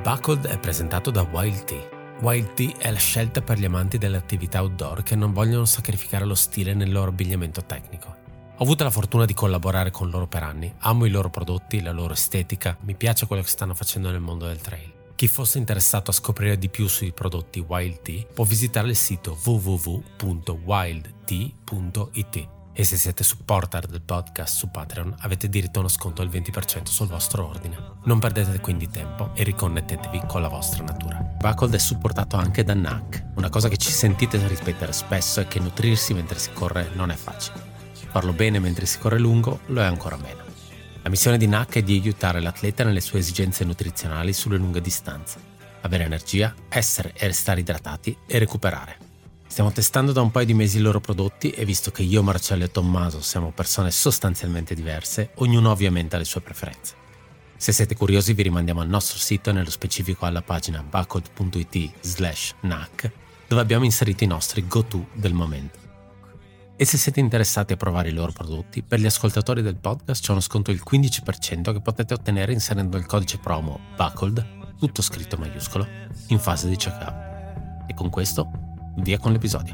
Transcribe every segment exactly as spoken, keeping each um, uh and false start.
Buckled è presentato da Wild Tea. Wild Tea è la scelta per gli amanti delle attività outdoor che non vogliono sacrificare lo stile nel loro abbigliamento tecnico. Ho avuto la fortuna di collaborare con loro per anni, amo i loro prodotti, la loro estetica, mi piace quello che stanno facendo nel mondo del trail. Chi fosse interessato a scoprire di più sui prodotti Wild Tea può visitare il sito w w w punto wild tea punto i t. E se siete supporter del podcast su Patreon avete diritto a uno sconto del venti per cento sul vostro ordine. Non perdete quindi tempo e riconnettetevi con la vostra natura. Buckled è supportato anche da N A C. Una cosa che ci sentite ripetere spesso è che nutrirsi mentre si corre non è facile. Farlo bene mentre si corre lungo lo è ancora meno. La missione di N A C è di aiutare l'atleta nelle sue esigenze nutrizionali sulle lunghe distanze. Avere energia, essere e restare idratati e recuperare. Stiamo testando da un paio di mesi i loro prodotti e visto che io, Marcello e Tommaso siamo persone sostanzialmente diverse, ognuno ovviamente ha le sue preferenze. Se siete curiosi vi rimandiamo al nostro sito e nello specifico alla pagina buckled punto i t slash N A C dove abbiamo inserito i nostri go-to del momento. E se siete interessati a provare i loro prodotti, per gli ascoltatori del podcast c'è uno sconto del quindici per cento che potete ottenere inserendo il codice promo BUCKLED, tutto scritto maiuscolo, in fase di checkout. E con questo via con l'episodio.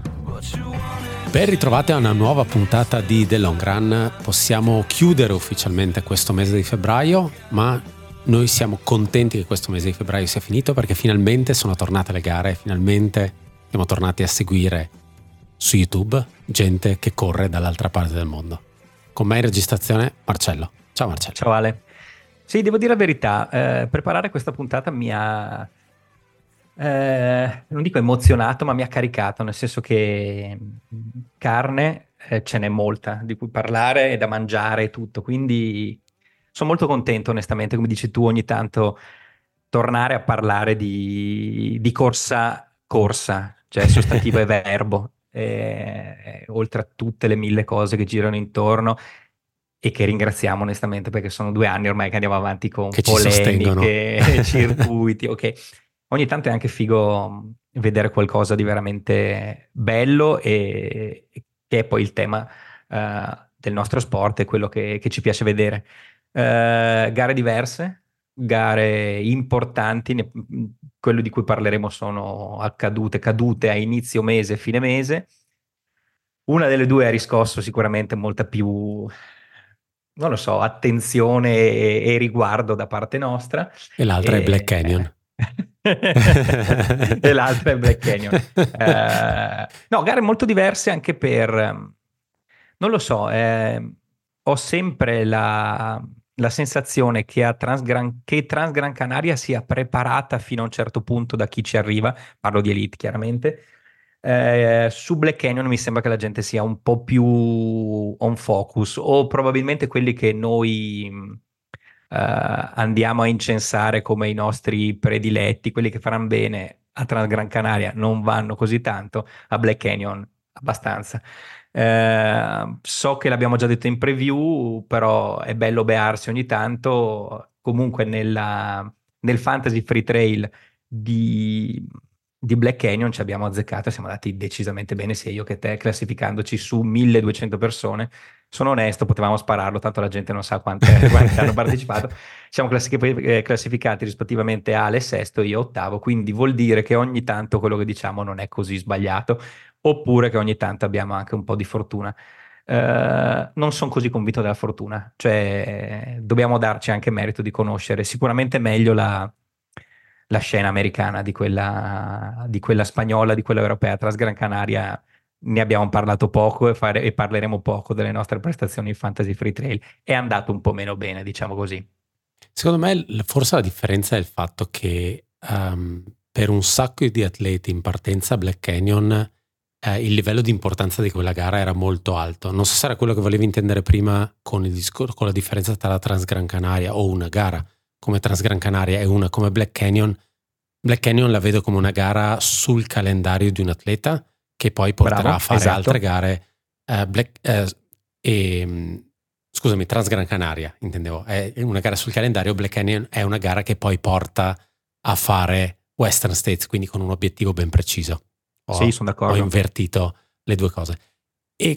Ben ritrovati a una nuova puntata di The Long Run. Possiamo chiudere ufficialmente questo mese di febbraio, ma noi siamo contenti che questo mese di febbraio sia finito perché finalmente sono tornate le gare, finalmente siamo tornati a seguire su YouTube gente che corre dall'altra parte del mondo. Con me in registrazione Marcello. Ciao Marcello. Ciao Ale. Sì, devo dire la verità, eh, preparare questa puntata mi ha Eh, non dico emozionato, ma mi ha caricato, nel senso che carne eh, ce n'è molta di cui parlare e da mangiare e tutto, quindi sono molto contento onestamente, come dici tu, ogni tanto tornare a parlare di, di corsa, corsa, cioè sostantivo e verbo, eh, oltre a tutte le mille cose che girano intorno e che ringraziamo onestamente perché sono due anni ormai che andiamo avanti con che polemiche, circuiti, ok. Ogni tanto è anche figo vedere qualcosa di veramente bello e che è poi il tema uh, del nostro sport e quello che, che ci piace vedere. Uh, gare diverse, gare importanti, ne, quello di cui parleremo sono accadute, cadute a inizio mese, fine mese. Una delle due ha riscosso sicuramente molta più, non lo so, attenzione e, e riguardo da parte nostra. E l'altra e, è Black Canyon. E l'altra è Black Canyon. Eh, no, gare molto diverse anche per, non lo so, eh, ho sempre la, la sensazione che, a Transgran, che Transgran Canaria sia preparata fino a un certo punto da chi ci arriva, parlo di elite chiaramente. Eh, su Black Canyon mi sembra che la gente sia un po' più on focus, o probabilmente quelli che noi Uh, andiamo a incensare come i nostri prediletti, quelli che faranno bene a Transgran Canaria non vanno così tanto, a Black Canyon abbastanza. Uh, so che l'abbiamo già detto in preview, però è bello bearsi ogni tanto. Comunque nella, nel Fantasy Free Trail di, di Black Canyon ci abbiamo azzeccato e siamo andati decisamente bene sia io che te, classificandoci su milleduecento persone. Sono onesto, potevamo spararlo, tanto la gente non sa quante, quante hanno partecipato. Siamo classificati rispettivamente Ale sesto e io ottavo, quindi vuol dire che ogni tanto quello che diciamo non è così sbagliato, oppure che ogni tanto abbiamo anche un po' di fortuna. Uh, non sono così convinto della fortuna, cioè dobbiamo darci anche merito di conoscere sicuramente meglio la, la scena americana di quella, di quella spagnola, di quella europea. Transgran Canaria ne abbiamo parlato poco e, fare, e parleremo poco delle nostre prestazioni in Fantasy Free Trail. È andato un po' meno bene, diciamo così. Secondo me forse la differenza è il fatto che um, per un sacco di atleti in partenza a Black Canyon eh, il livello di importanza di quella gara era molto alto. Non so se era quello che volevi intendere prima con, il discor- con la differenza tra la Transgran Canaria o una gara come Transgran Canaria e una come Black Canyon. Black Canyon la vedo come una gara sul calendario di un atleta che poi porterà Bravo, a fare esatto. altre gare. Uh, Black, uh, e, scusami, Transgran Canaria, intendevo, è una gara sul calendario. Black Canyon è una gara che poi porta a fare Western States, quindi con un obiettivo ben preciso. Ho, sì, sono d'accordo. Ho invertito le due cose. E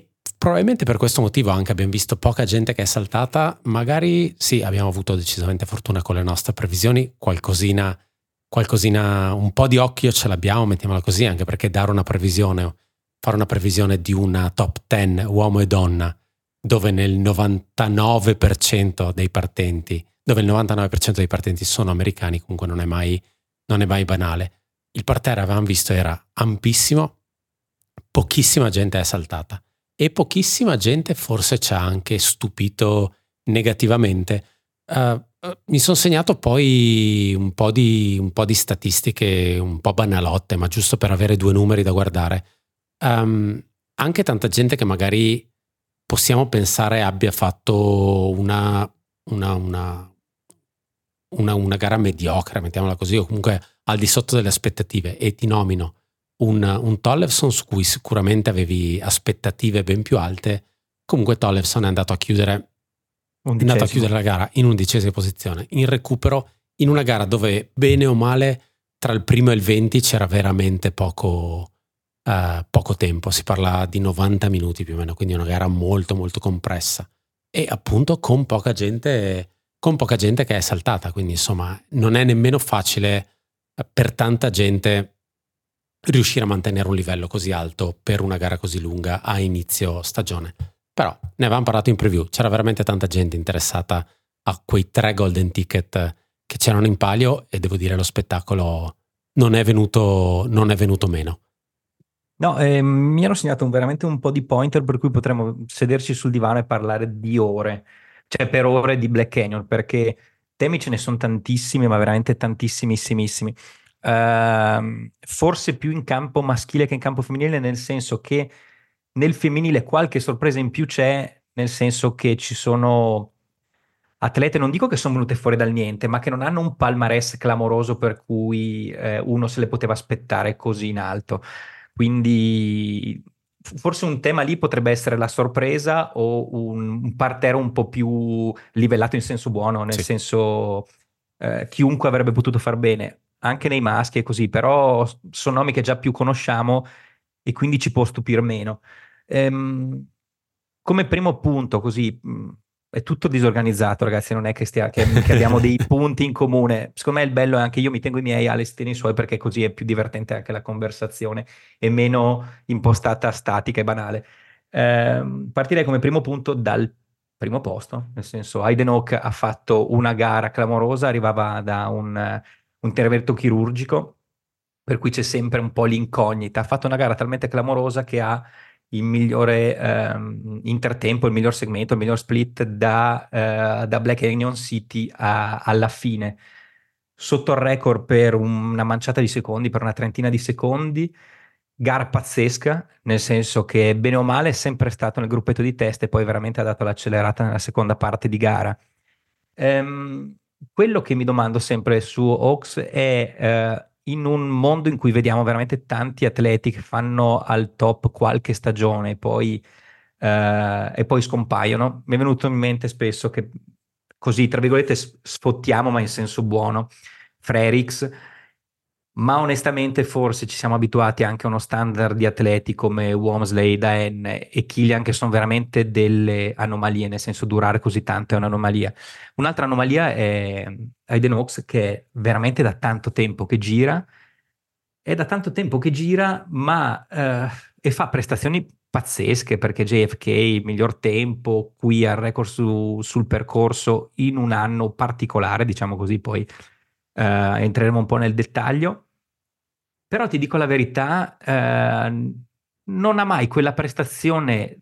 probabilmente per questo motivo anche abbiamo visto poca gente che è saltata. Magari sì, abbiamo avuto decisamente fortuna con le nostre previsioni, qualcosina, qualcosina, un po' di occhio ce l'abbiamo, mettiamola così, anche perché dare una previsione, fare una previsione di una top dieci uomo e donna, dove nel novantanove per cento dei partenti, dove il novantanove per cento dei partenti sono americani, comunque non è mai, non è mai banale. Il parterre avevamo visto era ampissimo, pochissima gente è saltata e pochissima gente forse ci ha anche stupito negativamente. Uh, uh, mi sono segnato poi un po' di un po' di statistiche un po' banalotte, ma giusto per avere due numeri da guardare. Um, anche tanta gente che magari possiamo pensare abbia fatto una una, una, una, una gara mediocre, mettiamola così, o comunque al di sotto delle aspettative, e ti nomino un, un Tollefson su cui sicuramente avevi aspettative ben più alte. Comunque Tollefson è andato a chiudere è andato a chiudere la gara in undicesima posizione, in recupero, in una gara dove bene o male tra il primo e il venti c'era veramente poco, uh, poco tempo, si parla di novanta minuti più o meno, quindi una gara molto molto compressa e appunto con poca gente con poca gente che è saltata, quindi insomma non è nemmeno facile per tanta gente riuscire a mantenere un livello così alto per una gara così lunga a inizio stagione. Però ne avevamo parlato in preview, c'era veramente tanta gente interessata a quei tre golden ticket che c'erano in palio e devo dire lo spettacolo non è venuto, non è venuto meno. No, eh, mi ero segnato un, veramente un po' di pointer per cui potremmo sederci sul divano e parlare di ore, cioè per ore di Black Canyon, perché temi ce ne sono tantissimi, ma veramente tantissimissimissimi. Uh, forse più in campo maschile che in campo femminile, nel senso che nel femminile qualche sorpresa in più c'è, nel senso che ci sono atlete, non dico che sono venute fuori dal niente, ma che non hanno un palmarès clamoroso per cui eh, uno se le poteva aspettare così in alto. Quindi forse un tema lì potrebbe essere la sorpresa o un, un parterre un po' più livellato in senso buono, nel Sì. senso eh, chiunque avrebbe potuto far bene, anche nei maschi e così, però sono nomi che già più conosciamo e quindi ci può stupire meno. Ehm, come primo punto, così mh, è tutto disorganizzato, ragazzi. Non è che, stia, che, che abbiamo dei punti in comune. Secondo me il bello è anche io mi tengo i miei, Alex tiene i suoi, perché così è più divertente anche la conversazione e meno impostata statica e banale. Ehm, partirei come primo punto dal primo posto, nel senso Hayden Hawk ha fatto una gara clamorosa, arrivava da un, un intervento chirurgico, per cui c'è sempre un po' l'incognita. Ha fatto una gara talmente clamorosa che ha il migliore ehm, intertempo, il miglior segmento, il miglior split da, eh, da Black Canyon City a, alla fine. Sotto il record per una manciata di secondi, per una trentina di secondi. Gara pazzesca, nel senso che bene o male è sempre stato nel gruppetto di testa e poi veramente ha dato l'accelerata nella seconda parte di gara. Ehm, quello che mi domando sempre su Hawks è eh, in un mondo in cui vediamo veramente tanti atleti che fanno al top qualche stagione e poi, eh, e poi scompaiono, mi è venuto in mente spesso che così, tra virgolette, sfottiamo, ma in senso buono, Frerix, ma onestamente forse ci siamo abituati anche a uno standard di atleti come Walmsley, Daen e Killian che sono veramente delle anomalie, nel senso durare così tanto è un'anomalia. Un'altra anomalia è Hayden Hawks che è veramente da tanto tempo che gira, è da tanto tempo che gira, ma eh, e fa prestazioni pazzesche perché J F K, miglior tempo, qui al record su, sul percorso in un anno particolare, diciamo così, poi eh, entreremo un po' nel dettaglio. Però ti dico la verità, eh, non ha mai quella prestazione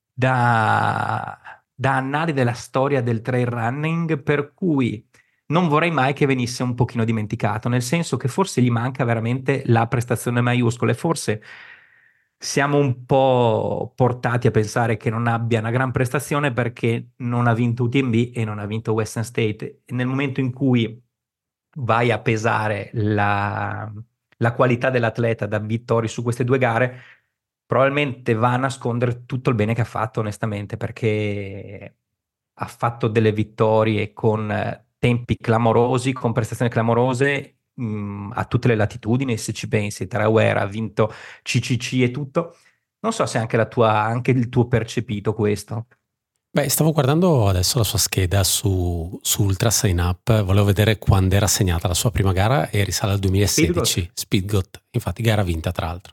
da, da annali della storia del trail running, per cui non vorrei mai che venisse un pochino dimenticato, nel senso che forse gli manca veramente la prestazione maiuscola e forse siamo un po' portati a pensare che non abbia una gran prestazione perché non ha vinto U T M B e non ha vinto Western State. E nel momento in cui vai a pesare la, la qualità dell'atleta da vittorie su queste due gare, probabilmente va a nascondere tutto il bene che ha fatto, onestamente, perché ha fatto delle vittorie con eh, tempi clamorosi, con prestazioni clamorose mh, a tutte le latitudini, se ci pensi, Tarawera ha vinto C C C e tutto, Non so se anche, la tua, anche il tuo percepito questo. Beh, stavo guardando adesso la sua scheda su, su Ultra Sign Up, volevo vedere quando era segnata la sua prima gara e risale al duemilasedici, Speedgoat. Speedgoat, infatti gara vinta tra l'altro.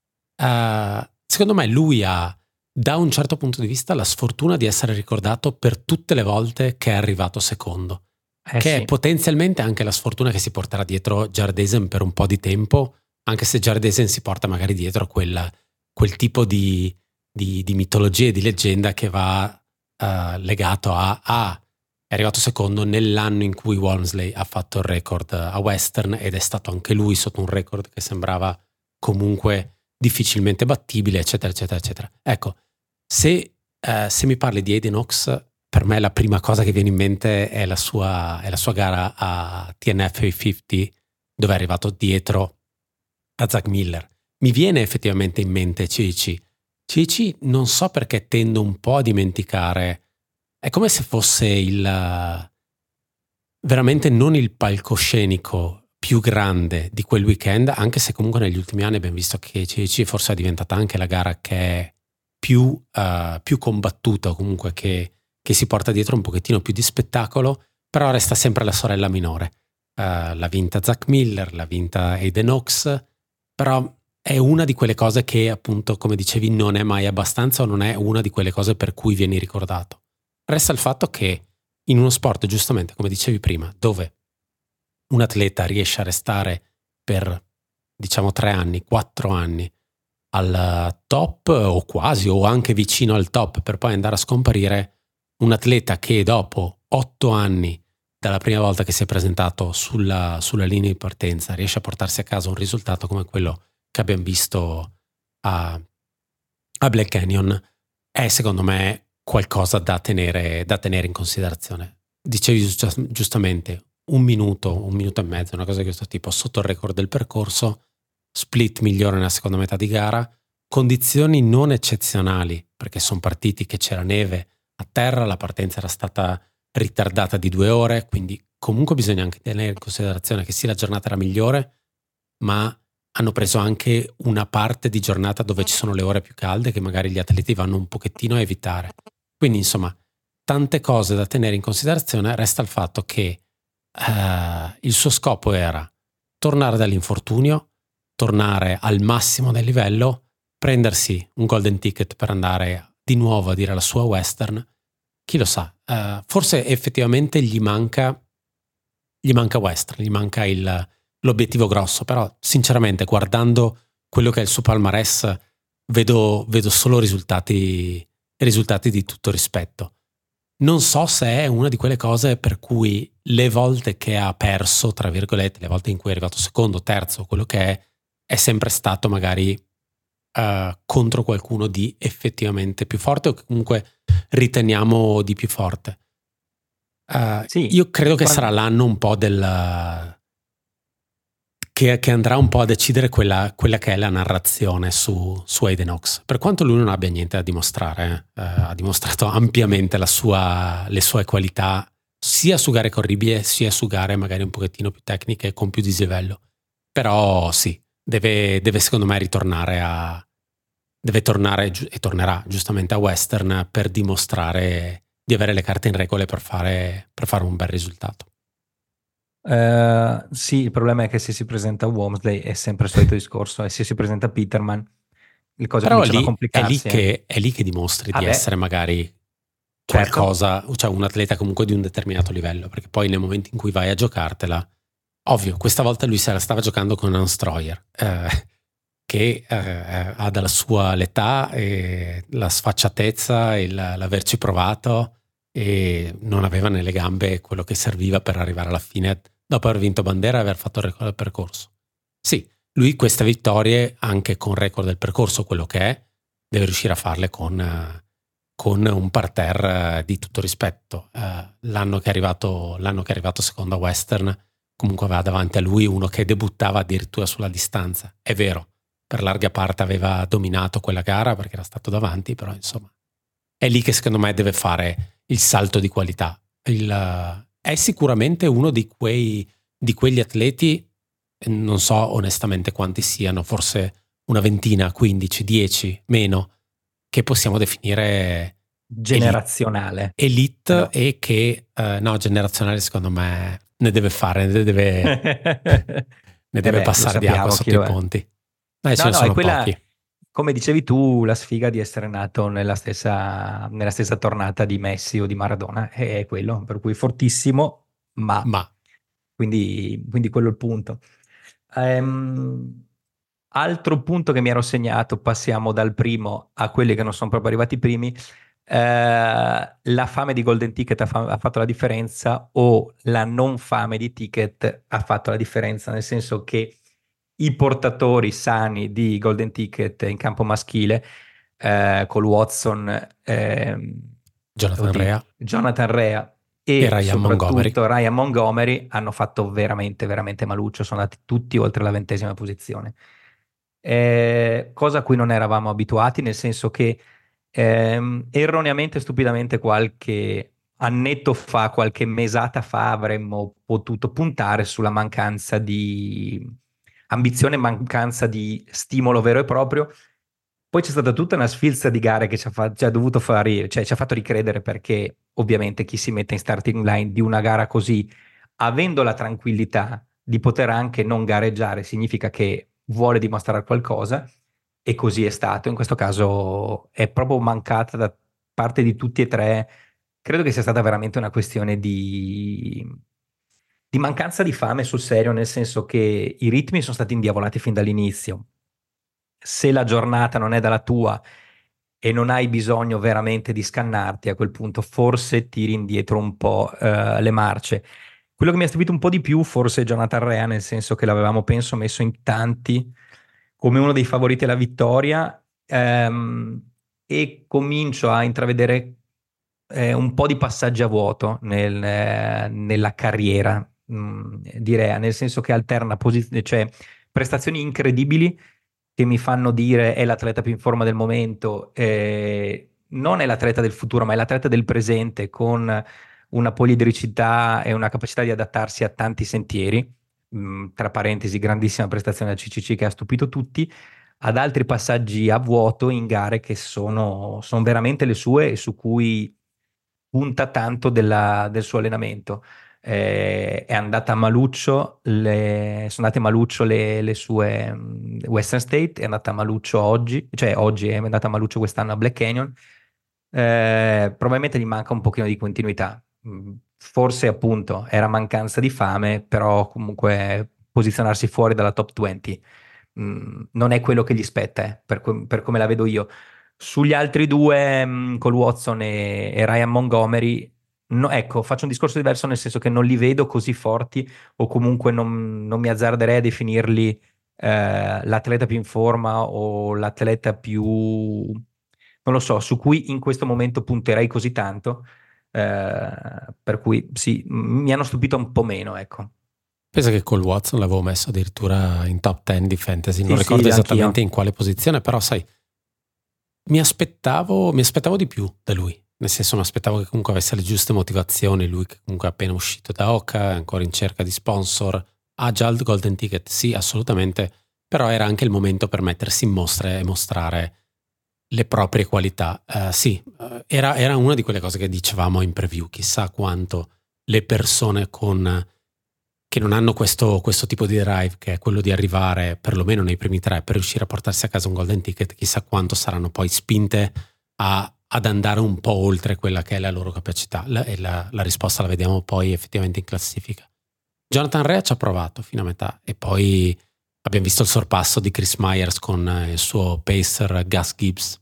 Uh, secondo me lui ha, da un certo punto di vista, la sfortuna di essere ricordato per tutte le volte che è arrivato secondo, Eh che sì. è potenzialmente anche la sfortuna che si porterà dietro Jared Eisen per un po' di tempo, anche se Jared Eisen si porta magari dietro quel, quel tipo di, di, di mitologia e di leggenda che va uh, legato a, a è arrivato secondo nell'anno in cui Walmsley ha fatto il record a Western ed è stato anche lui sotto un record che sembrava comunque difficilmente battibile, eccetera, eccetera, eccetera. Ecco, se, eh, se mi parli di Hayden Hawks, per me la prima cosa che viene in mente è la sua, è la sua gara a T N F cinquanta, dove è arrivato dietro a Zach Miller. Mi viene effettivamente in mente C I C. C I C non so perché tendo un po' a dimenticare, è come se fosse il veramente non il palcoscenico più grande di quel weekend, anche se comunque negli ultimi anni abbiamo visto che C I C forse è diventata anche la gara che è più, uh, più combattuta, o comunque che, che si porta dietro un pochettino più di spettacolo, però resta sempre la sorella minore. Uh, l'ha vinta Zach Miller, l'ha vinta Hayden Hawks, però è una di quelle cose che appunto, come dicevi, non è mai abbastanza o non è una di quelle cose per cui vieni ricordato. Resta il fatto che in uno sport, giustamente, come dicevi prima, dove un atleta riesce a restare per, diciamo, tre anni, quattro anni al top o quasi, o anche vicino al top, per poi andare a scomparire, un atleta che dopo otto anni dalla prima volta che si è presentato sulla, sulla linea di partenza riesce a portarsi a casa un risultato come quello che abbiamo visto a, a Black Canyon, è secondo me qualcosa da tenere, da tenere in considerazione. Dicevi giust- giustamente un minuto, un minuto e mezzo, una cosa di questo tipo, sotto il record del percorso, split migliore nella seconda metà di gara, condizioni non eccezionali, perché sono partiti che c'era neve a terra, la partenza era stata ritardata di due ore, quindi comunque bisogna anche tenere in considerazione che sì, la giornata era migliore, ma hanno preso anche una parte di giornata dove ci sono le ore più calde che magari gli atleti vanno un pochettino a evitare. Quindi insomma, tante cose da tenere in considerazione. Resta il fatto che uh, il suo scopo era tornare dall'infortunio, tornare al massimo del livello, prendersi un golden ticket per andare di nuovo a dire la sua Western. Chi lo sa, uh, forse effettivamente gli manca gli manca Western, gli manca il, l'obiettivo grosso, però sinceramente guardando quello che è il suo palmarès vedo, vedo solo risultati, risultati di tutto rispetto. Non so se è una di quelle cose per cui le volte che ha perso, tra virgolette, le volte in cui è arrivato secondo, terzo, quello che è, è sempre stato magari uh, contro qualcuno di effettivamente più forte o che comunque riteniamo di più forte. Uh, sì, io credo che quando... sarà l'anno un po' del... Che, che andrà un po' a decidere quella, quella che è la narrazione su, su Hayden Hawks. Per quanto lui non abbia niente da dimostrare, eh, ha dimostrato ampiamente la sua, le sue qualità sia su gare corribili sia su gare magari un pochettino più tecniche con più dislivello. Però sì, deve, deve secondo me ritornare a... deve tornare e tornerà giustamente a Western per dimostrare di avere le carte in regole per fare, per fare un bel risultato. Uh, sì, il problema è che se si presenta Walmsley è sempre il solito discorso, e se si presenta Peterman le cose però cominciano lì, a complicarsi. È lì, che, è lì che dimostri ah di beh. essere magari qualcosa, certo. Cioè un atleta comunque di un determinato livello, perché poi nel momento in cui vai a giocartela, ovvio, questa volta lui se la stava giocando con un Stroyer, eh, che eh, ha dalla sua l'età e la sfacciatezza e la, l'averci provato, e non aveva nelle gambe quello che serviva per arrivare alla fine dopo aver vinto bandera e aver fatto il record del percorso. Sì, lui queste vittorie, anche con record del percorso, quello che è, deve riuscire a farle con, con un parterre di tutto rispetto. Uh, l'anno che è arrivato, l'anno che è arrivato secondo a Western, comunque aveva davanti a lui uno che debuttava addirittura sulla distanza. È vero, per larga parte aveva dominato quella gara perché era stato davanti, però insomma è lì che secondo me deve fare il salto di qualità. Il, uh, è sicuramente uno di quei di quegli atleti, non so onestamente quanti siano, forse una ventina, quindici, dieci, meno, che possiamo definire generazionale. Elite, no. e che, uh, no, generazionale secondo me ne deve fare, ne deve, ne deve eh beh, passare di acqua sotto i ponti. Dai, no, ce ne no, sono è quella, pochi. come dicevi tu, la sfiga di essere nato nella stessa, nella stessa tornata di Messi o di Maradona, è quello, per cui fortissimo, ma, ma. Quindi, quindi quello è il punto. Um, altro punto che mi ero segnato, passiamo dal primo a quelli che non sono proprio arrivati i primi. Eh, la fame di Golden Ticket ha, fa- ha fatto la differenza, o la non fame di Ticket ha fatto la differenza, nel senso che i portatori sani di Golden Ticket in campo maschile, eh, col Watson, ehm, Jonathan oddio, Rea Jonathan Rea e e Ryan Montgomery. soprattutto Ryan Montgomery hanno fatto veramente, veramente maluccio, sono andati tutti oltre la ventesima posizione. Eh, cosa a cui non eravamo abituati, nel senso che ehm, erroneamente, stupidamente, qualche annetto fa, qualche mesata fa, avremmo potuto puntare sulla mancanza di ambizione, mancanza di stimolo vero e proprio. Poi c'è stata tutta una sfilza di gare che ci ha, fa- ci ha dovuto fare, cioè ci ha fatto ricredere, perché ovviamente chi si mette in starting line di una gara così, avendo la tranquillità di poter anche non gareggiare, significa che vuole dimostrare qualcosa, e così è stato. In questo caso è proprio mancata da parte di tutti e tre. Credo che sia stata veramente una questione di, di mancanza di fame sul serio, nel senso che i ritmi sono stati indiavolati fin dall'inizio. Se la giornata non è dalla tua e non hai bisogno veramente di scannarti, a quel punto forse tiri indietro un po' eh, le marce. Quello che mi ha stupito un po' di più forse è Jonathan Rea, nel senso che l'avevamo, penso, messo in tanti come uno dei favoriti alla vittoria, ehm, e comincio a intravedere eh, un po' di passaggi a vuoto nel, eh, nella carriera mh, di Rea, nel senso che alterna posi- cioè, prestazioni incredibili che mi fanno dire è l'atleta più in forma del momento, eh, non è l'atleta del futuro, ma è l'atleta del presente, con una poliedricità e una capacità di adattarsi a tanti sentieri. Mh, tra parentesi, grandissima prestazione da C C C che ha stupito tutti, ad altri passaggi a vuoto in gare che sono, sono veramente le sue e su cui punta tanto della- del suo allenamento. Eh, è andata a maluccio, le, sono andate a maluccio le, le sue mh, Western State, è andata a maluccio oggi, cioè oggi è andata a maluccio quest'anno a Black Canyon. Eh, probabilmente gli manca un pochino di continuità. Mm, Forse appunto era mancanza di fame, però comunque posizionarsi fuori dalla top venti mm, non è quello che gli spetta, eh, per, com- per come la vedo io. Sugli altri due, mh, col Watson e, e Ryan Montgomery, no, ecco, faccio un discorso diverso, nel senso che non li vedo così forti, o comunque non, non mi azzarderei a definirli eh, l'atleta più in forma o l'atleta più, non lo so, su cui in questo momento punterei così tanto. eh, per cui sì, m- mi hanno stupito un po' meno, ecco. Pensa che col Watson l'avevo messo addirittura in top dieci di fantasy, non Sì, ricordo sì, anch'io. esattamente in quale posizione, però sai, mi aspettavo, mi aspettavo di più da lui, nel senso mi aspettavo che comunque avesse le giuste motivazioni, lui che comunque è appena uscito da Oca, è ancora in cerca di sponsor, ha già il Golden Ticket, sì, assolutamente, però era anche il momento per mettersi in mostra e mostrare le proprie qualità. Uh, sì, uh, era, era una di quelle cose che dicevamo in preview, chissà quanto le persone con che non hanno questo, questo tipo di drive, che è quello di arrivare perlomeno nei primi tre per riuscire a portarsi a casa un Golden Ticket, chissà quanto saranno poi spinte a, ad andare un po' oltre quella che è la loro capacità. La, e la, la risposta la vediamo poi effettivamente in classifica. Jonathan Rea ci ha provato fino a metà e poi abbiamo visto il sorpasso di Chris Myers con il suo pacer Gus Gibbs,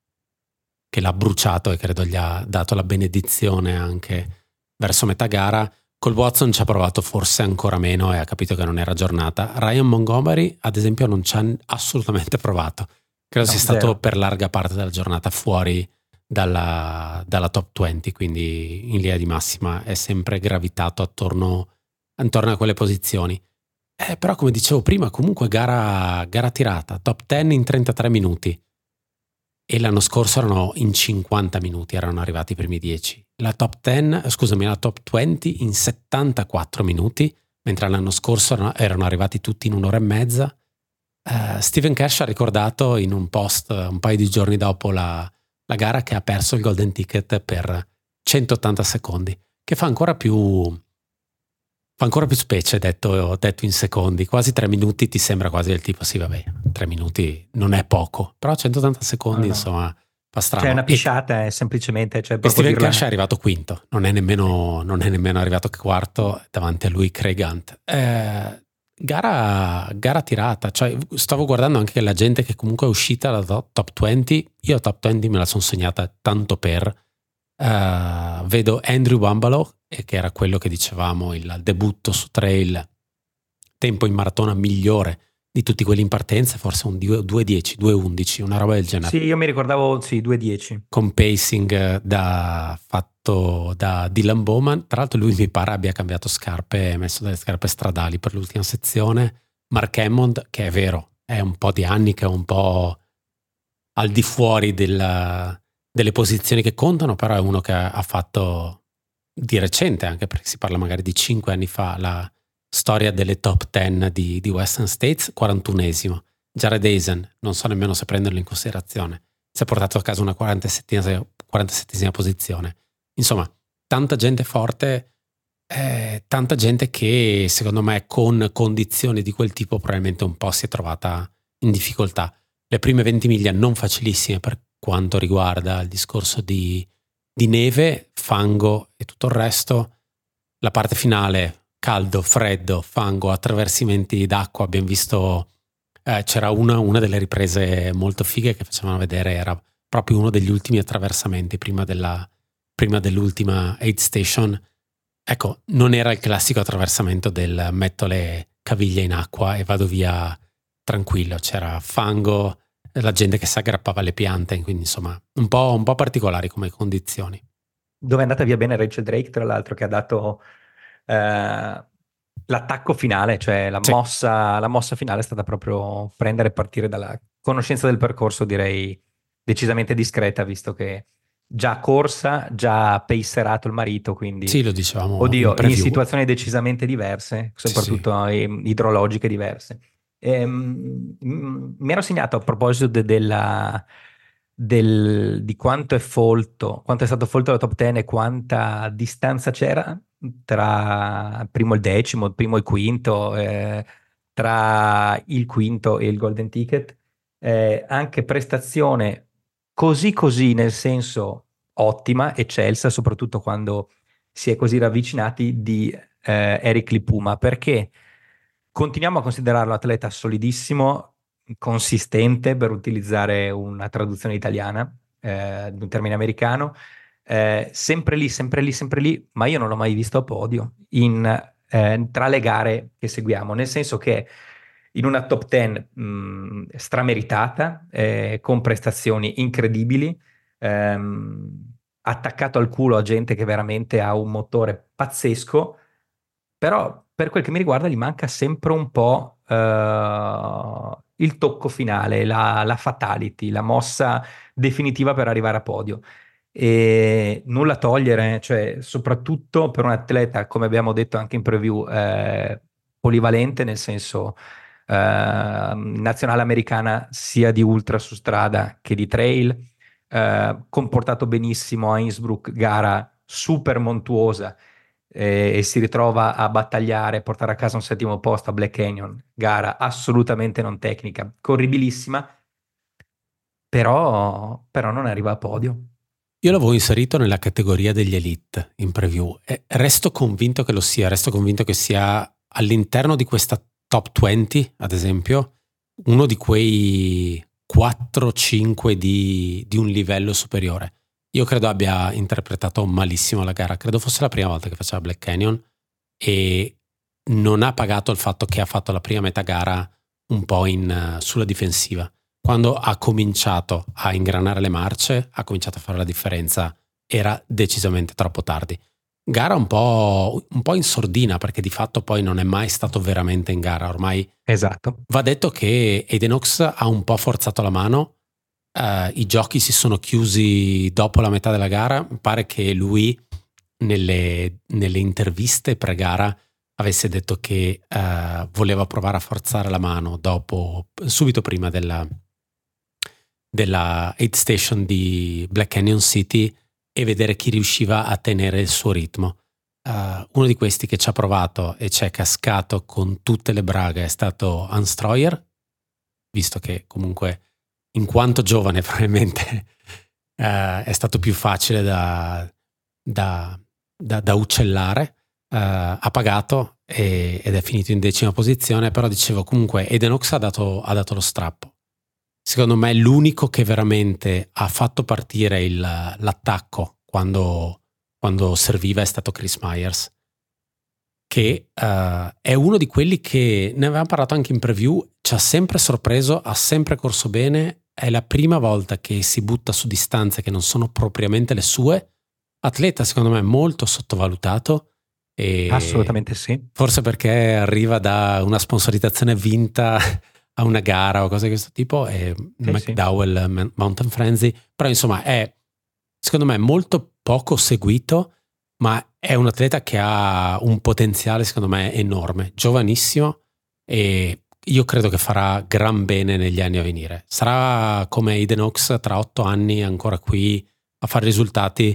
che l'ha bruciato e credo gli ha dato la benedizione anche verso metà gara. Col Watson ci ha provato forse ancora meno e ha capito che non era giornata. Ryan Montgomery, ad esempio, non ci ha assolutamente provato. Credo No, sia zero. stato per larga parte della giornata fuori dalla, dalla top venti, quindi in linea di massima è sempre gravitato attorno, attorno a quelle posizioni. Eh, però come dicevo prima, comunque gara, gara tirata, top dieci in trentatré minuti. E l'anno scorso erano in cinquanta minuti, erano arrivati i primi dieci. La top dieci, scusami, la top venti in settantaquattro minuti, mentre l'anno scorso erano, erano arrivati tutti in un'ora e mezza. Uh, Steven Cash ha ricordato in un post un paio di giorni dopo la, la gara che ha perso il golden ticket per centottanta secondi, che fa ancora più fa ancora più specie detto, detto in secondi. Quasi tre minuti ti sembra quasi del tipo sì vabbè, tre minuti non è poco, però centottanta secondi no, no. insomma fa strano. Cioè una pisciata e, è semplicemente cioè, e Steven dirla... Cash è arrivato quinto, non è nemmeno, non è nemmeno arrivato quarto, davanti a lui Craig Hunt. eh, Gara, gara tirata, cioè stavo guardando anche la gente che comunque è uscita dalla top venti, io la top venti me la sono segnata tanto per, uh, vedo Andrew Bumbalough, che era quello che dicevamo, il debutto su trail, tempo in maratona migliore di tutti quelli in partenza, forse un due dieci, due undici, una roba del genere. Sì, io mi ricordavo, sì, due dieci. Con pacing da, fatto da Dylan Bowman. Tra l'altro lui mi pare abbia cambiato scarpe, messo delle scarpe stradali per l'ultima sezione. Mark Hammond, che è vero, è un po' di anni che è un po' al di fuori della, delle posizioni che contano, però è uno che ha fatto di recente, anche perché si parla magari di cinque anni fa, la storia delle top dieci di, di Western States, quarantunesimo. Jared Hazen, non so nemmeno se prenderlo in considerazione, si è portato a casa una quarantasettesima posizione. Insomma, tanta gente forte, eh, tanta gente che secondo me con condizioni di quel tipo probabilmente un po' si è trovata in difficoltà. Le prime venti miglia non facilissime per quanto riguarda il discorso di, di neve, fango e tutto il resto. La parte finale, caldo, freddo, fango, attraversamenti d'acqua. Abbiamo visto, eh, c'era una, una delle riprese molto fighe che facevano vedere, era proprio uno degli ultimi attraversamenti prima, della, prima dell'ultima aid station. Ecco, non era il classico attraversamento del metto le caviglie in acqua e vado via tranquillo, c'era fango, la gente che si aggrappava alle piante, quindi insomma un po', un po' particolari come condizioni. Dove è andata via bene Rachel Drake, tra l'altro, che ha dato eh, l'attacco finale, cioè la, sì. mossa, la mossa finale è stata proprio prendere e partire dalla conoscenza del percorso, direi decisamente discreta, visto che già corsa, già pacerato il marito, quindi sì, lo dicevamo oddio, in, in situazioni decisamente diverse, soprattutto sì, sì. idrologiche diverse. Ehm, mi ero segnato a proposito de, della del, di quanto è folto, quanto è stato folto la top dieci e quanta distanza c'era tra il primo e il decimo, il primo e il quinto, eh, tra il quinto e il golden ticket, eh, anche prestazione così così, nel senso ottima, eccelsa, soprattutto quando si è così ravvicinati, di eh, Eric Lipuma, perché continuiamo a considerarlo atleta solidissimo, consistente, per utilizzare una traduzione italiana eh, di un termine americano, eh, sempre lì, sempre lì, sempre lì, ma io non l'ho mai visto a podio in, eh, tra le gare che seguiamo, nel senso che in una top dieci mh, strameritata, eh, con prestazioni incredibili, ehm, attaccato al culo a gente che veramente ha un motore pazzesco, però per quel che mi riguarda gli manca sempre un po' uh, il tocco finale, la, la fatality, la mossa definitiva per arrivare a podio. E nulla togliere, cioè soprattutto per un atleta, come abbiamo detto anche in preview, eh, polivalente, nel senso eh, nazionale americana sia di ultra su strada che di trail, eh, comportato benissimo a Innsbruck, gara super montuosa, eh, e si ritrova a battagliare, portare a casa un settimo posto a Black Canyon, gara assolutamente non tecnica, corribilissima, però, però non arriva a podio. Io l'avevo inserito nella categoria degli elite in preview e resto convinto che lo sia, resto convinto che sia all'interno di questa top venti, ad esempio, uno di quei quattro cinque di, di un livello superiore. Io credo abbia interpretato malissimo la gara, credo fosse la prima volta che faceva Black Canyon e non ha pagato il fatto che ha fatto la prima metà gara un po' in, uh, sulla difensiva. Quando ha cominciato a ingranare le marce, ha cominciato a fare la differenza, era decisamente troppo tardi. Gara un po', un po' in sordina, perché di fatto poi non è mai stato veramente in gara, ormai. Esatto. Va detto che Hayden Hawks ha un po' forzato la mano, uh, i giochi si sono chiusi dopo la metà della gara, mi pare che lui nelle, nelle interviste pre-gara avesse detto che uh, voleva provare a forzare la mano dopo, subito prima della, della aid station di Black Canyon City e vedere chi riusciva a tenere il suo ritmo. Uh, uno di questi che ci ha provato e ci è cascato con tutte le braghe è stato Unstroyer, visto che comunque in quanto giovane probabilmente uh, è stato più facile da, da, da, da uccellare. Uh, ha pagato e, ed è finito in decima posizione, però dicevo comunque Edenox ha dato, ha dato lo strappo. Secondo me l'unico che veramente ha fatto partire il, l'attacco quando, quando serviva è stato Chris Myers, che uh, è uno di quelli che, ne avevamo parlato anche in preview, ci ha sempre sorpreso, ha sempre corso bene, è la prima volta che si butta su distanze che non sono propriamente le sue. Atleta secondo me molto sottovalutato. E assolutamente sì. Forse perché arriva da una sponsorizzazione vinta a una gara o cose di questo tipo, e sì, McDowell sì. Mountain Frenzy, però insomma è secondo me molto poco seguito, ma è un atleta che ha un potenziale secondo me enorme, giovanissimo, e io credo che farà gran bene negli anni a venire. Sarà come Edenox tra otto anni ancora qui a fare risultati.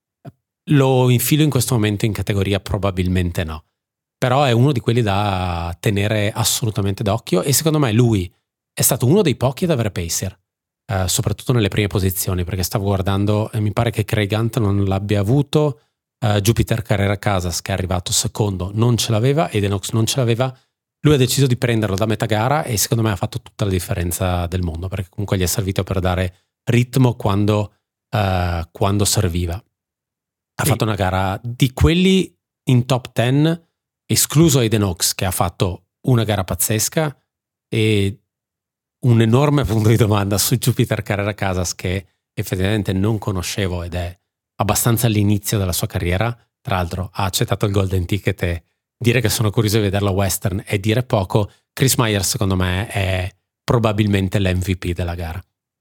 Lo infilo in questo momento in categoria probabilmente no, però è uno di quelli da tenere assolutamente d'occhio, e secondo me lui è stato uno dei pochi ad avere pacer, eh, soprattutto nelle prime posizioni, perché stavo guardando e mi pare che Craig Hunt non l'abbia avuto, eh, Jupiter Carrera Casas che è arrivato secondo non ce l'aveva, Edenox non ce l'aveva, lui ha deciso di prenderlo da metà gara e secondo me ha fatto tutta la differenza del mondo, perché comunque gli è servito per dare ritmo quando, eh, quando serviva. Ha sì. fatto una gara di quelli in top dieci, escluso Edenox che ha fatto una gara pazzesca, e un enorme punto di domanda su Jupiter Carrera Casas che effettivamente non conoscevo ed è abbastanza all'inizio della sua carriera. Tra l'altro ha accettato il Golden Ticket, e dire che sono curioso di vederlo a Western è dire poco. Chris Myers secondo me è probabilmente l'M V P della gara.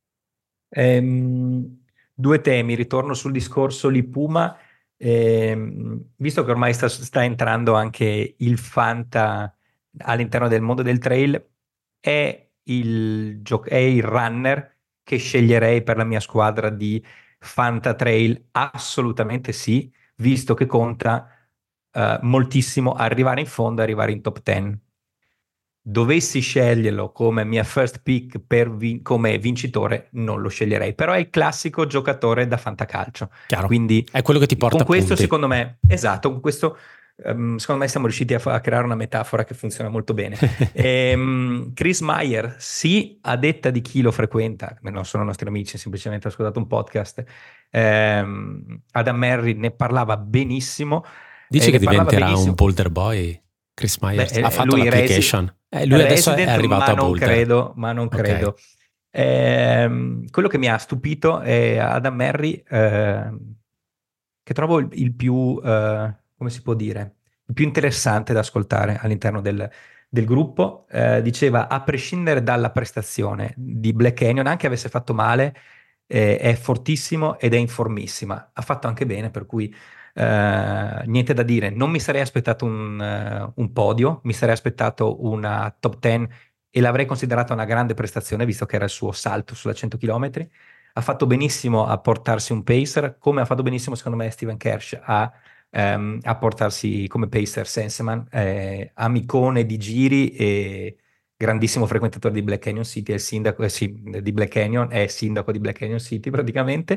Ehm... Due temi, ritorno sul discorso Lipuma, ehm, visto che ormai sta, sta entrando anche il Fanta all'interno del mondo del trail, è il, gio- è il runner che sceglierei per la mia squadra di Fanta Trail? Assolutamente sì, visto che conta eh, moltissimo arrivare in fondo, arrivare in top dieci. Dovessi sceglierlo come mia first pick per vin- come vincitore, non lo sceglierei, però è il classico giocatore da fantacalcio. Chiaro. Quindi È quello che ti porta con questo punti. secondo me, esatto, con questo um, secondo me siamo riusciti a, fa- a creare una metafora che funziona molto bene. ehm, Chris Meyer, sì, a detta di chi lo frequenta, non sono nostri amici, semplicemente ho ascoltato un podcast, ehm, Adam Merry ne parlava benissimo. Dici eh, che ne parlava diventerà benissimo. un boulder boy? Chris Myers Beh, ha fatto lui l'application. resi- Eh, lui adesso resident, è arrivato ma a non boulder. credo, ma non Ok. credo. Ehm, quello che mi ha stupito è Adam Merry, ehm, che trovo il, il più, eh, come si può dire, il più interessante da ascoltare all'interno del, del gruppo. Eh, diceva, a prescindere dalla prestazione di Black Canyon, anche avesse fatto male, eh, è fortissimo ed è informissima. Ha fatto anche bene, per cui eh, niente da dire. Non mi sarei aspettato un, eh, un podio, mi sarei aspettato una top dieci e l'avrei considerata una grande prestazione, visto che era il suo salto sulla cento chilometri. Ha fatto benissimo a portarsi un pacer, come ha fatto benissimo secondo me Steven Kersh a, ehm, a portarsi come pacer Senseman, eh, amicone di giri e grandissimo frequentatore di Black Canyon City, è il sindaco eh, sì, di Black Canyon, è sindaco di Black Canyon City praticamente,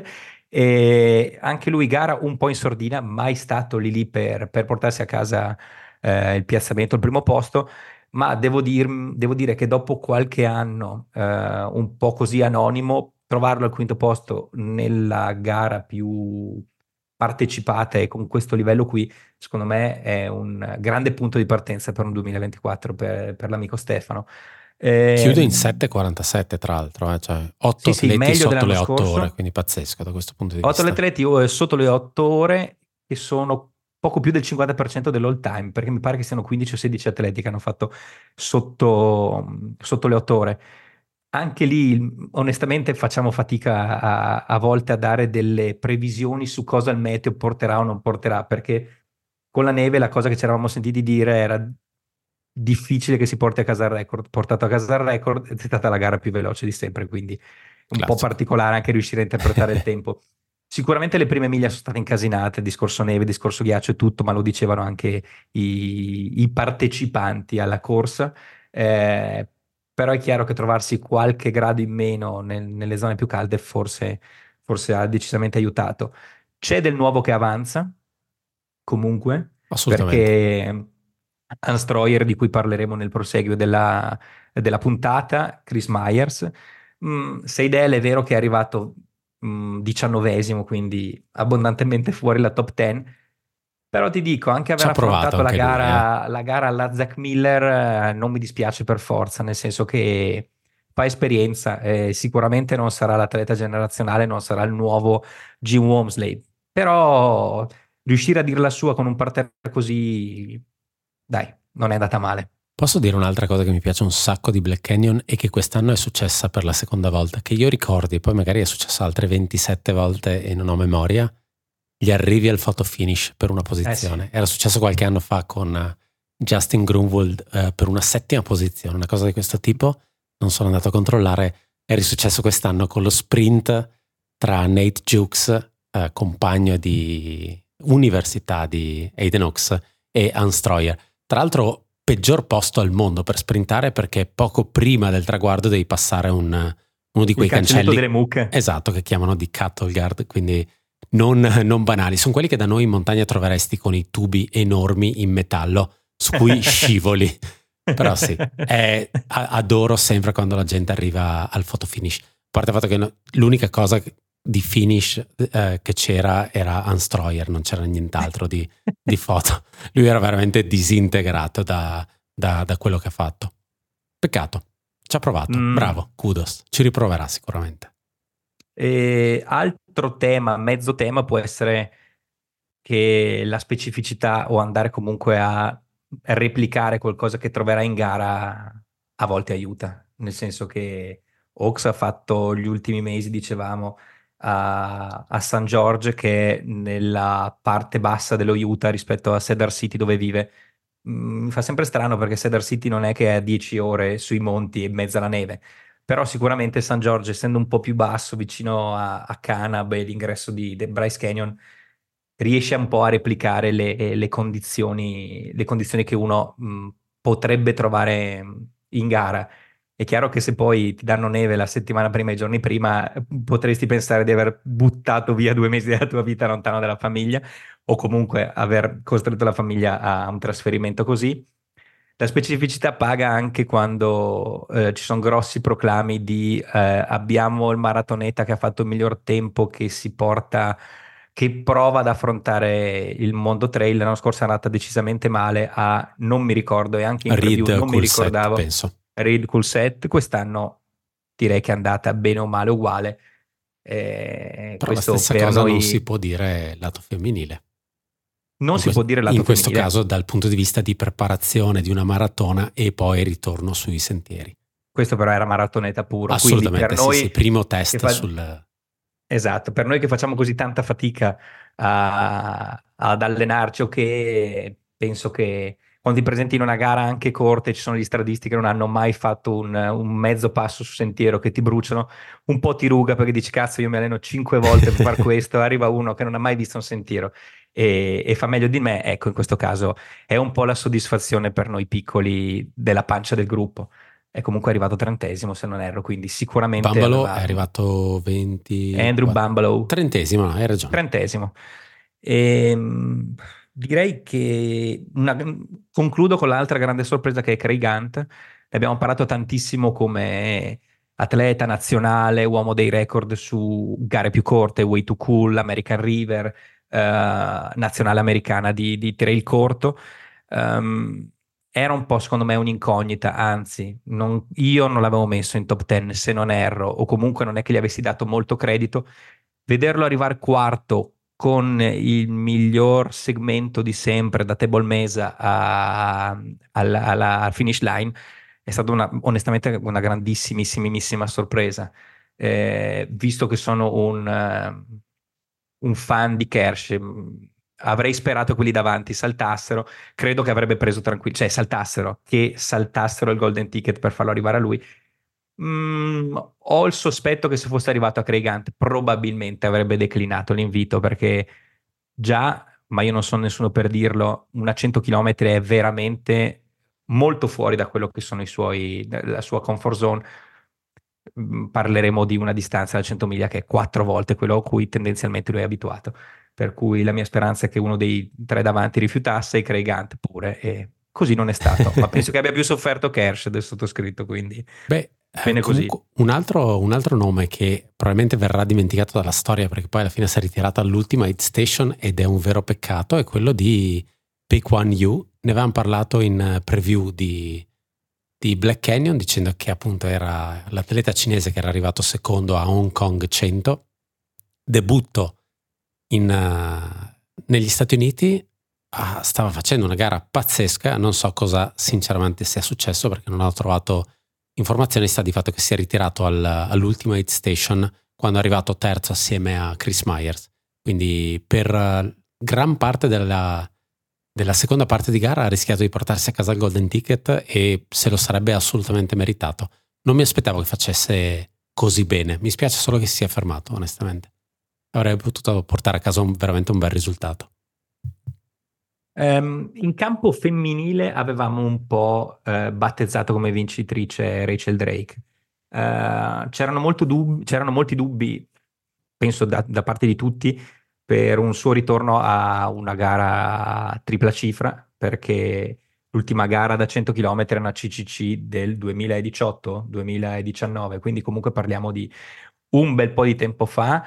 e anche lui gara un po' in sordina, mai stato lì lì per, per portarsi a casa eh, il piazzamento, il primo posto, ma devo, dir, devo dire che dopo qualche anno eh, un po' così anonimo, trovarlo al quinto posto nella gara più partecipata e con questo livello qui, secondo me è un grande punto di partenza per un duemilaventiquattro per, per l'amico Stefano. Chiude in Ehm, sette virgola quarantasette tra l'altro, eh? Cioè otto sì, sì, atleti meglio sotto dell'anno le otto scorso. ore, quindi pazzesco da questo punto di otto vista. atleti oh, sotto le otto ore, che sono poco più del cinquanta per cento dell'all time, perché mi pare che siano quindici o sedici atleti che hanno fatto sotto, sotto le otto ore. Anche lì, onestamente, facciamo fatica a, a volte a dare delle previsioni su cosa il meteo porterà o non porterà, perché con la neve la cosa che ci eravamo sentiti dire era difficile che si porti a casa il record, portato a casa il record, è stata la gara più veloce di sempre, quindi un po' Classico. particolare anche riuscire a interpretare il tempo. Sicuramente le prime miglia sono state incasinate, discorso neve, discorso ghiaccio e tutto, ma lo dicevano anche i, i partecipanti alla corsa. Eh, Però è chiaro che trovarsi qualche grado in meno nel- nelle zone più calde forse, forse ha decisamente aiutato. C'è del nuovo che avanza, comunque, Assolutamente. perché Unstroyer, di cui parleremo nel proseguio della, della puntata, Chris Myers, mh, Seidel è vero che è arrivato mh, diciannovesimo, quindi abbondantemente fuori la top dieci, però ti dico, anche Ci aver ha provato affrontato la anche lui, eh. gara, la gara alla Zach Miller, eh, non mi dispiace per forza, nel senso che fa esperienza, eh, sicuramente non sarà l'atleta generazionale, non sarà il nuovo Jim Walmsley, però riuscire a dir la sua con un parterre così, dai, non è andata male. Posso dire un'altra cosa che mi piace un sacco di Black Canyon e che quest'anno è successa per la seconda volta, che io ricordi, poi magari è successa altre ventisette volte e non ho memoria, gli arrivi al photo finish per una Eh sì. posizione. Era successo qualche anno fa con eh, Justin Grunwald eh, per una settima posizione, una cosa di questo tipo. Non sono andato a controllare. È risuccesso quest'anno con lo sprint tra Nate Jukes, eh, compagno di università di Aiden Oaks, e Hans Troyer. Tra l'altro peggior posto al mondo per sprintare, perché poco prima del traguardo devi passare un, uno di quei Il cancelletto cancelli, delle mucche. esatto, che chiamano di cattle guard, quindi non, non banali. Sono quelli che da noi in montagna troveresti con i tubi enormi in metallo su cui scivoli. Però sì, è, adoro sempre quando la gente arriva al photo finish. A parte il fatto che no, l'unica cosa di finish eh, che c'era era Hans Troyer, non c'era nient'altro di, di foto. Lui era veramente disintegrato da, da, da quello che ha fatto. Peccato, ci ha provato, Mm. bravo, kudos, ci riproverà sicuramente. E altro tema, mezzo tema può essere che la specificità o andare comunque a replicare qualcosa che troverai in gara a volte aiuta, nel senso che Oaks ha fatto gli ultimi mesi, dicevamo, a, a San George, che è nella parte bassa dello Utah rispetto a Cedar City dove vive. Mm, Mi fa sempre strano perché Cedar City non è che è a dieci ore sui monti e in mezzo alla neve, però sicuramente San Giorgio, essendo un po' più basso, vicino a, a Canab e l'ingresso di, di Bryce Canyon, riesce un po' a replicare le, le condizioni, le condizioni che uno mh, potrebbe trovare mh, in gara. È chiaro che se poi ti danno neve la settimana prima, i giorni prima, potresti pensare di aver buttato via due mesi della tua vita lontano dalla famiglia, o comunque aver costretto la famiglia a un trasferimento così. La specificità paga anche quando eh, ci sono grossi proclami di eh, abbiamo il maratoneta che ha fatto il miglior tempo, che si porta, che prova ad affrontare il mondo trail. L'anno scorso è andata decisamente male a, non mi ricordo, e anche in preview Reed non mi Coulthard, ricordavo, penso. Reed Coulthard. Quest'anno direi che è andata bene o male uguale. Eh, Però la questo stessa per cosa non si noi può dire lato femminile. non In, si que- può dire lato in questo femminile. caso dal punto di vista di preparazione di una maratona e poi ritorno sui sentieri. Questo però era maratoneta puro, quindi per Assolutamente, sì, noi sì, primo che test fa... sul... Esatto, per noi che facciamo così tanta fatica a- ad allenarci, o che penso che quando ti presenti in una gara anche corta e ci sono gli stradisti che non hanno mai fatto un, un mezzo passo su sentiero, che ti bruciano, un po' ti ruga perché dici cazzo, io mi alleno cinque volte per far questo, arriva uno che non ha mai visto un sentiero e, e fa meglio di me. Ecco, in questo caso è un po' la soddisfazione per noi piccoli della pancia del gruppo. È comunque arrivato trentesimo se non erro, quindi sicuramente Bambalo è aveva arrivato Andrew ventiquattro... Bumbalow, Trentesimo, no, hai ragione. trentesimo. Ehm, direi che una- concludo con l'altra grande sorpresa che è Craig Hunt. Ne abbiamo parlato tantissimo come atleta nazionale, uomo dei record su gare più corte, Way to Cool, American River, eh, nazionale americana di, di trail corto. Ehm, Era un po' secondo me un'incognita, anzi, non- io non l'avevo messo in top dieci se non erro, o comunque non è che gli avessi dato molto credito. Vederlo arrivare quarto con il miglior segmento di sempre da Table Mesa a- alla, alla finish line è stata una- onestamente una grandissimissima sorpresa. Eh, visto che sono un, eh, un fan di Kersh, avrei sperato che quelli davanti saltassero, credo che avrebbe preso tranquillo, cioè saltassero, che saltassero il golden ticket per farlo arrivare a lui. Mm, ho il sospetto che se fosse arrivato a Craig Hunt probabilmente avrebbe declinato l'invito, perché già, ma io non sono nessuno per dirlo, una cento chilometri è veramente molto fuori da quello che sono i suoi, la sua comfort zone. Mm, parleremo di una distanza da cento miglia che è quattro volte quello a cui tendenzialmente lui è abituato, per cui la mia speranza è che uno dei tre davanti rifiutasse e Craig Hunt pure, e così non è stato, ma penso che abbia più sofferto Kersh del sottoscritto, quindi Beh, eh, bene così. comunque un altro, un altro nome che probabilmente verrà dimenticato dalla storia, perché poi alla fine si è ritirato all'ultima hit station ed è un vero peccato, è quello di Baekwon Yu. Ne avevamo parlato in preview di, di Black Canyon, dicendo che appunto era l'atleta cinese che era arrivato secondo a Hong Kong cento, debutto in, uh, negli Stati Uniti. Ah, stava facendo una gara pazzesca, non so cosa sinceramente sia successo perché non ho trovato informazioni. Sta di fatto che si è ritirato al, all'Ultimate Station quando è arrivato terzo assieme a Chris Myers, quindi per uh, gran parte della, della seconda parte di gara ha rischiato di portarsi a casa il golden ticket e se lo sarebbe assolutamente meritato. Non mi aspettavo che facesse così bene, mi spiace solo che si sia fermato, onestamente avrebbe potuto portare a casa un, veramente un bel risultato. Um, in campo femminile avevamo un po' uh, battezzato come vincitrice Rachel Drake. Uh, c'erano, molto dubbi, c'erano molti dubbi, penso da, da parte di tutti, per un suo ritorno a una gara a tripla cifra, perché l'ultima gara da cento chilometri è una C C C del duemiladiciotto duemiladiciannove, quindi comunque parliamo di un bel po' di tempo fa.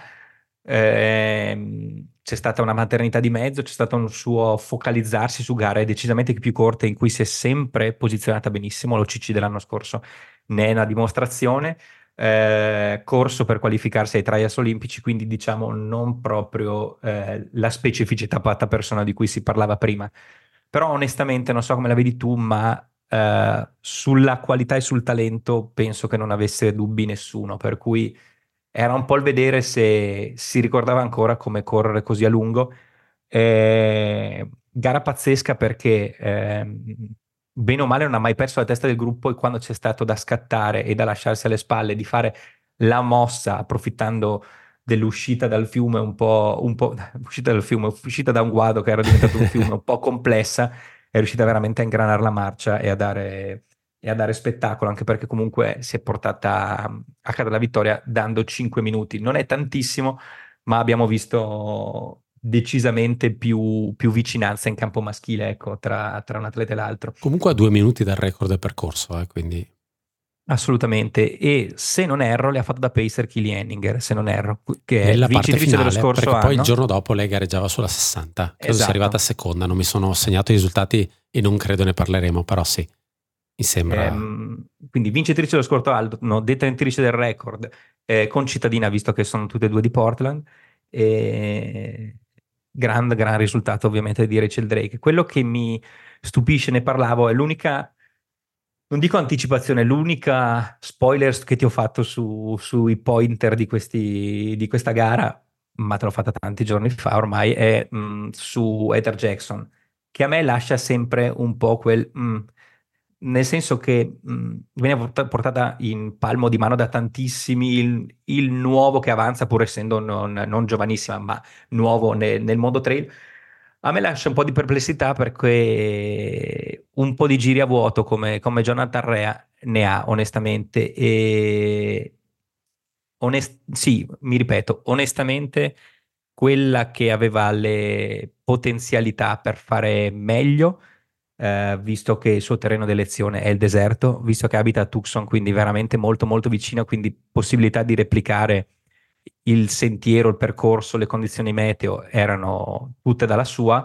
Eh, c'è stata una maternità di mezzo, c'è stato un suo focalizzarsi su gare decisamente più corte in cui si è sempre posizionata benissimo. L'O C C dell'anno scorso ne è una dimostrazione. Eh, corso per qualificarsi ai trials olimpici, quindi diciamo non proprio eh, la specificità patta persona di cui si parlava prima. Però onestamente non so come la vedi tu, ma eh, sulla qualità e sul talento penso che non avesse dubbi nessuno, per cui era un po' il vedere se si ricordava ancora come correre così a lungo. Eh, gara pazzesca perché ehm, bene o male non ha mai perso la testa del gruppo, e quando c'è stato da scattare e da lasciarsi alle spalle, di fare la mossa approfittando dell'uscita dal fiume un po', un po' uscita dal fiume, uscita da un guado che era diventato un fiume un po' complessa, è riuscita veramente a ingranare la marcia e a dare e a dare spettacolo, anche perché comunque si è portata a casa la vittoria dando cinque minuti. Non è tantissimo, ma abbiamo visto decisamente più, più vicinanza in campo maschile, ecco, tra, tra un atleta e l'altro. Comunque a due minuti dal record del percorso, eh, quindi... Assolutamente, e se non erro le ha fatto da pacer Kili Henninger, se non erro, che nella è parte vincitrice finale, dello scorso perché anno. poi il giorno dopo lei gareggiava sulla sessanta, credo Esatto. sia arrivata seconda, non mi sono segnato i risultati e non credo ne parleremo, però sì, mi sembra... Ehm, quindi vincitrice dello scorso anno, detentrice del record, eh, concittadina, visto che sono tutte e due di Portland, e gran, gran risultato ovviamente di Rachel Drake. Quello che mi stupisce, ne parlavo, è l'unica, non dico anticipazione, l'unica spoiler che ti ho fatto su, sui pointer di, questi, di questa gara, ma te l'ho fatta tanti giorni fa ormai, è mh, su Heather Jackson, che a me lascia sempre un po' quel... Mh, nel senso che mh, viene port- portata in palmo di mano da tantissimi il, il nuovo che avanza, pur essendo non, non giovanissima, ma nuovo nel, nel mondo trail. A me lascia un po' di perplessità perché un po' di giri a vuoto come, come Jonathan Rea ne ha onestamente, e onest- sì, mi ripeto, onestamente quella che aveva le potenzialità per fare meglio, eh, visto che il suo terreno d'elezione è il deserto, visto che abita a Tucson, quindi veramente molto molto vicino, quindi possibilità di replicare il sentiero, il percorso, le condizioni meteo erano tutte dalla sua,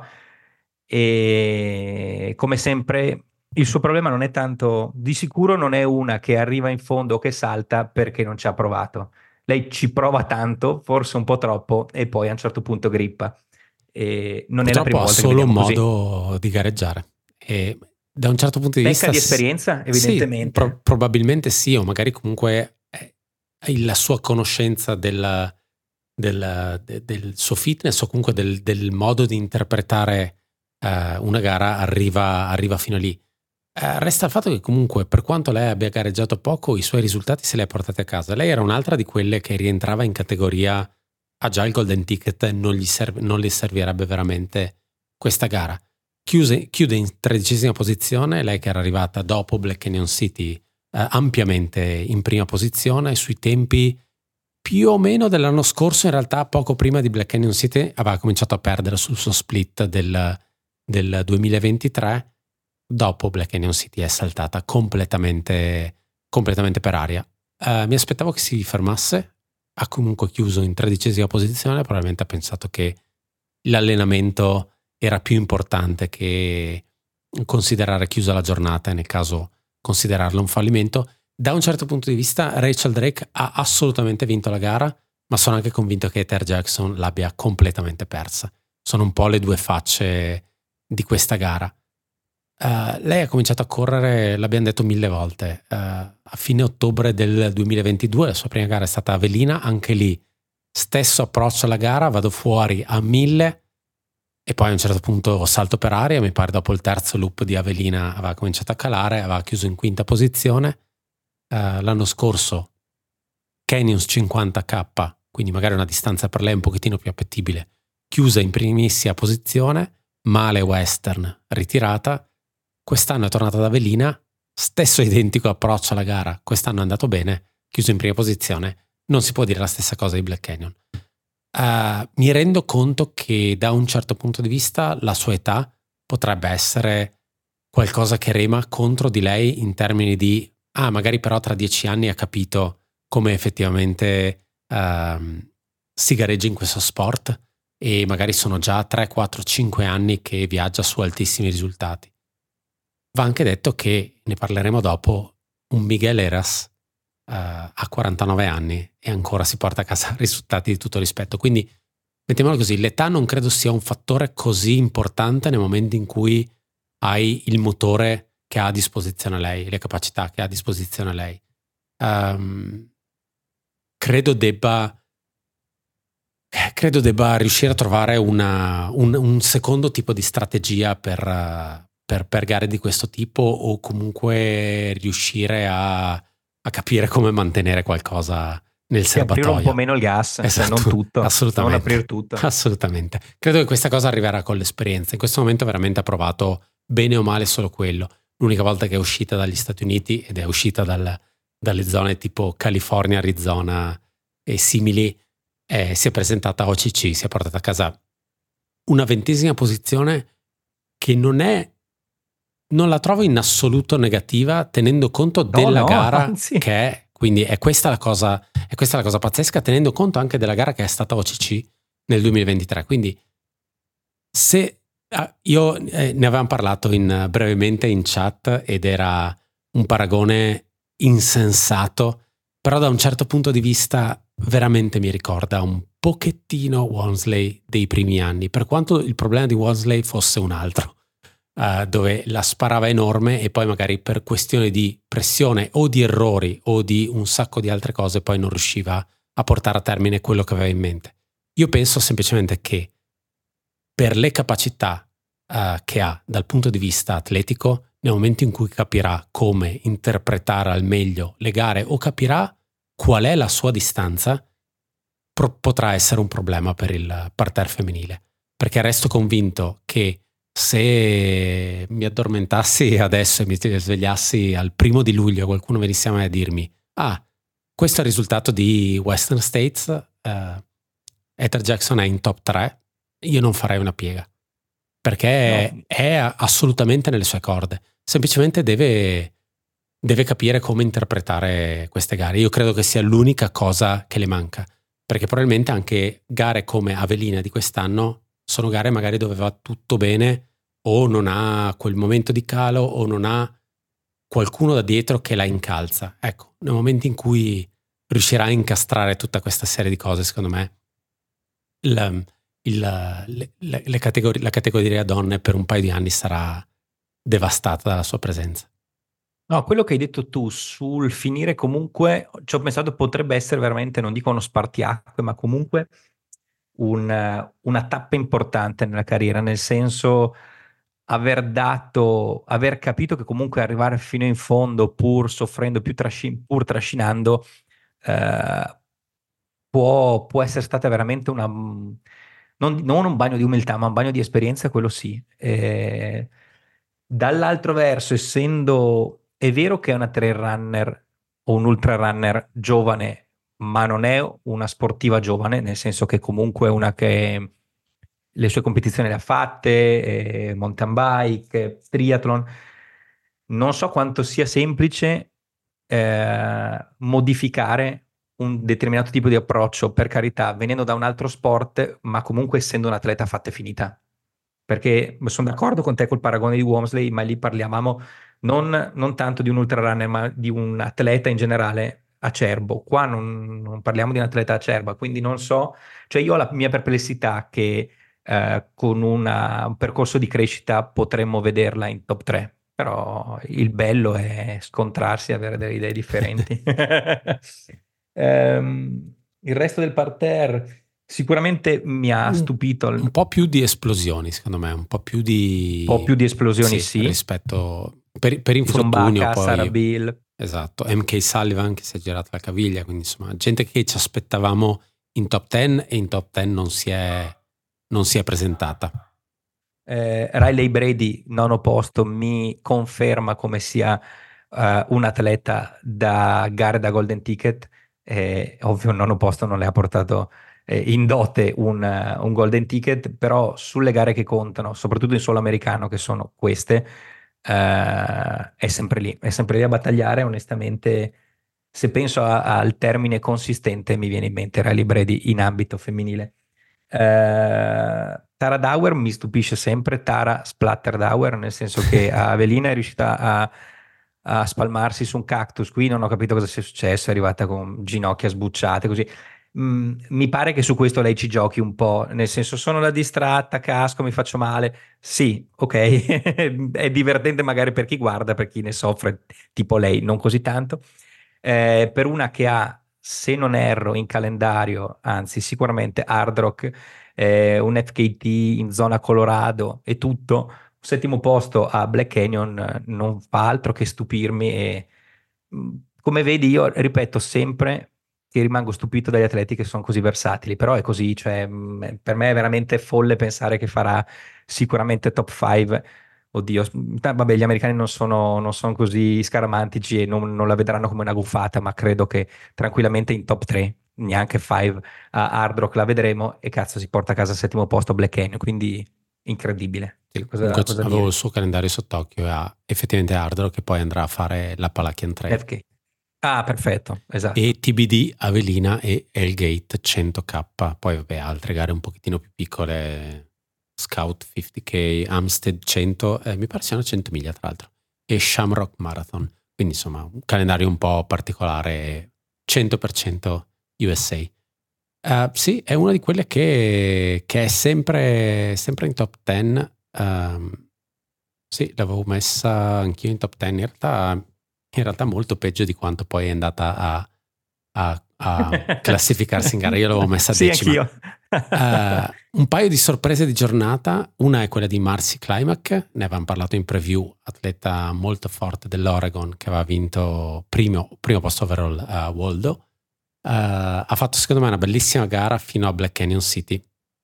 e come sempre il suo problema non è tanto, di sicuro non è una che arriva in fondo o che salta perché non ci ha provato. Lei ci prova tanto, forse un po' troppo, e poi a un certo punto grippa. E non è la Purtroppo prima ha volta che solo un vediamo così. modo di gareggiare e da un certo punto di Pecca vista di s- esperienza, sì, evidentemente. pro- probabilmente sì, o magari comunque eh, la sua conoscenza del, del, de, del suo fitness o comunque del, del modo di interpretare uh, una gara arriva, arriva fino a lì. Uh, resta il fatto che comunque, per quanto lei abbia gareggiato poco, i suoi risultati se li ha portati a casa. Lei era un'altra di quelle che rientrava in categoria ha già il golden ticket, non gli, serve, non gli servirebbe veramente questa gara. Chiuse, chiude in tredicesima posizione, lei che era arrivata dopo Black Canyon City eh, ampiamente in prima posizione, sui tempi più o meno dell'anno scorso. In realtà poco prima di Black Canyon City aveva cominciato a perdere sul suo split del, del duemilaventitré, dopo Black Canyon City è saltata completamente, completamente per aria. Eh, mi aspettavo che si fermasse, ha comunque chiuso in tredicesima posizione, probabilmente ha pensato che l'allenamento era più importante che considerare chiusa la giornata e nel caso considerarlo un fallimento. Da un certo punto di vista Rachel Drake ha assolutamente vinto la gara, ma sono anche convinto che Heather Jackson l'abbia completamente persa. Sono un po' le due facce di questa gara. Uh, lei ha cominciato a correre, l'abbiamo detto mille volte, uh, a fine ottobre del duemilaventidue, la sua prima gara è stata a Avellina, anche lì stesso approccio alla gara, vado fuori a mille e poi a un certo punto salto per aria, mi pare dopo il terzo loop di Avellina aveva cominciato a calare, aveva chiuso in quinta posizione. Uh, l'anno scorso Canyons cinquanta K, quindi magari una distanza per lei un pochettino più appetibile, chiusa in primissima posizione, male western, ritirata. Quest'anno è tornata ad Avellina, stesso identico approccio alla gara, quest'anno è andato bene, chiuso in prima posizione. Non si può dire la stessa cosa di Black Canyon. Uh, mi rendo conto che da un certo punto di vista la sua età potrebbe essere qualcosa che rema contro di lei in termini di ah, magari però tra dieci anni ha capito come effettivamente uh, si gareggia in questo sport e magari sono già tre, quattro, cinque anni che viaggia su altissimi risultati. Va anche detto che, ne parleremo dopo, un Miguel Eras uh, ha quarantanove anni e ancora si porta a casa risultati di tutto rispetto. Quindi, mettiamolo così, l'età non credo sia un fattore così importante nel momento in cui hai il motore che ha a disposizione lei, le capacità che ha a disposizione lei. Um, credo debba credo debba riuscire a trovare una, un, un secondo tipo di strategia per, uh, per, per gare di questo tipo, o comunque riuscire a, a capire come mantenere qualcosa nel serbatoio. Aprire un po' meno il gas, esatto, se non tutto, assolutamente, non aprire tutto. Assolutamente. Credo che questa cosa arriverà con l'esperienza. In questo momento veramente ha provato bene o male solo quello. L'unica volta che è uscita dagli Stati Uniti, ed è uscita dal, dalle zone tipo California, Arizona e simili, eh, si è presentata a O C C, si è portata a casa una ventesima posizione che non è, non la trovo in assoluto negativa, tenendo conto no, della no, gara anzi. che è, quindi è questa la cosa, è questa la cosa pazzesca, tenendo conto anche della gara che è stata O C C nel duemilaventitré. Quindi se ah, io eh, ne avevamo parlato in, brevemente in chat ed era un paragone insensato, però da un certo punto di vista veramente mi ricorda un pochettino Walmsley dei primi anni, per quanto il problema di Walmsley fosse un altro, uh, dove la sparava enorme e poi magari per questione di pressione o di errori o di un sacco di altre cose poi non riusciva a portare a termine quello che aveva in mente. Io penso semplicemente che per le capacità uh, che ha dal punto di vista atletico, nel momento in cui capirà come interpretare al meglio le gare o capirà qual è la sua distanza, pro- potrà essere un problema per il parterre femminile. Perché resto convinto che se mi addormentassi adesso e mi svegliassi al primo di luglio e qualcuno venisse a me a dirmi ah, questo è il risultato di Western States, uh, Heather Jackson è in top tre, io non farei una piega. Perché no. È assolutamente nelle sue corde. Semplicemente deve, deve capire come interpretare queste gare. Io credo che sia l'unica cosa che le manca, perché probabilmente anche gare come Avellina di quest'anno sono gare magari dove va tutto bene o non ha quel momento di calo o non ha qualcuno da dietro che la incalza. Ecco, nel momento in cui riuscirà a incastrare tutta questa serie di cose, secondo me il, il, le, le, le categorie, la categoria donne per un paio di anni sarà devastata dalla sua presenza. No, quello che hai detto tu sul finire comunque, ci ho pensato potrebbe essere veramente, non dico uno spartiacque, ma comunque un- una tappa importante nella carriera, nel senso aver dato, aver capito che comunque arrivare fino in fondo pur soffrendo, più trasci- pur trascinando, eh, può, può essere stata veramente una, non, non un bagno di umiltà, ma un bagno di esperienza, quello sì. Eh, dall'altro verso, essendo, è vero che è una trail runner o un ultra runner giovane, ma non è una sportiva giovane, nel senso che comunque è una che le sue competizioni le ha fatte, eh, mountain bike, triathlon. Non so quanto sia semplice eh, modificare un determinato tipo di approccio, per carità, venendo da un altro sport, ma comunque essendo un atleta fatta e finita. Perché sono d'accordo con te col paragone di Walmsley, ma lì parliamo non, non tanto di un ultrarunner, ma di un atleta in generale acerbo. Qua non, non parliamo di un atleta acerba, quindi non so, cioè io ho la mia perplessità che eh, con una- un percorso di crescita potremmo vederla in top tre, però il bello è scontrarsi e avere delle idee differenti. Ehm, il resto del parterre sicuramente mi ha Un, stupito un un po' più di esplosioni, secondo me, un po' più po' di... più di esplosioni, Sì, sì. rispetto... Per, per Jason infortunio Baca, Sarah poi... Bill. Esatto, M K Sullivan che si è girata la caviglia, quindi insomma gente che ci aspettavamo in top dieci e in top dieci non si è, non si è presentata. Eh, Riley Brady, nono posto, mi conferma come sia eh, un atleta da gare da Golden Ticket. Eh, ovvio, il nono posto non le ha portato eh, in dote un, eh, un Golden Ticket, però sulle gare che contano, soprattutto in solo americano, che sono queste, eh, è sempre lì, è sempre lì a battagliare. Onestamente, se penso a- al termine consistente, mi viene in mente Riley Brady in ambito femminile. Eh, Tara Dauer mi stupisce sempre, Tara Splatter Dauer, nel senso che Avelina è riuscita a, a spalmarsi su un cactus. Qui non ho capito cosa sia successo, è arrivata con ginocchia sbucciate così. Mm, mi pare che su questo lei ci giochi un po', nel senso sono la distratta, casco, mi faccio male. Sì, ok, è divertente magari per chi guarda, per chi ne soffre, tipo lei, non così tanto. Eh, per una che ha, se non erro, in calendario, anzi sicuramente Hard Rock, eh, un F K T in zona Colorado e tutto, settimo posto a Black Canyon eh, non fa altro che stupirmi e mh, come vedi io ripeto sempre che rimango stupito dagli atleti che sono così versatili, però è così, cioè, mh, per me è veramente folle pensare che farà sicuramente top cinque. Oddio, s- ta- vabbè, gli americani non sono, non sono così scaramantici e non, non la vedranno come una gufata, ma credo che tranquillamente in top tre, neanche cinque a Hard Rock la vedremo e cazzo si porta a casa al settimo posto Black Canyon, quindi incredibile. Sì, Cosa, comunque cosa avevo il dire? suo calendario sott'occhio e ha effettivamente Hardrock che poi andrà a fare la Palachian Trail. F K. Ah, perfetto, esatto. E T B D, Avelina e Hellgate cento K. Poi vabbè, altre gare un pochettino più piccole, Scout cinquanta K, Amstead cento, eh, mi pare siano cento miglia tra l'altro, e Shamrock Marathon. Quindi insomma un calendario un po' particolare, cento per cento U S A. Uh, sì, è una di quelle che, che è sempre, sempre in top dieci. Um, sì, l'avevo messa anch'io in top dieci. In realtà, in realtà molto peggio di quanto poi è andata a, a- a classificarsi in gara. Io l'avevo messa Sì, decima. anch'io. Uh, un paio di sorprese di giornata. Una è quella di Marcy Climac, ne avevamo parlato in preview, atleta molto forte dell'Oregon che aveva vinto primo, primo posto overall a Waldo. Uh, ha fatto secondo me una bellissima gara fino a Black Canyon City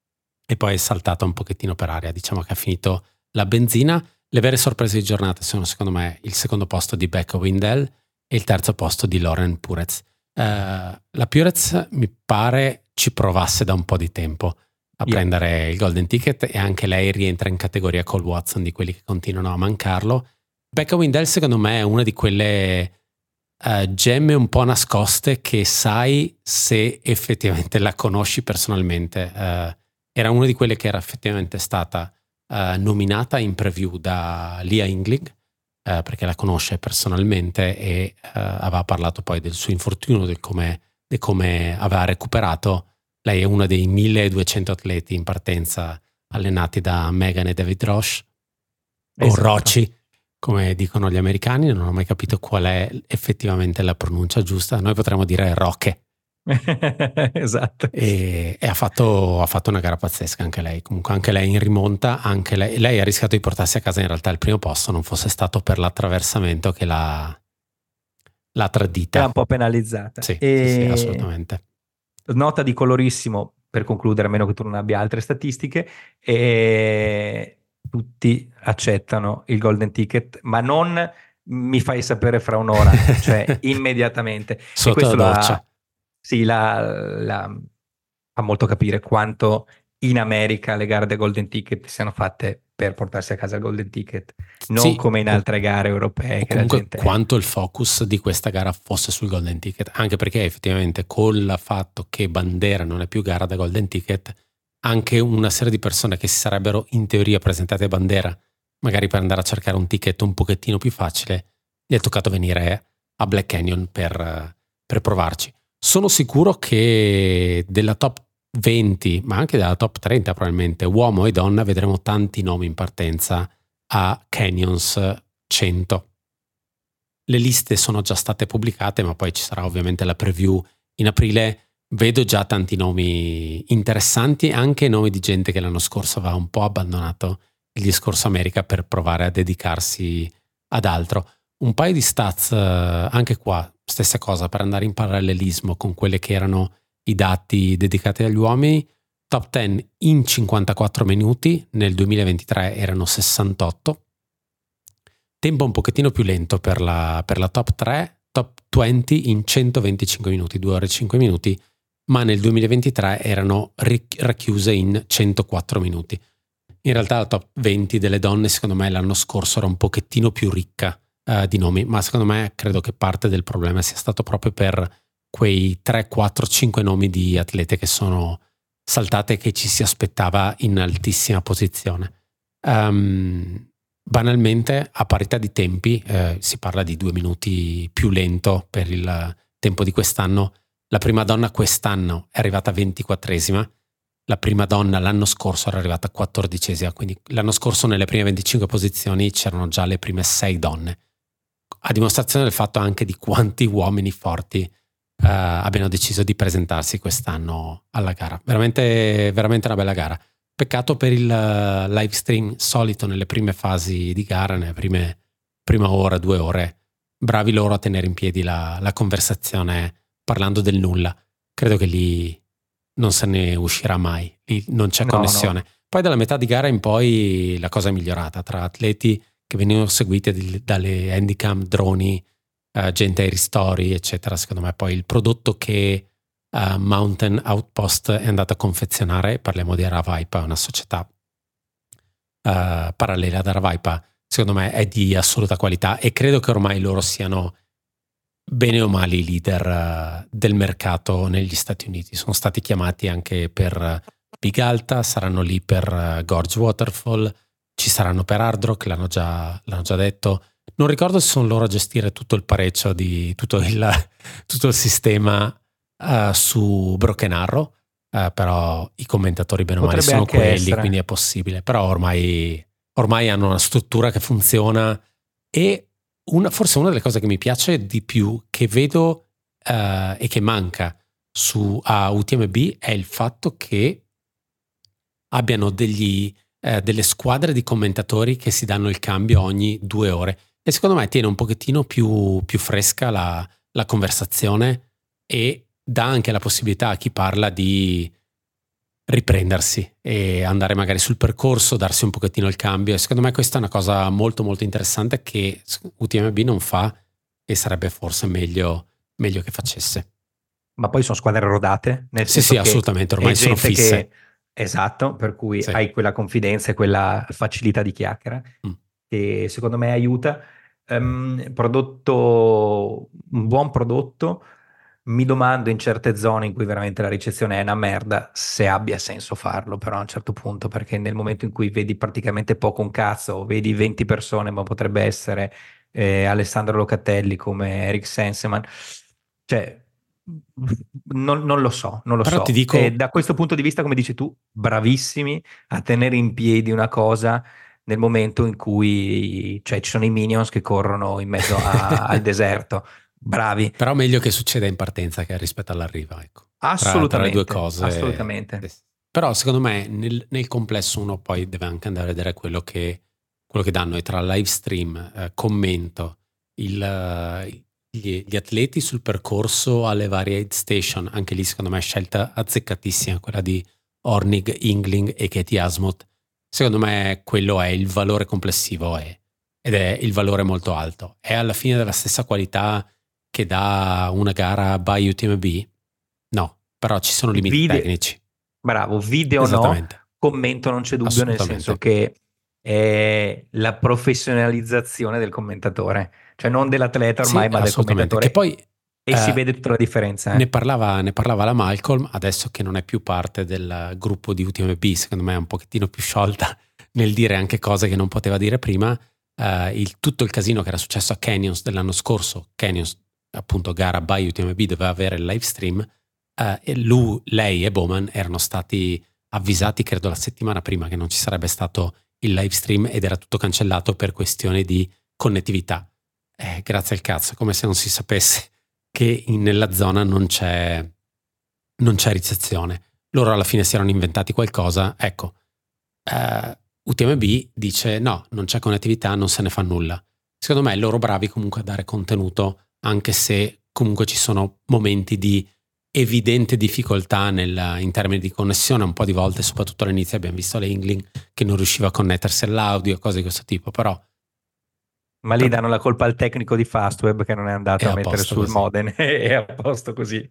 e poi è saltata un pochettino per aria, diciamo che ha finito la benzina. Le vere sorprese di giornata sono secondo me il secondo posto di Becca Windell e il terzo posto di Lauren Purez. Uh, la Purez mi pare ci provasse da un po' di tempo a Yeah. prendere il Golden Ticket e anche lei rientra in categoria Cole Watson di quelli che continuano a mancarlo. Becca Windell secondo me è una di quelle Uh, gemme un po' nascoste che sai se effettivamente la conosci personalmente. Uh, era una di quelle che era effettivamente stata uh, nominata in preview da Leah Inglig uh, perché la conosce personalmente e uh, aveva parlato poi del suo infortunio, del come, di come aveva recuperato. Lei è una dei milleduecento atleti in partenza allenati da Megan e David Roche o Esatto. Roci come dicono gli americani, non ho mai capito qual è effettivamente la pronuncia giusta. Noi potremmo dire Roche. Esatto. E, e ha, fatto, ha fatto una gara pazzesca anche lei. Comunque anche lei in rimonta, anche lei, lei ha rischiato di portarsi a casa in realtà il primo posto, non fosse stato per l'attraversamento che l'ha, l'ha tradita. Era un po' penalizzata. Sì, E... sì, sì, assolutamente. Nota di colorissimo, per concludere, a meno che tu non abbia altre statistiche, e tutti accettano il golden ticket, ma non mi fai sapere fra un'ora, cioè immediatamente. E Sotto questo la la, doccia. sì, la, la- fa molto capire quanto in America le gare del golden ticket siano fatte per portarsi a casa il golden ticket, non Sì, come in o, altre gare europee o che la comunque gente... quanto il focus di questa gara fosse sul golden ticket, anche perché effettivamente con il fatto che Bandera non è più gara da golden ticket, anche una serie di persone che si sarebbero in teoria presentate a Bandera, magari per andare a cercare un ticket un pochettino più facile, gli è toccato venire a Black Canyon per, per provarci. Sono sicuro che della top venti, ma anche dalla top trenta probabilmente, uomo e donna, vedremo tanti nomi in partenza a Canyons cento. Le liste sono già state pubblicate, ma poi ci sarà ovviamente la preview in aprile. Vedo già tanti nomi interessanti, anche nomi di gente che l'anno scorso aveva un po' abbandonato il discorso America per provare a dedicarsi ad altro. Un paio di stats, anche qua, stessa cosa, per andare in parallelismo con quelle che erano i dati dedicati agli uomini. Top dieci in cinquantaquattro minuti, nel duemilaventitré erano sessantotto. Tempo un pochettino più lento per la, per la top tre, top venti in centoventicinque minuti, due ore e cinque minuti, ma nel duemilaventitré erano racchiuse in centoquattro minuti. In realtà la top venti delle donne secondo me l'anno scorso era un pochettino più ricca uh, di nomi, ma secondo me credo che parte del problema sia stato proprio per quei tre, quattro, cinque nomi di atlete che sono saltate e che ci si aspettava in altissima posizione. Um, banalmente a parità di tempi, eh, si parla di due minuti più lento per il tempo di quest'anno. La prima donna quest'anno è arrivata ventiquattresima, la prima donna l'anno scorso era arrivata quattordicesima, quindi l'anno scorso nelle prime venticinque posizioni c'erano già le prime sei donne, a dimostrazione del fatto anche di quanti uomini forti eh, abbiano deciso di presentarsi quest'anno alla gara. Veramente, veramente una bella gara. Peccato per il live stream solito nelle prime fasi di gara, nelle prime prima ora, due ore. Bravi loro a tenere in piedi la, la conversazione parlando del nulla. Credo che lì non se ne uscirà mai, lì non c'è No, connessione. no. Poi dalla metà di gara in poi la cosa è migliorata tra atleti che venivano seguiti di, dalle handicam, droni, eh, gente ai ristori, eccetera. Secondo me poi il prodotto che Uh, Mountain Outpost è andato a confezionare, parliamo di Aravaipa, una società uh, parallela ad Aravaipa, secondo me è di assoluta qualità e credo che ormai loro siano bene o male i leader uh, del mercato negli Stati Uniti. Sono stati chiamati anche per uh, Big Alta, saranno lì per uh, Gorge Waterfall, ci saranno per Hard Rock, l'hanno già, l'hanno già detto. Non ricordo se sono loro a gestire tutto il pareggio di tutto il, tutto il sistema Uh, su Broken Arrow, uh, però i commentatori bene o male Potrebbe sono anche quelli, essere. quindi è possibile. Però ormai, ormai hanno una struttura che funziona e una, forse una delle cose che mi piace di più, che vedo uh, e che manca su a U T M B, è il fatto che abbiano degli, uh, delle squadre di commentatori che si danno il cambio ogni due ore e secondo me tiene un pochettino più, più fresca la, la conversazione e dà anche la possibilità a chi parla di riprendersi e andare magari sul percorso, darsi un pochettino il cambio e secondo me questa è una cosa molto molto interessante che U T M B non fa e sarebbe forse meglio, meglio che facesse. Ma poi sono squadre rodate, nel sì senso sì che assolutamente, ormai sono fisse. Che, esatto, per cui sì. hai quella confidenza e quella facilità di chiacchiera mm. che secondo me aiuta. Um, prodotto, un buon prodotto. Mi domando in certe zone in cui veramente la ricezione è una merda se abbia senso farlo però a un certo punto, perché nel momento in cui vedi praticamente poco un cazzo o vedi venti persone, ma potrebbe essere eh, Alessandro Locatelli come Eric Senseman, cioè non, non lo so, non lo Però so. ti dico... E da questo punto di vista, come dici tu, bravissimi a tenere in piedi una cosa nel momento in cui, cioè, ci sono i minions che corrono in mezzo a- al deserto. Bravi, Però meglio che succeda in partenza che rispetto all'arrivo, ecco. Tra, tra le due assolutamente, cose. assolutamente. Sì, sì. Però secondo me nel, nel complesso uno poi deve anche andare a vedere quello che, quello che danno, e tra live stream, eh, commento, il, eh, gli, gli atleti sul percorso alle varie aid station, anche lì secondo me è scelta azzeccatissima quella di Hornig, Ingling e Katie Asmuth. Secondo me quello è il valore complessivo, è, ed è il valore molto alto. È alla fine della stessa qualità che dà una gara by U T M B? No, però ci sono limiti Video, tecnici. bravo, video no, Esattamente, commento non c'è dubbio, nel senso assolutamente. che è la professionalizzazione del commentatore, cioè non dell'atleta Sì, ormai, ma del assolutamente. Che commentatore, poi e si eh, vede tutta la differenza, ne eh. parlava, ne parlava la Malcolm, adesso che non è più parte del gruppo di U T M B, secondo me è un pochettino più sciolta nel dire anche cose che non poteva dire prima. Eh, il, tutto il casino che era successo a Canyons dell'anno scorso, Canyons appunto gara by U T M B doveva avere il live stream, eh, e lui, lei e Bowman erano stati avvisati credo la settimana prima che non ci sarebbe stato il live stream ed era tutto cancellato per questioni di connettività. Eh, grazie al cazzo, come se non si sapesse che in, nella zona non c'è, non c'è ricezione. Loro alla fine si erano inventati qualcosa. Ecco, eh, U T M B dice no, non c'è connettività, non se ne fa nulla. Secondo me loro bravi comunque a dare contenuto, anche se comunque ci sono momenti di evidente difficoltà nel, in termini di connessione. Un po' di volte, soprattutto all'inizio, abbiamo visto l'Ingling che non riusciva a connettersi all'audio, cose di questo tipo, però Ma lì per- danno la colpa al tecnico di Fastweb che non è è andato a a mettere posto sul così. modem e è a posto così.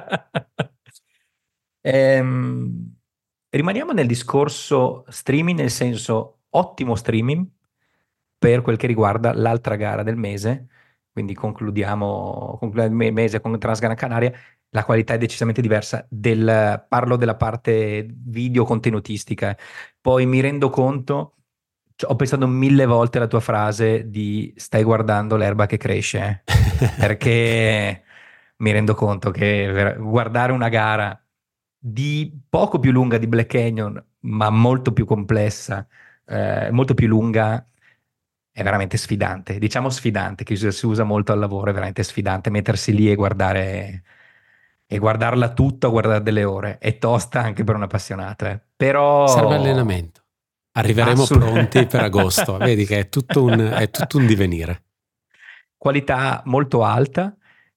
Ehm, rimaniamo nel discorso streaming, nel senso ottimo streaming per quel che riguarda l'altra gara del mese, quindi concludiamo, concludiamo il mese con Transgran Canaria, la qualità è decisamente diversa. Del, parlo della parte video contenutistica, poi mi rendo conto, cioè, ho pensato mille volte alla tua frase di stai guardando l'erba che cresce, eh, perché mi rendo conto che ver- guardare una gara di poco più lunga di Black Canyon, ma molto più complessa, eh, molto più lunga, è veramente sfidante. Diciamo sfidante, che si si usa molto al lavoro, è veramente sfidante mettersi lì e guardare e guardarla tutta, guardare delle ore. È tosta anche per un appassionato, eh. Serve Però allenamento. Arriveremo pronti per assolutamente. agosto. Vedi che è tutto un, è tutto un divenire. Qualità molto alta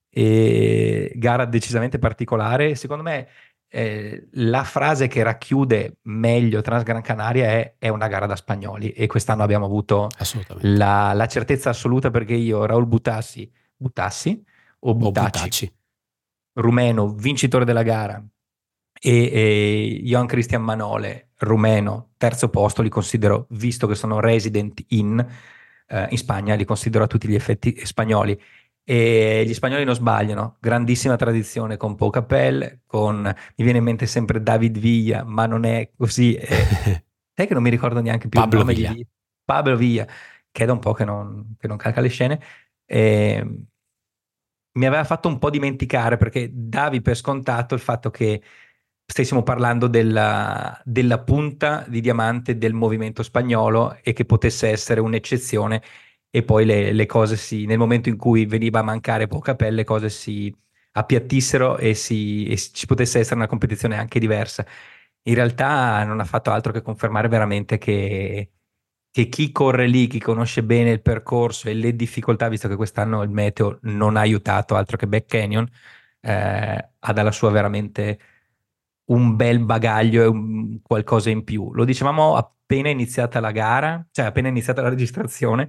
e gara decisamente particolare. Secondo me eh, la frase che racchiude meglio Transgran Canaria è, è una gara da spagnoli, e quest'anno abbiamo avuto Assolutamente. la, la certezza assoluta, perché io, Raul Butassi, Butassi o O Butacci, Butacci. rumeno, vincitore della gara, e, e Johan Christian Manole, rumeno, terzo posto, li considero, visto che sono resident in, eh, in Spagna, li considero a tutti gli effetti spagnoli. E gli spagnoli non sbagliano, grandissima tradizione con Pau Capel, con, mi viene in mente sempre David Villa, ma non è così. Eh, sai che non mi ricordo neanche più il Pablo nome di Villa. Villa? Pablo Villa, che è da un po' che non, che non calca le scene. E mi aveva fatto un po' dimenticare, perché davi per scontato il fatto che stessimo parlando della, della punta di diamante del movimento spagnolo e che potesse essere un'eccezione, e poi le, le cose si, nel momento in cui veniva a mancare Pocapelle, le cose si appiattissero e, si, e ci potesse essere una competizione anche diversa. In realtà non ha fatto altro che confermare veramente che, che chi corre lì, chi conosce bene il percorso e le difficoltà, visto che quest'anno il meteo non ha aiutato altro che Back Canyon, eh, ha dalla sua veramente un bel bagaglio e un qualcosa in più. Lo dicevamo appena iniziata la gara, cioè appena iniziata la registrazione.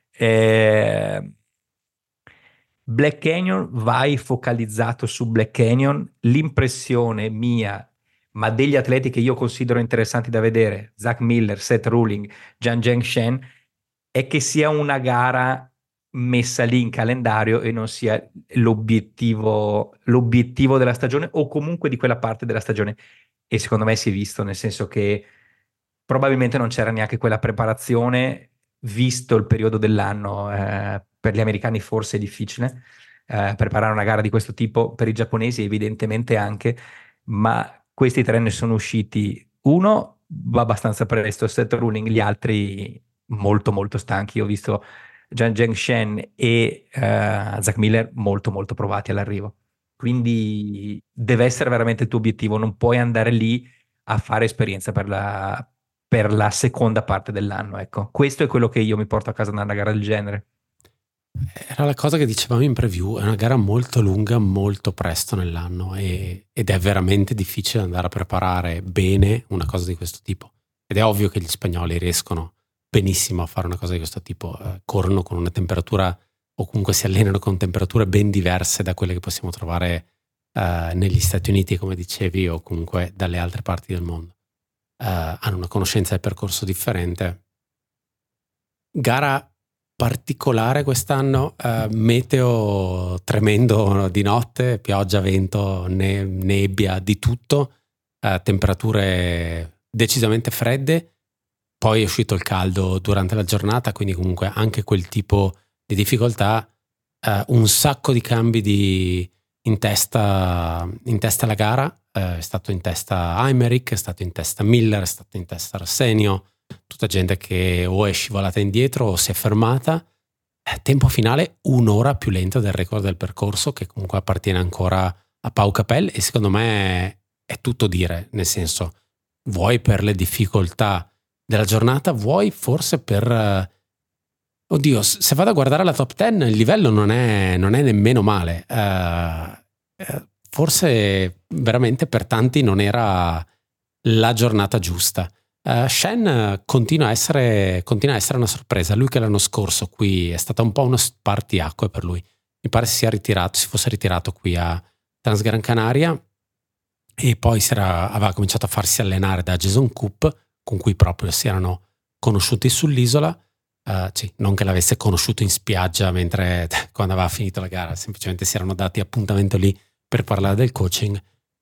eh, Black Canyon, vai focalizzato su Black Canyon. L'impressione mia, ma degli atleti che io considero interessanti da vedere, Zach Miller, Seth Ruling, Jian Zheng Shen, è che sia una gara messa lì in calendario e non sia l'obiettivo, l'obiettivo della stagione, o comunque di quella parte della stagione. E secondo me si è visto, nel senso che probabilmente non c'era neanche quella preparazione, visto il periodo dell'anno. Eh, per gli americani forse è difficile eh, preparare una gara di questo tipo, per i giapponesi evidentemente anche, ma questi tre ne sono usciti. Uno va abbastanza presto, Seth Ruling, gli altri molto molto stanchi. Ho visto Jian Zhengchen e uh, Zach Miller molto molto provati all'arrivo, quindi deve essere veramente il tuo obiettivo, non puoi andare lì a fare esperienza per la, per la seconda parte dell'anno, ecco. Questo è quello che io mi porto a casa da una gara del genere. Era la cosa che dicevamo in preview, è una gara molto lunga, molto presto nell'anno e, ed è veramente difficile andare a preparare bene una cosa di questo tipo. Ed è ovvio che gli spagnoli riescono benissimo a fare una cosa di questo tipo, eh, corrono con una temperatura o comunque si allenano con temperature ben diverse da quelle che possiamo trovare eh, negli Stati Uniti, come dicevi, o comunque dalle altre parti del mondo. Eh, hanno una conoscenza del percorso differente. Gara particolare quest'anno, eh, meteo tremendo di notte, pioggia, vento, ne- nebbia, di tutto, eh, temperature decisamente fredde, poi è uscito il caldo durante la giornata, quindi comunque anche quel tipo di difficoltà, eh, un sacco di cambi di, in, testa, in testa alla gara, eh, è stato in testa Aymeric, è stato in testa Miller, è stato in testa Arsenio, tutta gente che o è scivolata indietro o si è fermata. Tempo finale un'ora più lento del record del percorso, che comunque appartiene ancora a Pau Capell, e secondo me è, è tutto dire, nel senso, vuoi per le difficoltà della giornata, vuoi forse per uh, oddio, se vado a guardare la top dieci il livello non è, non è nemmeno male, uh, uh, forse veramente per tanti non era la giornata giusta. Uh, Shen continua a, essere, continua a essere una sorpresa. Lui che l'anno scorso qui è stata un po' uno spartiacque per lui. Mi pare si sia ritirato, si fosse ritirato qui a Transgran Canaria e poi si era, aveva cominciato a farsi allenare da Jason Koop, con cui proprio si erano conosciuti sull'isola. Uh, sì, non che l'avesse conosciuto in spiaggia mentre quando aveva finito la gara, semplicemente si erano dati appuntamento lì per parlare del coaching.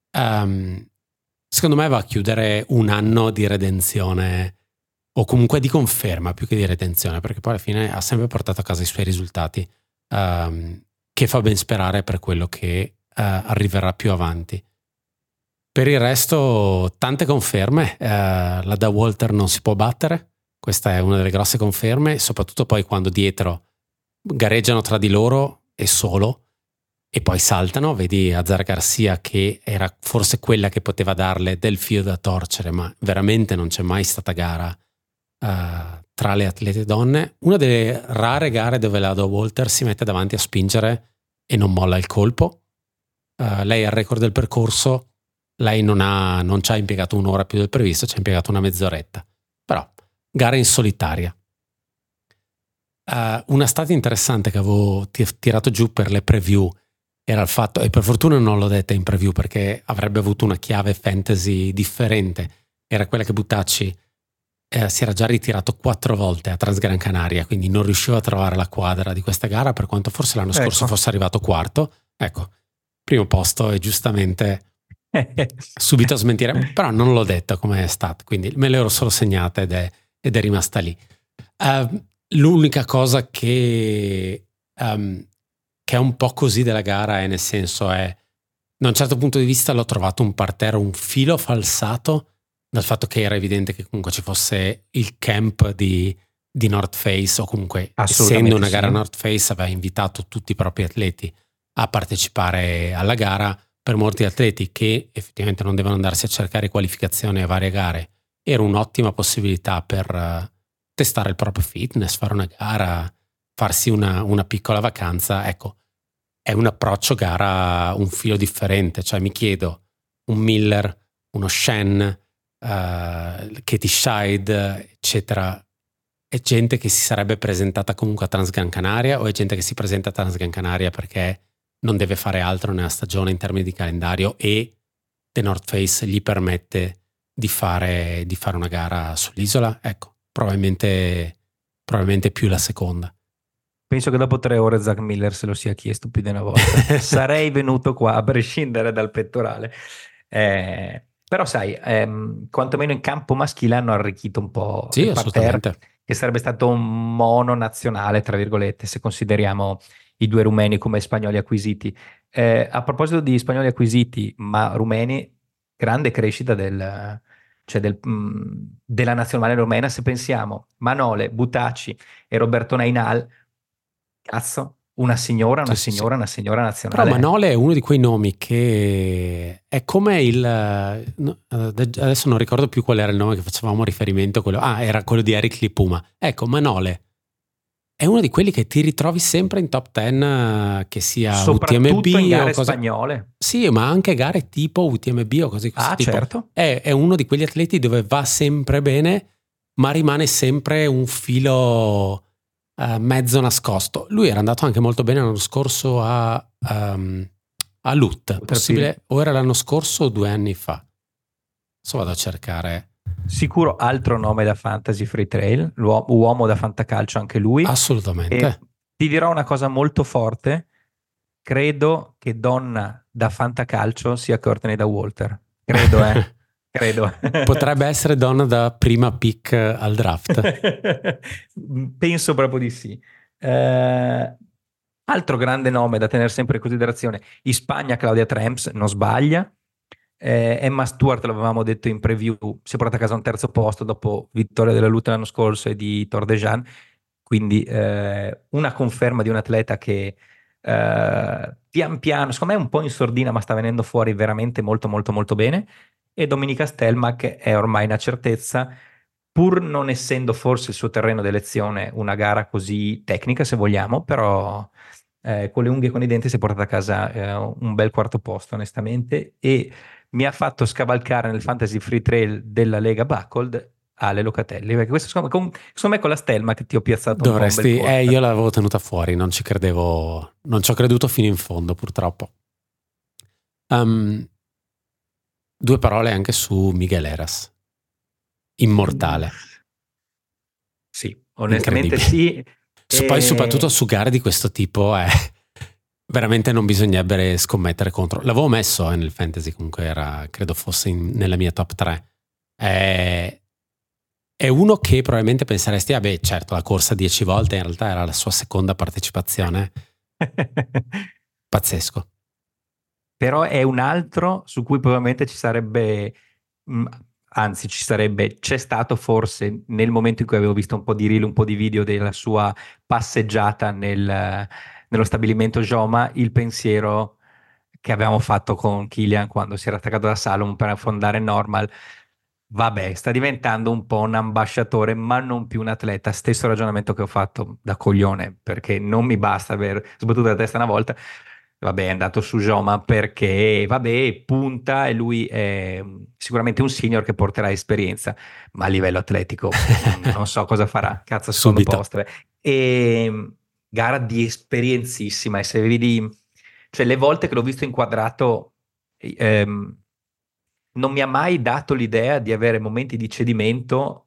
Um, Secondo me va a chiudere un anno di redenzione o comunque di conferma più che di redenzione, perché poi alla fine ha sempre portato a casa i suoi risultati, um, che fa ben sperare per quello che uh, arriverà più avanti. Per il resto tante conferme, uh, la da Walter non si può battere, questa è una delle grosse conferme, soprattutto poi quando dietro gareggiano tra di loro e solo, e poi saltano, vedi Azar Garcia che era forse quella che poteva darle del filo da torcere, ma veramente non c'è mai stata gara uh, tra le atlete donne. Una delle rare gare dove la Dow Walter si mette davanti a spingere e non molla il colpo. Uh, lei ha il record del percorso, lei non, ha, non ci ha impiegato un'ora più del previsto, ci ha impiegato una mezz'oretta. Però, gara in solitaria. Uh, una stata interessante che avevo tirato giù per le preview era il fatto, e per fortuna non l'ho detta in preview perché avrebbe avuto una chiave fantasy differente, era quella che Buttacci eh, si era già ritirato quattro volte a Transgran Canaria, quindi non riusciva a trovare la quadra di questa gara, per quanto forse l'anno ecco. scorso fosse arrivato quarto. Ecco, primo posto e giustamente subito a smentire, però non l'ho detta come è stato, quindi me l'ero solo segnata ed è, ed è rimasta lì. Uh, l'unica cosa che... Um, che è un po' così della gara è, nel senso, è da un certo punto di vista l'ho trovato un parterre un filo falsato dal fatto che era evidente che comunque ci fosse il camp di, di North Face, o comunque essendo una gara sì. North Face aveva invitato tutti i propri atleti a partecipare alla gara. Per molti atleti che effettivamente non devono andarsi a cercare qualificazione a varie gare era un'ottima possibilità per uh, testare il proprio fitness, fare una gara, farsi una, una piccola vacanza. Ecco, è un approccio gara un filo differente, cioè mi chiedo un Miller, uno Shen, uh, Katie Scheid, eccetera, è gente che si sarebbe presentata comunque a Transgran Canaria, o è gente che si presenta a Transgran Canaria perché non deve fare altro nella stagione in termini di calendario e The North Face gli permette di fare, di fare una gara sull'isola? Ecco, probabilmente, probabilmente più la seconda. Penso che dopo tre ore Zach Miller se lo sia chiesto più di una volta. Sarei venuto qua a prescindere dal pettorale. Eh, però sai, ehm, quantomeno in campo maschile hanno arricchito un po' sì, il parterre, che sarebbe stato un mono nazionale, tra virgolette, se consideriamo i due rumeni come spagnoli acquisiti. Eh, a proposito di spagnoli acquisiti, ma rumeni, grande crescita del cioè del, mh, della nazionale romena. Se pensiamo Manole, Butaci e Roberto Nainal, cazzo, una signora, una Sì, sì, sì. signora, una signora Però nazionale. Manole è uno di quei nomi che è come il... no, adesso non ricordo più qual era il nome che facevamo riferimento. Quello, ah, era quello di Eric Lipuma. Ecco, Manole è uno di quelli che ti ritrovi sempre in top dieci, che sia U T M B Soprattutto in gare o cose... spagnole. Sì, ma anche gare tipo U T M B o cose di questo Ah, tipo. certo. È, è uno di quegli atleti dove va sempre bene, ma rimane sempre un filo uh, mezzo nascosto. Lui era andato anche molto bene l'anno scorso a, um, a L U T, possibile, o era l'anno scorso o due anni fa. Adesso vado a cercare. Sicuro altro nome da Fantasy Free Trail, l'uomo, uomo da fantacalcio anche lui. Assolutamente. E ti dirò una cosa molto forte, credo che donna da fantacalcio sia Courtney da Walter. Credo, eh. Credo. Potrebbe essere donna da prima pick al draft. Penso proprio di sì. Eh, altro grande nome da tenere sempre in considerazione, in Spagna Claudia Tremps, non sbaglia. Eh, Emma Stewart, l'avevamo detto in preview, si è portata a casa un terzo posto dopo vittoria della Lutte l'anno scorso e di Tor de Jean, quindi eh, una conferma di un atleta che eh, pian piano, secondo me è un po' in sordina, ma sta venendo fuori veramente molto molto molto bene. E Dominika Stelmach è ormai una certezza, pur non essendo forse il suo terreno d'elezione una gara così tecnica, se vogliamo, però eh, con le unghie e con i denti si è portata a casa eh, un bel quarto posto, onestamente, e mi ha fatto scavalcare nel Fantasy Free Trail della Lega Buckled alle Locatelli, perché questo secondo me, con, secondo me con la Stelma che ti ho piazzato un Dovresti, po' un bel eh, corner. io l'avevo tenuta fuori, non ci credevo, non ci ho creduto fino in fondo, purtroppo. Um, due parole anche su Miguel Eras, immortale. Sì, onestamente sì. Su, poi soprattutto su gare di questo tipo è veramente non bisognerebbe scommettere contro. L'avevo messo eh, nel fantasy, comunque era, credo fosse in, nella mia top tre. È, è uno che probabilmente penseresti, ah beh, certo, la corsa dieci volte in realtà era la sua seconda partecipazione. Pazzesco. Però è un altro su cui probabilmente ci sarebbe, mh, anzi ci sarebbe, c'è stato forse nel momento in cui avevo visto un po' di reel, un po' di video della sua passeggiata nel, nello stabilimento Joma, il pensiero che avevamo fatto con Kilian quando si era attaccato da Salomon per affondare Normal. Vabbè, sta diventando un po' un ambasciatore, ma non più un atleta. Stesso ragionamento che ho fatto da coglione, perché non mi basta aver sbattuto la testa una volta. Vabbè, è andato su Joma perché, vabbè, punta e lui è sicuramente un senior che porterà esperienza, ma a livello atletico non so cosa farà. Cazzo, secondo Subito. posto. E gara di esperienzissima. E se vedi, cioè le volte che l'ho visto inquadrato, ehm, non mi ha mai dato l'idea di avere momenti di cedimento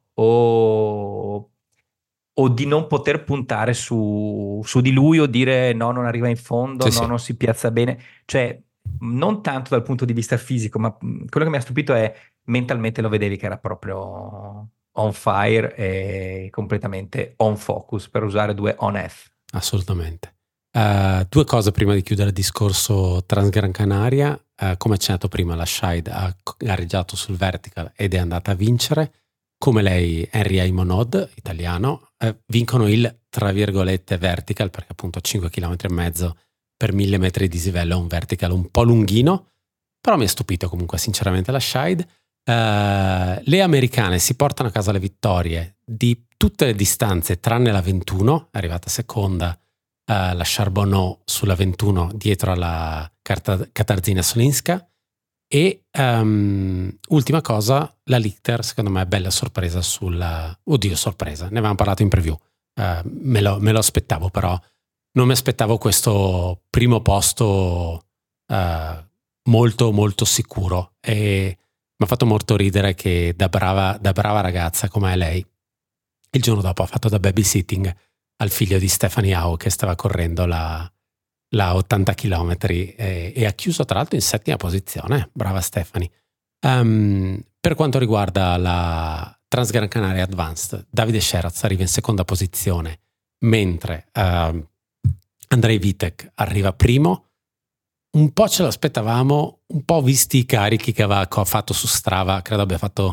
o, o di non poter puntare su, su di lui o dire no, non arriva in fondo, Sì, no, sì. non si piazza bene. Cioè, non tanto dal punto di vista fisico, ma mh, quello che mi ha stupito è mentalmente lo vedevi che era proprio on fire e completamente on focus, per usare due on-F. Assolutamente. Uh, due cose prima di chiudere il discorso Transgran Canaria. Uh, come accennato prima, la Scheid ha gareggiato sul vertical ed è andata a vincere. Come lei, Henry Aymonod, italiano, uh, vincono il, tra virgolette, vertical, perché appunto cinque chilometri e mezzo per mille metri di dislivello è un vertical un po' lunghino, però mi ha stupito comunque sinceramente la Scheid. Uh, le americane si portano a casa le vittorie di tutte le distanze tranne la ventuno, è arrivata seconda Uh, la Charbonneau sulla ventuno dietro alla Katarzyna Solinska e um, ultima cosa, la Lichter secondo me è bella sorpresa sulla... Oddio, sorpresa, ne avevamo parlato in preview, uh, me, lo, me lo aspettavo, però non mi aspettavo questo primo posto uh, molto molto sicuro e mi ha fatto molto ridere che da brava, da brava ragazza come è lei il giorno dopo ha fatto da babysitting al figlio di Stephanie Howe che stava correndo la, la ottanta chilometri e, e ha chiuso tra l'altro in settima posizione. Brava Stephanie. Um, per quanto riguarda la Transgran Canaria Advanced, Davide Sheraz arriva in seconda posizione, mentre uh, Andrej Vitek arriva primo. Un po' ce l'aspettavamo, un po' visti i carichi che aveva fatto su Strava, credo abbia fatto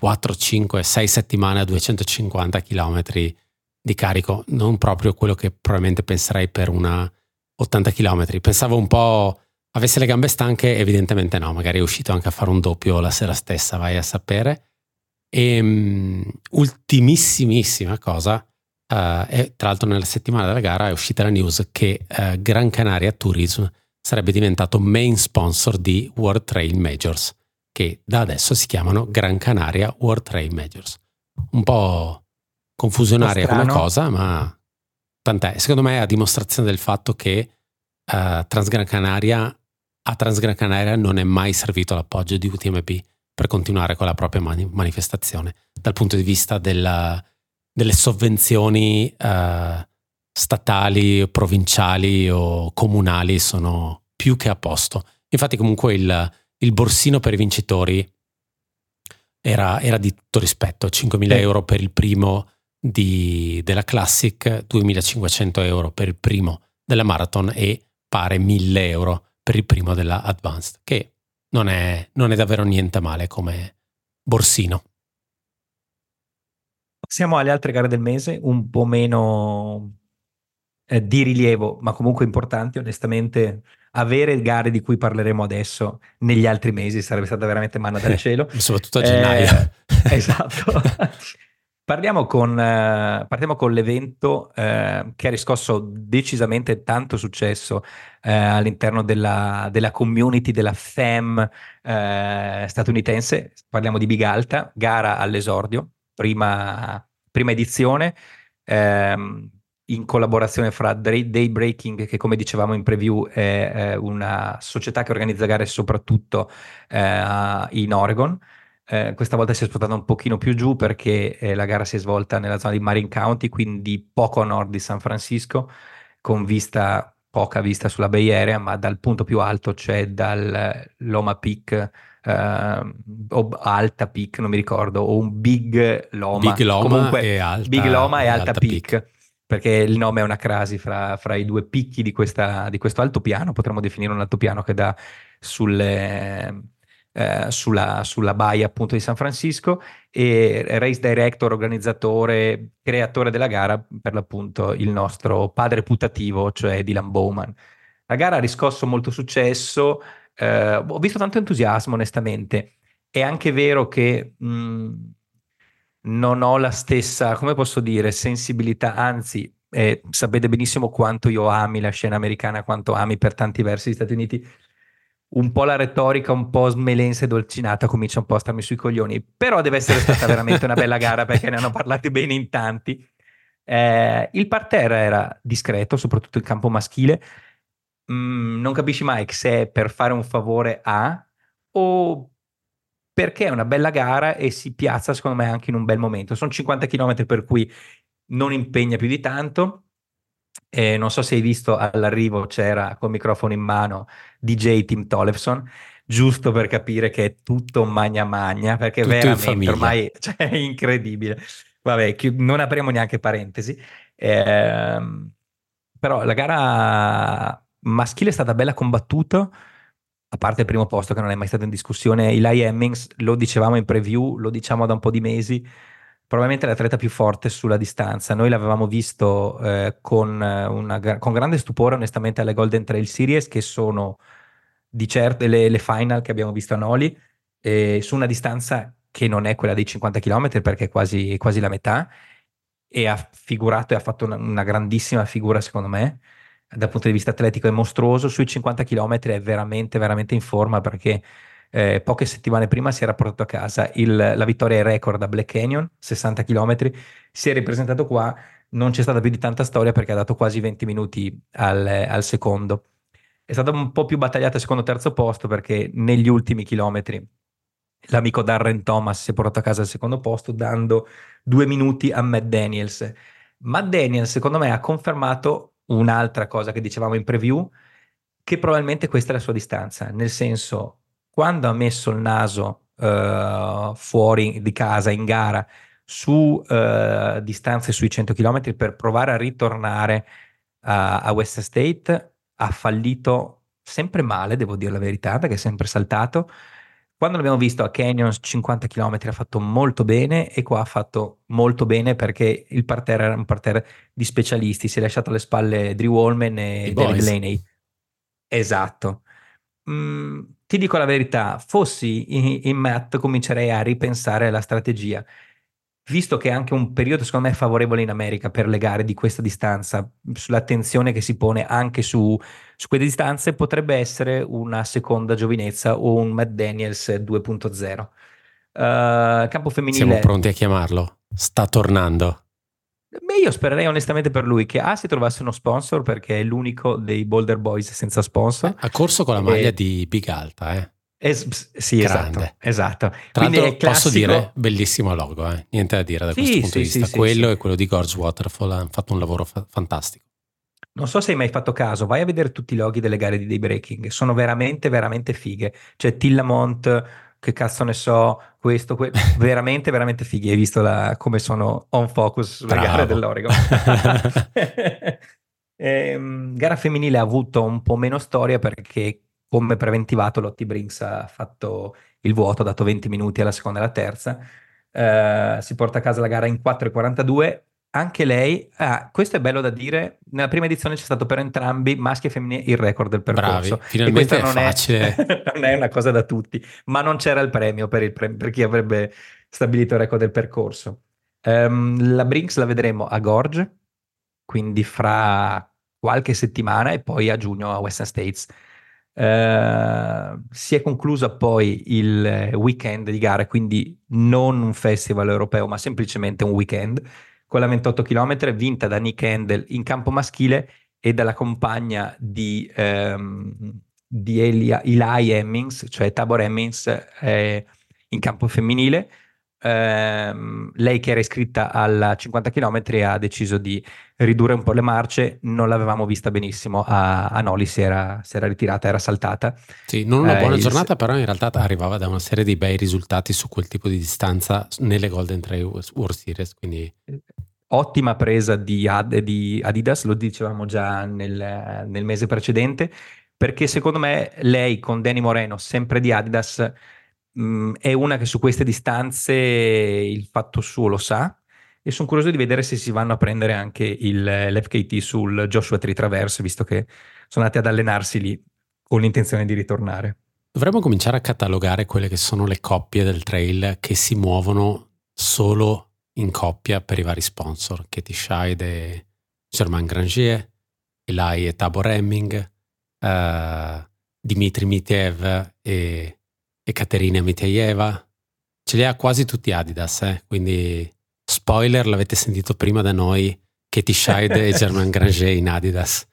quattro, cinque, sei settimane a duecentocinquanta chilometri di carico, non proprio quello che probabilmente penserei per una ottanta chilometri. Pensavo un po' avesse le gambe stanche, evidentemente no, magari è uscito anche a fare un doppio la sera stessa, vai a sapere. E um, ultimissimissima cosa, uh, e tra l'altro nella settimana della gara è uscita la news che uh, Gran Canaria Tourism sarebbe diventato main sponsor di World Trail Majors, che da adesso si chiamano Gran Canaria World Trail Majors. Un po' confusionaria come cosa, ma tant'è. Secondo me è a dimostrazione del fatto che uh, Transgran Canaria a Transgran Canaria non è mai servito l'appoggio di U T M B per continuare con la propria mani- manifestazione dal punto di vista della, delle sovvenzioni uh, statali, provinciali o comunali sono più che a posto. Infatti comunque il, il borsino per i vincitori era, era di tutto rispetto, cinquemila euro per il primo di, della Classic, duemilacinquecento euro per il primo della Marathon e pare mille euro per il primo della Advanced, che non è, non è davvero niente male come borsino. Passiamo alle altre gare del mese, un po' meno eh, di rilievo, ma comunque importanti. Onestamente, avere gare di cui parleremo adesso negli altri mesi sarebbe stata veramente manna dal cielo. Soprattutto a gennaio. Eh, esatto. Parliamo con, eh, partiamo con l'evento eh, che ha riscosso decisamente tanto successo eh, all'interno della, della community della fam eh, statunitense. Parliamo di Big Alta, gara all'esordio, prima, prima edizione, ehm, in collaborazione fra Day- Daybreaking, che come dicevamo in preview è, è una società che organizza gare soprattutto eh, in Oregon. Eh, questa volta si è spostato un pochino più giù perché eh, la gara si è svolta nella zona di Marin County, quindi poco a nord di San Francisco, con vista, poca vista sulla Bay Area, ma dal punto più alto, cioè dal Loma Peak, eh, o Alta Peak, non mi ricordo, o un Big Loma. Big Loma Comunque, e Alta, Big Loma e, e Alta, Alta Peak. Peak. Perché il nome è una crasi fra, fra i due picchi di, questa, di questo altopiano, potremmo definire un altopiano che dà sulle, eh, sulla, sulla baia appunto di San Francisco, e race director, organizzatore, creatore della gara, per l'appunto il nostro padre putativo, cioè Dylan Bowman. La gara ha riscosso molto successo, eh, ho visto tanto entusiasmo onestamente. È anche vero che mh, non ho la stessa, come posso dire, sensibilità, anzi, eh, sapete benissimo quanto io ami la scena americana, quanto ami per tanti versi gli Stati Uniti. Un po' la retorica, un po' smelenza e dolcinata, comincia un po' a starmi sui coglioni, però deve essere stata veramente una bella gara perché ne hanno parlato bene in tanti. Eh, il parterre era discreto, soprattutto il campo maschile. Mm, non capisci mai se è per fare un favore a o perché è una bella gara e si piazza secondo me anche in un bel momento. Sono cinquanta chilometri per cui non impegna più di tanto. Eh, non so se hai visto all'arrivo c'era col microfono in mano D J Tim Tollefson, giusto per capire che è tutto magna magna, perché Tutto in veramente famiglia. ormai cioè, è incredibile. Vabbè, chi- non apriamo neanche parentesi. Ehm, però la gara maschile è stata bella combattuta, a parte il primo posto che non è mai stato in discussione. Eli Hemmings, lo dicevamo in preview, lo diciamo da un po' di mesi, probabilmente l'atleta più forte sulla distanza. Noi l'avevamo visto eh, con, eh, una gra- con grande stupore, onestamente, alle Golden Trail Series, che sono di certo le, le final che abbiamo visto a Noli, eh, su una distanza che non è quella dei cinquanta chilometri, perché è quasi, quasi la metà, e ha figurato e ha fatto una, una grandissima figura, secondo me. Dal punto di vista atletico è mostruoso. Sui cinquanta chilometri è veramente, veramente in forma, perché eh, poche settimane prima si era portato a casa il- la vittoria ai record a Black Canyon, sessanta chilometri. Si è ripresentato qua, non c'è stata più di tanta storia perché ha dato quasi venti minuti al, al secondo. È stata un po' più battagliata secondo terzo posto perché negli ultimi chilometri l'amico Darren Thomas si è portato a casa al secondo posto dando due minuti a Matt Daniels. Matt Daniels secondo me ha confermato un'altra cosa che dicevamo in preview, che probabilmente questa è la sua distanza, nel senso, quando ha messo il naso eh, fuori di casa in gara su eh, distanze sui cento chilometri per provare a ritornare a, a West State, ha fallito sempre male, devo dire la verità, perché è sempre saltato. quando l'abbiamo visto a Canyon cinquanta chilometri ha fatto molto bene e qua ha fatto molto bene perché il parterre era un parterre di specialisti, si è lasciato alle spalle Drew Allman e I David boys. Laney. Esatto. Mm, ti dico la verità, fossi in, in Matt comincerei a ripensare alla strategia, visto che è anche un periodo secondo me favorevole in America per le gare di questa distanza, sull'attenzione che si pone anche su, su quelle distanze, potrebbe essere una seconda giovinezza o un Matt Daniels due punto zero. Uh, campo Siamo femminile, pronti a chiamarlo. Sta tornando. beh, io spererei onestamente per lui che A si trovasse uno sponsor perché è l'unico dei Boulder Boys senza Eh, sponsor. ha corso con la maglia E, di Big Alta, eh. es- sì, esatto, Grande. esatto. Tra Quindi l'altro è posso dire, classico. bellissimo logo, eh. Niente da dire da questo Sì, punto di sì, sì, vista. sì, Quello sì. e quello di Gorge Waterfall hanno fatto un lavoro fa- fantastico. Non so se hai mai fatto caso, vai a vedere tutti i loghi delle gare di daybreaking, sono veramente, veramente fighe. C'è Tillamont, che cazzo ne so, questo, que- veramente, veramente fighi. Hai visto la- come sono on focus sulle gare Bravo. dell'Oregon? Ehm, gara femminile ha avuto un po' meno storia perché come preventivato Lottie Brinks ha fatto il vuoto, ha dato venti minuti alla seconda e alla terza. Eh, si porta a casa la gara in quattro e quarantadue. Anche lei, ah, questo è bello da dire, nella prima edizione c'è stato per entrambi, maschi e femmine, il record del Bravi. percorso. E Finalmente questa è non è, facile. non è una cosa da tutti, ma non c'era il premio per, il pre- per chi avrebbe stabilito il record del percorso. Ehm, la Brinks la vedremo a Gorge, quindi fra qualche settimana e poi a giugno a Western States. Eh, si è conclusa poi il weekend di gare, quindi non un festival europeo, ma semplicemente un weekend, con la ventotto chilometri vinta da Nick Handel in campo maschile e dalla compagna di, ehm, di Elia, Eli Hemmings, cioè Tabor Hemmings, eh, in campo femminile. Ehm, lei che era iscritta alla cinquanta chilometri ha deciso di ridurre un po' le marce, non l'avevamo vista benissimo, a, a Noli si era, si era ritirata, era saltata. Sì, non una Eh, buona il- giornata, però in realtà arrivava da una serie di bei risultati su quel tipo di distanza nelle Golden Trail World Series, quindi Ottima presa di, Ad- di Adidas, lo dicevamo già nel, nel mese precedente, perché secondo me lei con Danny Moreno, sempre di Adidas, mh, è una che su queste distanze il fatto suo lo sa e sono curioso di vedere se si vanno a prendere anche il, l'F K T sul Joshua Tree Traverse, visto che sono andati ad allenarsi lì con l'intenzione di ritornare. dovremmo cominciare a catalogare quelle che sono le coppie del trail che si muovono solo in coppia per i vari sponsor, Katie Scheid e Germain Grangier, Eli e Tabor Hemming, eh, Dmitry Mitiev e, e Katerina Miteyeva. Ce li ha quasi tutti Adidas, eh? Quindi spoiler, l'avete sentito prima da noi, Katie Scheid e Germain Granger in Adidas.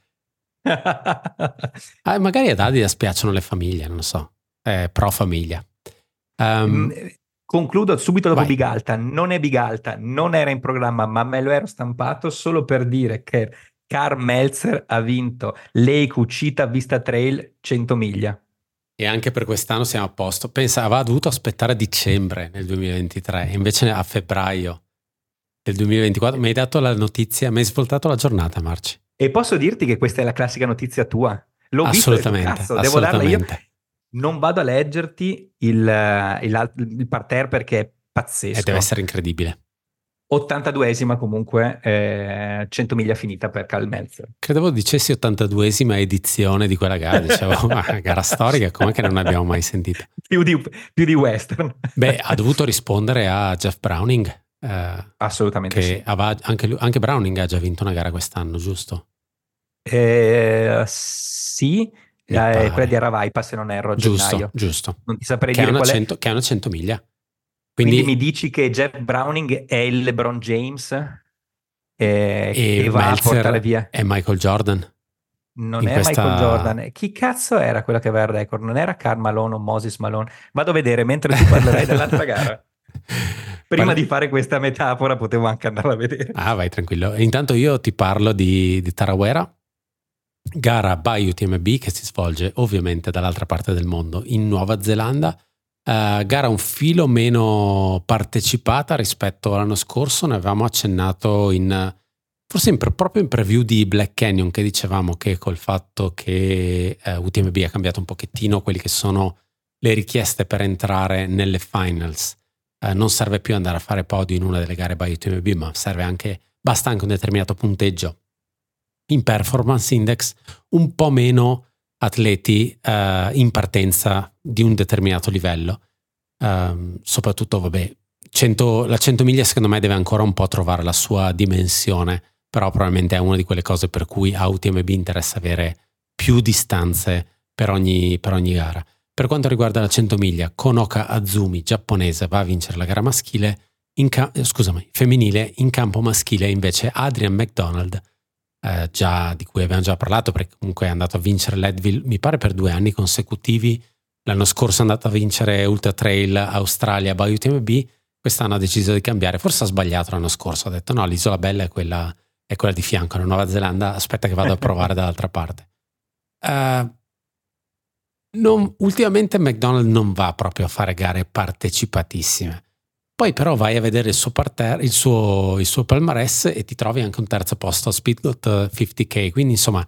Ah, magari ad Adidas piacciono le famiglie, non lo so, è pro famiglia. Um, Mm, Concludo subito dopo vai. Big Alta. Non è Big Alta, non era in programma, ma me lo ero stampato solo per dire che Karl Meltzer ha vinto Lake Uchita Vista Trail cento miglia. E anche per quest'anno siamo a posto. Pensa, aveva dovuto aspettare a dicembre nel duemilaventitré, invece a febbraio del duemilaventiquattro. Mi hai dato la notizia, mi hai svoltato la giornata, Marci. E posso dirti che questa è la classica notizia tua. L'ho visto e ho detto, Assolutamente, cazzo, devo darla io. assolutamente. Non vado a leggerti il, eh, il, alt- il parterre perché è E pazzesco. deve essere incredibile. ottantaduesima comunque, eh, cento miglia finita per Karl Meltzer. Credevo dicessi ottantaduesima edizione di quella gara, dicevo, ma gara storica, com'è che non abbiamo mai sentita? Più di, più di western. Beh, ha dovuto rispondere a Jeff Browning, eh, Assolutamente che sì. aveva, anche, lui, anche Browning ha già vinto una gara quest'anno, giusto? Eh, sì, Mi eh, pare. quella di Aravaipa se non erro a Giusto, gennaio. giusto. Non ti saprei Che è dire una qual è. cento, che è una cento miglia. Quindi Quindi, mi dici che Jeff Browning è il LeBron James eh, e che va a portare Meltzer via. è Michael Jordan. Non In è Michael questa... Jordan. Chi cazzo era quella che aveva il record? Non era Karl Malone o Moses Malone? Vado a vedere mentre tu parlerai dell'altra gara. Prima Parla- di fare questa metafora potevo anche andarla a vedere. Ah, vai tranquillo. Intanto io ti parlo di, di Tarawera, gara by U T M B che si svolge ovviamente dall'altra parte del mondo, in Nuova Zelanda. Uh, gara un filo meno partecipata rispetto all'anno scorso, ne avevamo accennato in, forse in, proprio in preview di Black Canyon, che dicevamo che col fatto che uh, U T M B ha cambiato un pochettino quelli che sono le richieste per entrare nelle finals. Eh, non serve più andare a fare podio in una delle gare by U T M B, ma serve anche, basta anche un determinato punteggio in performance index, un po' meno atleti eh, in partenza di un determinato livello. Um, soprattutto, vabbè, cento, la cento miglia secondo me deve ancora un po' trovare la sua dimensione, però probabilmente è una di quelle cose per cui a U T M B interessa avere più distanze per ogni, per ogni gara. Per quanto riguarda la cento miglia, Konoka Azumi, giapponese, va a vincere la gara maschile, in ca- eh, scusami, femminile. In campo maschile invece Adrian McDonald, eh, già, di cui abbiamo già parlato, perché comunque è andato a vincere Leadville, mi pare per due anni consecutivi. L'anno scorso è andato a vincere Ultra Trail Australia by U T M B, quest'anno ha deciso di cambiare, forse ha sbagliato l'anno scorso, ha detto no, l'isola bella è quella, è quella di fianco, la Nuova Zelanda, aspetta che vado a provare dall'altra parte. Uh, non, ultimamente McDonald non va proprio a fare gare partecipatissime, poi però vai a vedere il suo, parterre, il suo, il suo palmarès e ti trovi anche un terzo posto a Speedgoat cinquanta K, quindi insomma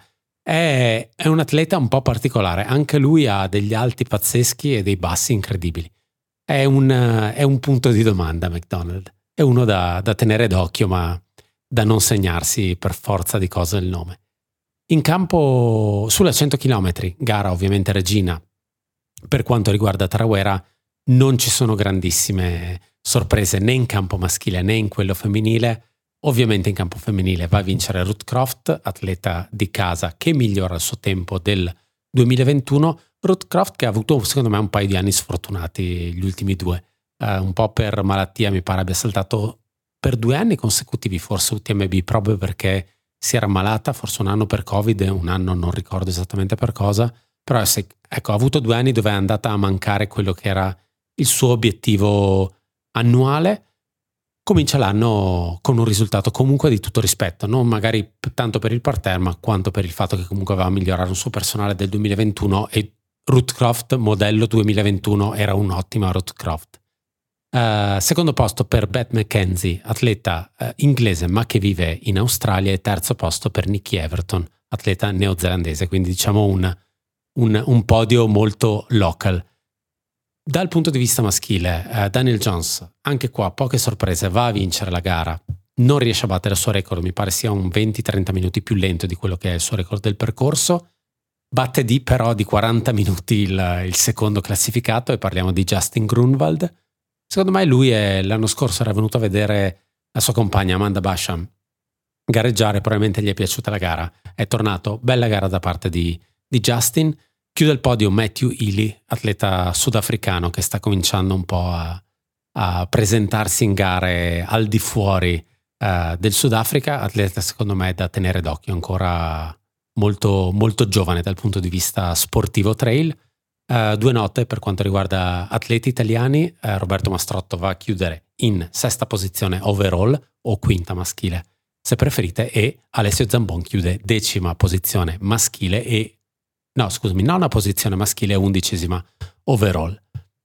È, è un atleta un po' particolare, anche lui ha degli alti pazzeschi e dei bassi incredibili. È un, è un punto di domanda McDonald, è uno da, da tenere d'occhio, ma da non segnarsi per forza di cose il nome. In campo sulla cento chilometri, gara ovviamente regina, per quanto riguarda Tarawera non ci sono grandissime sorprese né in campo maschile né in quello femminile. Ovviamente in campo femminile va a vincere Ruth Croft, atleta di casa che migliora il suo tempo del duemilaventuno. Ruth Croft che ha avuto secondo me un paio di anni sfortunati gli ultimi due, uh, un po' per malattia, mi pare abbia saltato per due anni consecutivi forse U T M B proprio perché si era ammalata, forse un anno per Covid e un anno non ricordo esattamente per cosa, però se, ecco, ha avuto due anni dove è andata a mancare quello che era il suo obiettivo annuale. Comincia l'anno con un risultato comunque di tutto rispetto, non magari tanto per il parterre, ma quanto per il fatto che comunque aveva migliorato un suo personale del duemilaventuno e Ruth Croft, modello duemilaventuno, era un'ottima Ruth Croft. Uh, secondo posto per Beth McKenzie, atleta uh, inglese ma che vive in Australia, e terzo posto per Nikki Everton, atleta neozelandese, quindi diciamo un, un, un podio molto local. Dal punto di vista maschile, eh, Daniel Jones, anche qua poche sorprese, va a vincere la gara, non riesce a battere il suo record, mi pare sia un venti trenta minuti più lento di quello che è il suo record del percorso, batte di però di quaranta minuti il, il secondo classificato, e parliamo di Justin Grunwald. Secondo me lui è, l'anno scorso era venuto a vedere la sua compagna Amanda Basham gareggiare, probabilmente gli è piaciuta la gara, è tornato, bella gara da parte di, di Justin. Chiude il podio Matthew Ely, atleta sudafricano che sta cominciando un po' a, a presentarsi in gare al di fuori uh, del Sudafrica, atleta secondo me da tenere d'occhio, ancora molto, molto giovane dal punto di vista sportivo trail. Uh, due note per quanto riguarda atleti italiani, uh, Roberto Mastrotto va a chiudere in sesta posizione overall o quinta maschile se preferite, e Alessio Zambon chiude decima posizione maschile e No, scusami, nona posizione maschile e undicesima overall.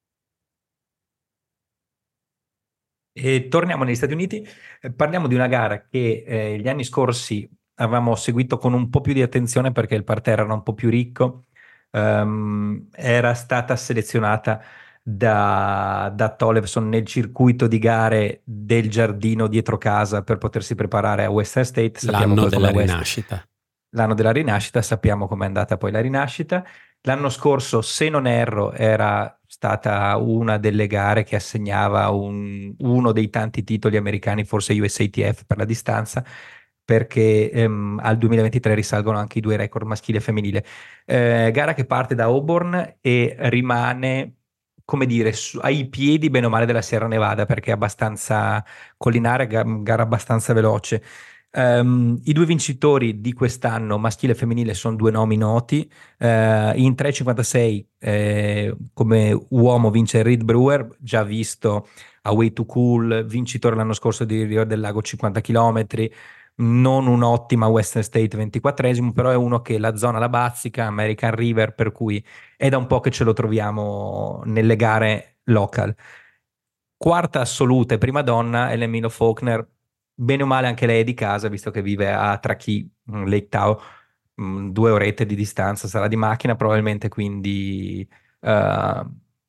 E torniamo negli Stati Uniti, eh, parliamo di una gara che eh, gli anni scorsi avevamo seguito con un po' più di attenzione perché il parterre era un po' più ricco, um, era stata selezionata da, da Tollefson nel circuito di gare del giardino dietro casa per potersi preparare a Western State. Sappiamo L'anno cos'è della la West- rinascita. L'anno della rinascita, sappiamo com'è andata poi la rinascita. L'anno scorso, se non erro, era stata una delle gare che assegnava un- uno dei tanti titoli americani, forse U S A T F per la distanza, perché ehm, al duemilaventitré risalgono anche i due record maschile e femminile. Eh, gara che parte da Auburn e rimane, come dire, su- ai piedi bene o male della Sierra Nevada, perché è abbastanza collinare, ga- gara abbastanza veloce. Ehm, i due vincitori di quest'anno, maschile e femminile, sono due nomi noti. Eh, in tre virgola cinquantasei eh, come uomo vince Reed Brewer, già visto a Way to Cool, vincitore l'anno scorso di Rio del Lago cinquanta chilometri, non un'ottima Western State ventiquattresimo, però è uno che la zona la bazzica, American River, per cui è da un po' che ce lo troviamo nelle gare local. Quarta assoluta e prima donna è Lemino Faulkner, bene o male anche lei è di casa, visto che vive a Truckee, mm, Lake Tahoe, mm, due orette di distanza sarà di macchina probabilmente, quindi eh,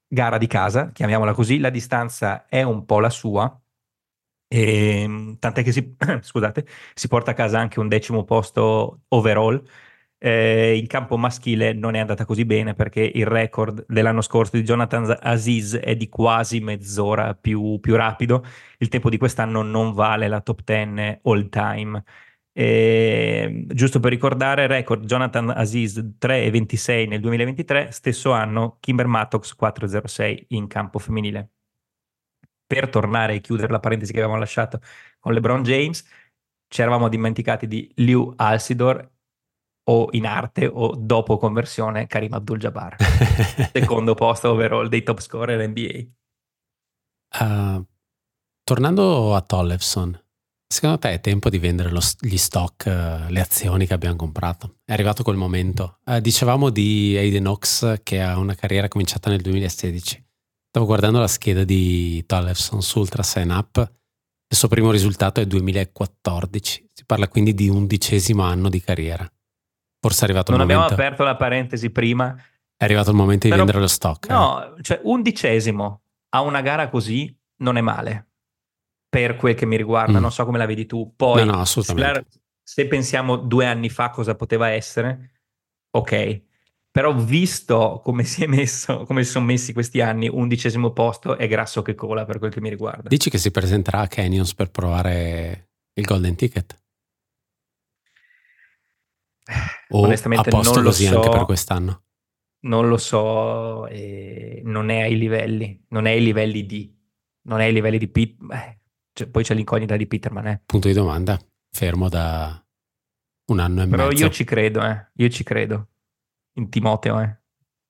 gara di casa, chiamiamola così, la distanza è un po' la sua, e, tant'è che si, scusate, si porta a casa anche un decimo posto overall. Eh, in campo maschile non è andata così bene perché il record dell'anno scorso di Jonathan Aziz è di quasi mezz'ora più, più rapido. Il tempo di quest'anno non vale la top dieci all time. Eh, giusto per ricordare, record Jonathan Aziz tre e ventisei nel duemilaventitré, stesso anno Kimber Mattox quattro e zero sei in campo femminile. Per tornare e chiudere la parentesi che avevamo lasciato con LeBron James, ci eravamo dimenticati di Liu Alcindor, o in arte o dopo conversione Kareem Abdul-Jabbar, secondo posto overall dei top scorer N B A. Uh, tornando a Tollefson, secondo te è tempo di vendere lo, gli stock, uh, le azioni che abbiamo comprato? È arrivato quel momento. Uh, dicevamo di Aiden Oaks che ha una carriera cominciata nel duemilasedici. Stavo guardando la scheda di Tollefson su Ultra Sign Up. Il suo primo risultato è duemilaquattordici. Si parla quindi di undicesimo anno di carriera. Forse è arrivato Non il momento. abbiamo aperto la parentesi prima. È arrivato il momento di Però, vendere lo stock. No, eh. cioè undicesimo a una gara così non è male, per quel che mi riguarda. Mm. Non so come la vedi tu. Poi, no, no, assolutamente. se, se pensiamo due anni fa cosa poteva essere, ok. Però visto come si è messo, come si sono messi questi anni, undicesimo posto è grasso che cola per quel che mi riguarda. Dici che si presenterà a Canyons per provare il Golden Ticket? O Onestamente a posto non lo così so, anche per quest'anno? non lo so, e non è ai livelli, non è ai livelli di, non è ai livelli di Pete, beh, cioè, poi c'è l'incognita di Peterman, eh. Punto di domanda, fermo da un anno e Però mezzo. io ci credo, eh, io ci credo, in Timoteo, eh.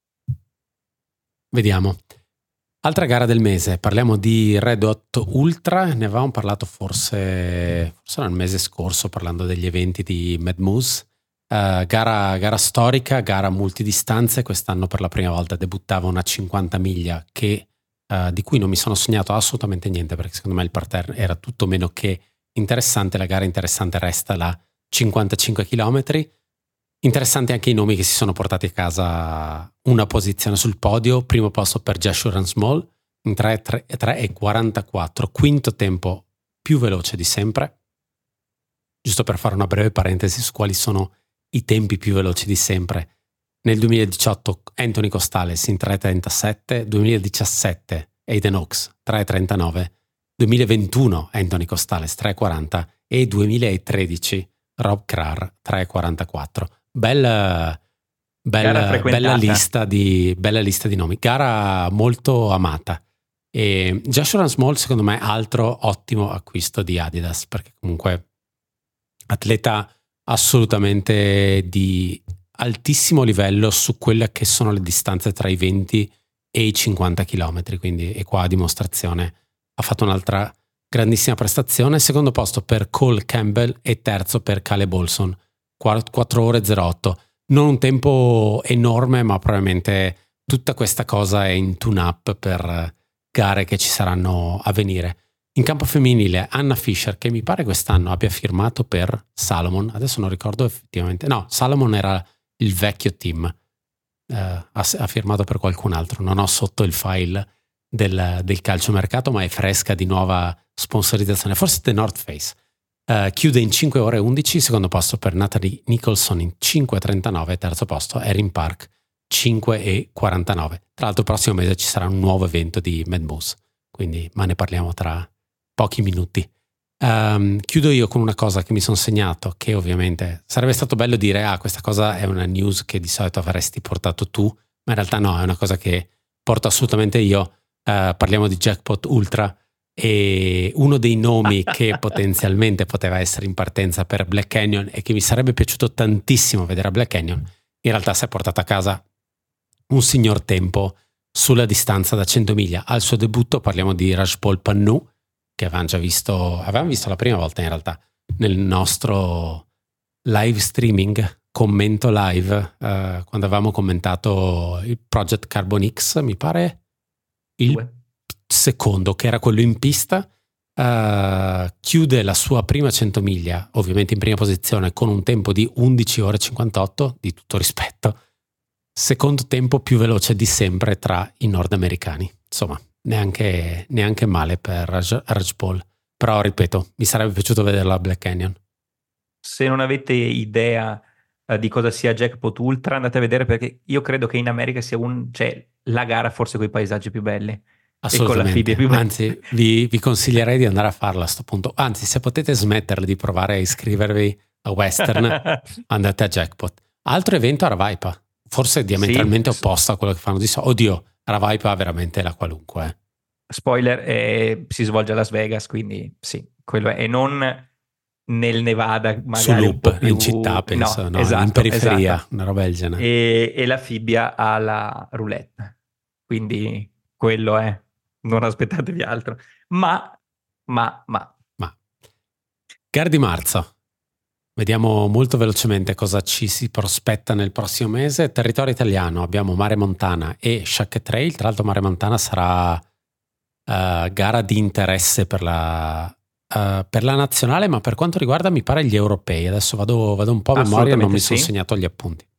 Vediamo. Altra gara del mese, parliamo di Red Hot Ultra, ne avevamo parlato forse, forse nel mese scorso parlando degli eventi di Mad Moose. Uh, gara, gara storica, gara multidistanze, quest'anno per la prima volta debuttava una cinquanta miglia che, uh, di cui non mi sono sognato assolutamente niente perché secondo me il parterre era tutto meno che interessante. La gara interessante resta la cinquantacinque chilometri. Interessanti anche i nomi che si sono portati a casa una posizione sul podio. Primo posto per Joshua Small in tre e quarantaquattro, quinto tempo più veloce di sempre. Giusto per fare una breve parentesi su quali sono i tempi più veloci di sempre. Nel duemiladiciotto Anthony Costales in tre e trentasette, duemiladiciassette Aiden Oaks tre e trentanove, duemilaventuno Anthony Costales tre e quaranta e duemilatredici Rob Krar tre e quarantaquattro. Bella, bella, bella, lista di, bella lista di nomi. Gara molto amata. E Joshua Small secondo me altro ottimo acquisto di Adidas perché comunque atleta assolutamente di altissimo livello su quelle che sono le distanze tra i venti e i cinquanta chilometri, quindi e qua a dimostrazione ha fatto un'altra grandissima prestazione. Secondo posto per Cole Campbell e terzo per Caleb Olson, quattro ore zero otto. Non un tempo enorme, ma probabilmente tutta questa cosa è in tune-up per gare che ci saranno a venire. In campo femminile Anna Fisher, che mi pare quest'anno abbia firmato per Salomon, adesso non ricordo effettivamente, no, Salomon era il vecchio team, uh, ha, ha firmato per qualcun altro, non ho sotto il file del, del calciomercato, ma è fresca di nuova sponsorizzazione, forse The North Face. Uh, chiude in cinque ore undici, secondo posto per Natalie Nicholson in cinque e trentanove, terzo posto Erin Park cinque e quarantanove. Tra l'altro il prossimo mese ci sarà un nuovo evento di Mad Moose, quindi ma ne parliamo tra pochi minuti. Um, chiudo io con una cosa che mi sono segnato, che ovviamente sarebbe stato bello dire ah questa cosa è una news che di solito avresti portato tu, ma in realtà no, è una cosa che porto assolutamente io. Uh, parliamo di Jackpot Ultra e uno dei nomi che potenzialmente poteva essere in partenza per Black Canyon e che mi sarebbe piaciuto tantissimo vedere a Black Canyon, in realtà si è portato a casa un signor tempo sulla distanza da cento miglia. Al suo debutto parliamo di Rajpal Pannu, che avevamo già visto, avevamo visto la prima volta in realtà nel nostro live streaming, commento live, eh, quando avevamo commentato il Project Carbon X, mi pare il Due. secondo, che era quello in pista. Uh, chiude la sua prima cento miglia, ovviamente in prima posizione, con un tempo di undici ore e cinquantotto, di tutto rispetto. secondo tempo più veloce di sempre tra i nordamericani. Insomma, neanche, neanche male per Raj, Raj Paul. Però, ripeto, mi sarebbe piaciuto vederla a Black Canyon. Se non avete idea uh, di cosa sia Jackpot Ultra, andate a vedere, perché io credo che in America sia un, cioè, la gara forse con i paesaggi più belli. E con la fibbia più bella. Anzi, vi, vi consiglierei di andare a farla a sto punto. Anzi, se potete smetterla di provare a iscrivervi a Western, andate a Jackpot. Altro evento a Ravaipa, forse diametralmente sì, opposto a quello che fanno di solito. Oddio, Ravaipa veramente la qualunque. Eh. Spoiler, eh, si svolge a Las Vegas, quindi sì, quello è. E non nel Nevada, magari su loop, un po' più... in città, penso, no, no esatto, in periferia, esatto. una roba del genere. E, e la fibbia ha la roulette, quindi quello è, non aspettatevi altro. Ma, ma, ma... Ma. Gara di marzo. Vediamo molto velocemente cosa ci si prospetta nel prossimo mese. Territorio italiano, abbiamo Mare Montana e Shack Trail. Tra l'altro Mare Montana sarà uh, gara di interesse per la, uh, per la nazionale, ma per quanto riguarda mi pare gli europei. Adesso vado, vado un po' a memoria, non mi sono sì. segnato gli appunti.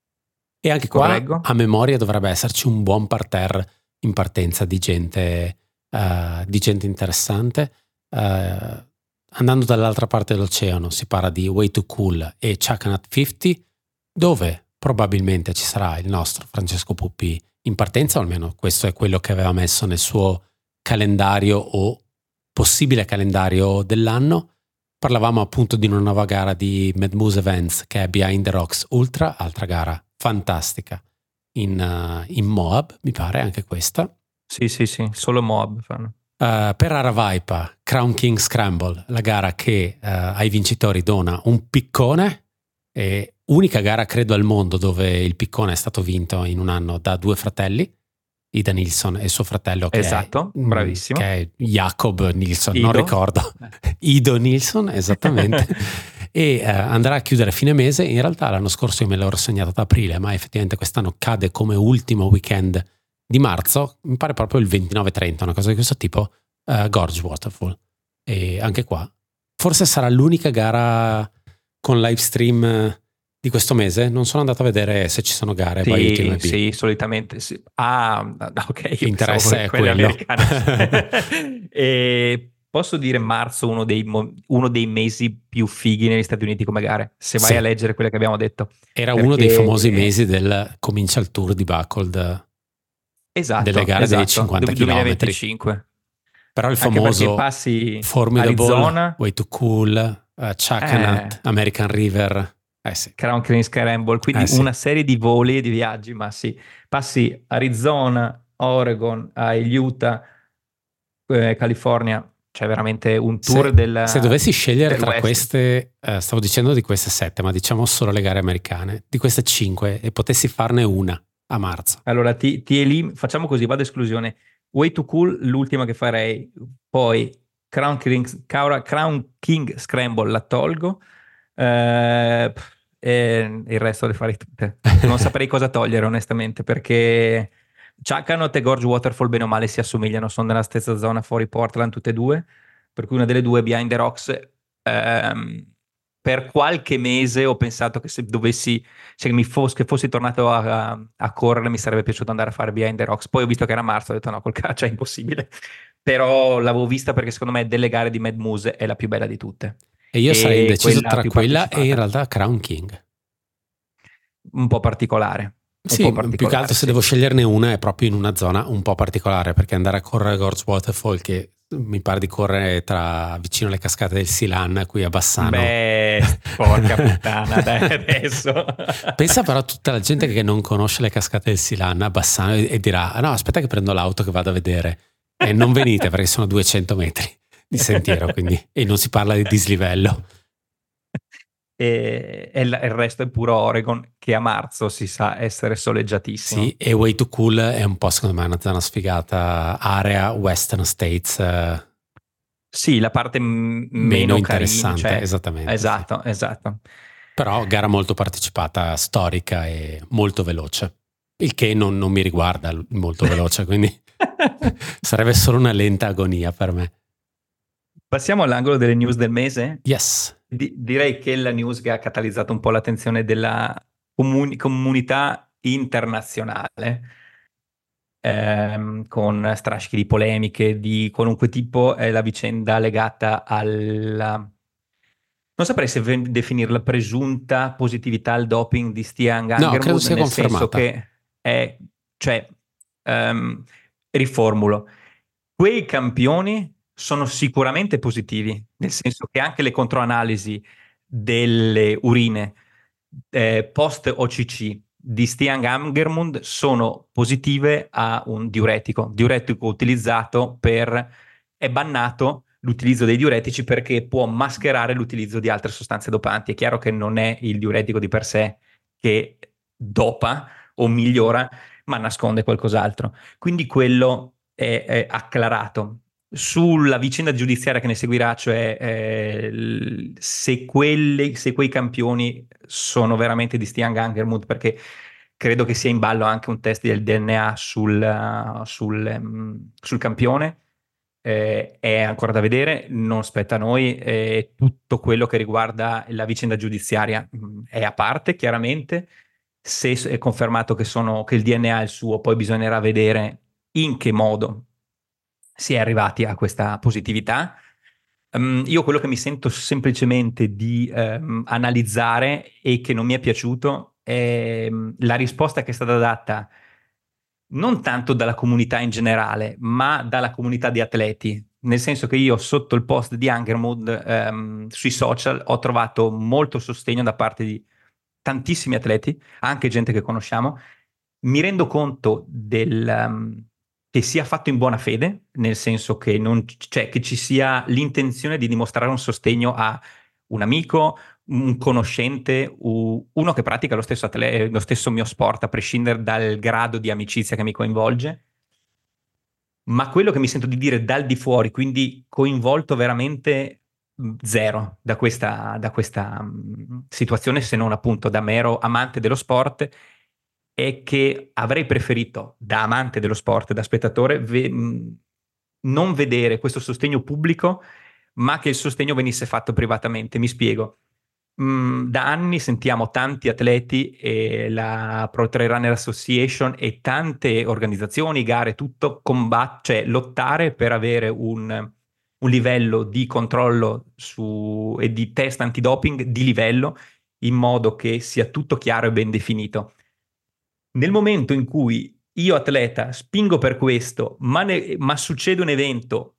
E anche qua Correggo. a memoria dovrebbe esserci un buon parterre in partenza di gente, uh, di gente interessante. Uh, Andando dall'altra parte dell'oceano si parla di Way to Cool e Chakanat cinquanta, dove probabilmente ci sarà il nostro Francesco Puppi in partenza, o almeno questo è quello che aveva messo nel suo calendario o possibile calendario dell'anno. Parlavamo appunto di una nuova gara di Mad Moose Events che è Behind the Rocks Ultra, altra gara fantastica in, uh, in Moab, mi pare anche questa. Sì, sì, sì, solo Moab fanno. Uh, per Aravaipa, Crown King Scramble, la gara che uh, ai vincitori dona un piccone, e unica gara credo al mondo dove il piccone è stato vinto in un anno da due fratelli, Ida Nilsson e suo fratello che esatto, è, bravissimo, che è Jacob Nilsson, Ido. non ricordo, Ido Nilsson, esattamente. E uh, andrà a chiudere fine mese. In realtà l'anno scorso io me l'ho segnato ad aprile, ma effettivamente quest'anno cade come ultimo weekend di marzo, mi pare proprio il ventinove trenta, una cosa di questo tipo, uh, Gorge Waterfall. E anche qua forse sarà l'unica gara con live stream di questo mese. Non sono andato a vedere se ci sono gare. Sì, sì, solitamente sì. Ah, ok, l'interesse è quello. E posso dire marzo uno dei, uno dei mesi più fighi negli Stati Uniti come gare, se vai sì. a leggere quelle che abbiamo detto. Era perché... uno dei famosi mesi del comincia il tour di Buckled. Esatto, delle gare esatto, dei cinquanta chilometri. duemilaventicinque. Però il famoso passi Formidable, Arizona, Way to Cool, uh, Chakanat, eh, American River, eh sì. Crown King Scramble, quindi eh sì. una serie di voli e di viaggi, ma sì, passi Arizona, Oregon, uh, Utah, eh, California, cioè veramente un tour se, del se dovessi scegliere tra West. queste, eh, stavo dicendo di queste sette, ma diciamo solo le gare americane, di queste cinque, e potessi farne una a marzo. Allora ti, ti elim- facciamo così, vado a esclusione. Way to Cool, l'ultima che farei, poi Crown King, Crown King Scramble la tolgo, eh, e il resto le farei tutte. Non saprei cosa togliere onestamente, perché Chakanot e Gorge Waterfall bene o male si assomigliano, sono nella stessa zona fuori Portland tutte e due, per cui una delle due, Behind the Rocks, ehm, per qualche mese ho pensato che se dovessi, se mi fosse, che fossi tornato a, a, a correre mi sarebbe piaciuto andare a fare Behind the Rocks. Poi ho visto che era marzo, ho detto no, col caccia è impossibile. Però l'avevo vista perché secondo me delle gare di Mad Moose è la più bella di tutte. E io e sarei indeciso quella tra quella e in realtà Crown King. Un po' particolare. Un sì, po' particolare, più che altro sì. se devo sceglierne una è proprio in una zona un po' particolare, perché andare a correre Gorge Waterfall, che mi pare di correre tra vicino alle cascate del Silan qui a Bassano. Beh, porca puttana, dai, adesso. Pensa però a tutta la gente che non conosce le cascate del Silan a Bassano e, e dirà ah no, aspetta che prendo l'auto che vado a vedere, e non venite perché sono duecento metri di sentiero, quindi, e non si parla di dislivello. E, e il resto è puro Oregon, che a marzo si sa essere soleggiatissimo. Sì, e Way to Cool è un po' secondo me una zona sfigata, area Western States. Eh, sì, la parte m- meno, meno interessante, carina, cioè, esattamente. Esatto, sì. esatto. Però gara molto partecipata, storica e molto veloce, il che non, non mi riguarda molto veloce, quindi sarebbe solo una lenta agonia per me. Passiamo all'angolo delle news del mese? Yes. Di- direi che la news che ha catalizzato un po' l'attenzione della comuni- comunità internazionale, ehm, con strascichi di polemiche di qualunque tipo, è la vicenda legata alla... Non saprei se ve- definirla presunta positività al doping di Stian No, credo Angermund, sia nel senso confermata. che è, cioè, ehm, riformulo, quei campioni sono sicuramente positivi, nel senso che anche le controanalisi delle urine eh, post O C C di Stian Angermund sono positive a un diuretico, diuretico utilizzato per, è bannato l'utilizzo dei diuretici perché può mascherare l'utilizzo di altre sostanze dopanti. È chiaro che non è il diuretico di per sé che dopa o migliora, ma nasconde qualcos'altro. Quindi quello è, è acclarato. Sulla vicenda giudiziaria che ne seguirà, cioè eh, l- se, quelli, se quei campioni sono veramente di Stian Angermund, perché credo che sia in ballo anche un test del D N A sul, uh, sul, um, sul campione, eh, è ancora da vedere, non spetta a noi, eh, tutto quello che riguarda la vicenda giudiziaria mh, è a parte, chiaramente. Se è confermato che, sono, che il D N A è il suo, poi bisognerà vedere in che modo si è arrivati a questa positività. Um, io quello che mi sento semplicemente di ehm, analizzare e che non mi è piaciuto è mm, la risposta che è stata data non tanto dalla comunità in generale, ma dalla comunità di atleti. Nel senso che io sotto il post di Angermund ehm, sui social ho trovato molto sostegno da parte di tantissimi atleti, anche gente che conosciamo. Mi rendo conto del, um, che sia fatto in buona fede, nel senso che, non, cioè, che ci sia l'intenzione di dimostrare un sostegno a un amico, un conoscente, u- uno che pratica lo stesso, atle- lo stesso mio sport, a prescindere dal grado di amicizia che mi coinvolge. Ma quello che mi sento di dire dal di fuori, quindi coinvolto veramente mh, zero da questa, da questa mh, situazione, se non appunto da mero amante dello sport, è che avrei preferito, da amante dello sport, da spettatore, ve- mh, non vedere questo sostegno pubblico, ma che il sostegno venisse fatto privatamente. Mi spiego. Mm, da anni sentiamo tanti atleti e la Pro Trail Runner Association e tante organizzazioni, gare, tutto, combat- cioè lottare per avere un, un livello di controllo su, e di test antidoping di livello, in modo che sia tutto chiaro e ben definito. Nel momento in cui io atleta spingo per questo, ma, ne- ma succede un evento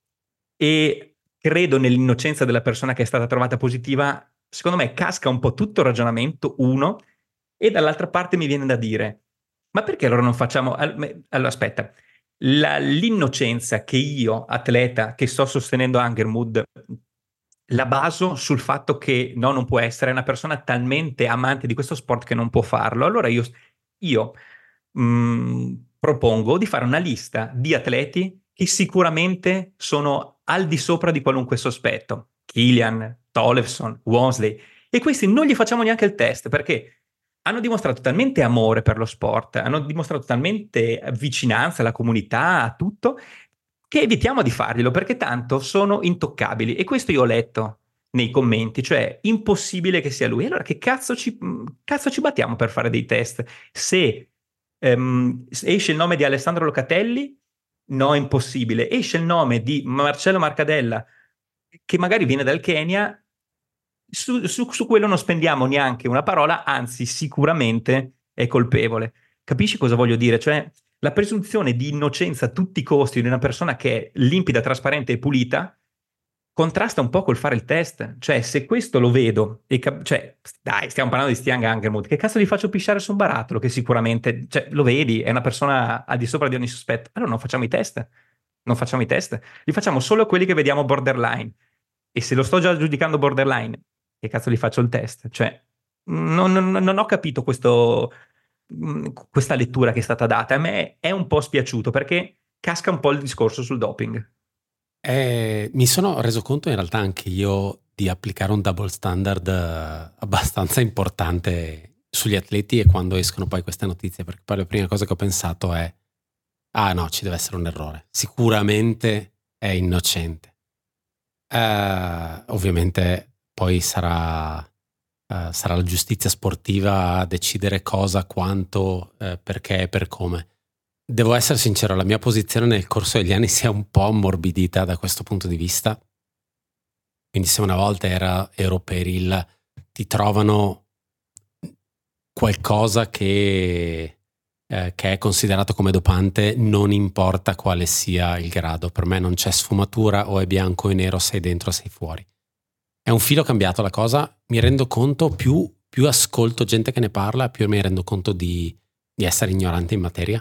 e credo nell'innocenza della persona che è stata trovata positiva, secondo me casca un po' tutto il ragionamento, uno, e dall'altra parte mi viene da dire, ma perché allora non facciamo... Allora, aspetta, la- l'innocenza che io, atleta, che sto sostenendo Angermund, la baso sul fatto che no, non può essere una persona talmente amante di questo sport che non può farlo. Allora io, io mh, propongo di fare una lista di atleti che sicuramente sono al di sopra di qualunque sospetto. Kilian, Tollefson, Walmsley. E questi non gli facciamo neanche il test perché hanno dimostrato talmente amore per lo sport, hanno dimostrato talmente vicinanza alla comunità, a tutto, che evitiamo di farglielo perché tanto sono intoccabili. E questo io ho letto nei commenti, cioè impossibile che sia lui. Allora che cazzo ci, cazzo ci battiamo per fare dei test? Se ehm, esce il nome di Alessandro Locatelli, no, è impossibile. Esce il nome di Marcello Marcadella, che magari viene dal Kenya, su, su, su quello non spendiamo neanche una parola, anzi sicuramente è colpevole. Capisci cosa voglio dire? Cioè la presunzione di innocenza a tutti i costi di una persona che è limpida, trasparente e pulita contrasta un po' col fare il test. Cioè, se questo lo vedo, e cap- cioè, dai, stiamo parlando di Stian Angermund, che cazzo gli faccio pisciare su un barattolo? Che sicuramente, cioè, lo vedi, è una persona al di sopra di ogni sospetto. Allora non facciamo i test. Non facciamo i test. Li facciamo solo quelli che vediamo borderline. E se lo sto già giudicando borderline, che cazzo gli faccio il test? Cioè, non, non- non ho capito questo, mh, questa lettura che è stata data. A me è un po' spiaciuto perché casca un po' il discorso sul doping. Eh, mi sono reso conto in realtà anche io di applicare un double standard eh, abbastanza importante sugli atleti e quando escono poi queste notizie, perché poi la prima cosa che ho pensato è, ah no, ci deve essere un errore, sicuramente è innocente. Eh, ovviamente poi sarà uh, sarà la giustizia sportiva a decidere cosa, quanto, uh, perché e per come. Devo essere sincero, la mia posizione nel corso degli anni si è un po' ammorbidita da questo punto di vista. Quindi se una volta era, ero per il ti trovano qualcosa che, eh, che è considerato come dopante, non importa quale sia il grado. Per me non c'è sfumatura, o è bianco o nero, sei dentro o sei fuori. È un filo cambiato la cosa, mi rendo conto, più, più ascolto gente che ne parla, più mi rendo conto di, di essere ignorante in materia.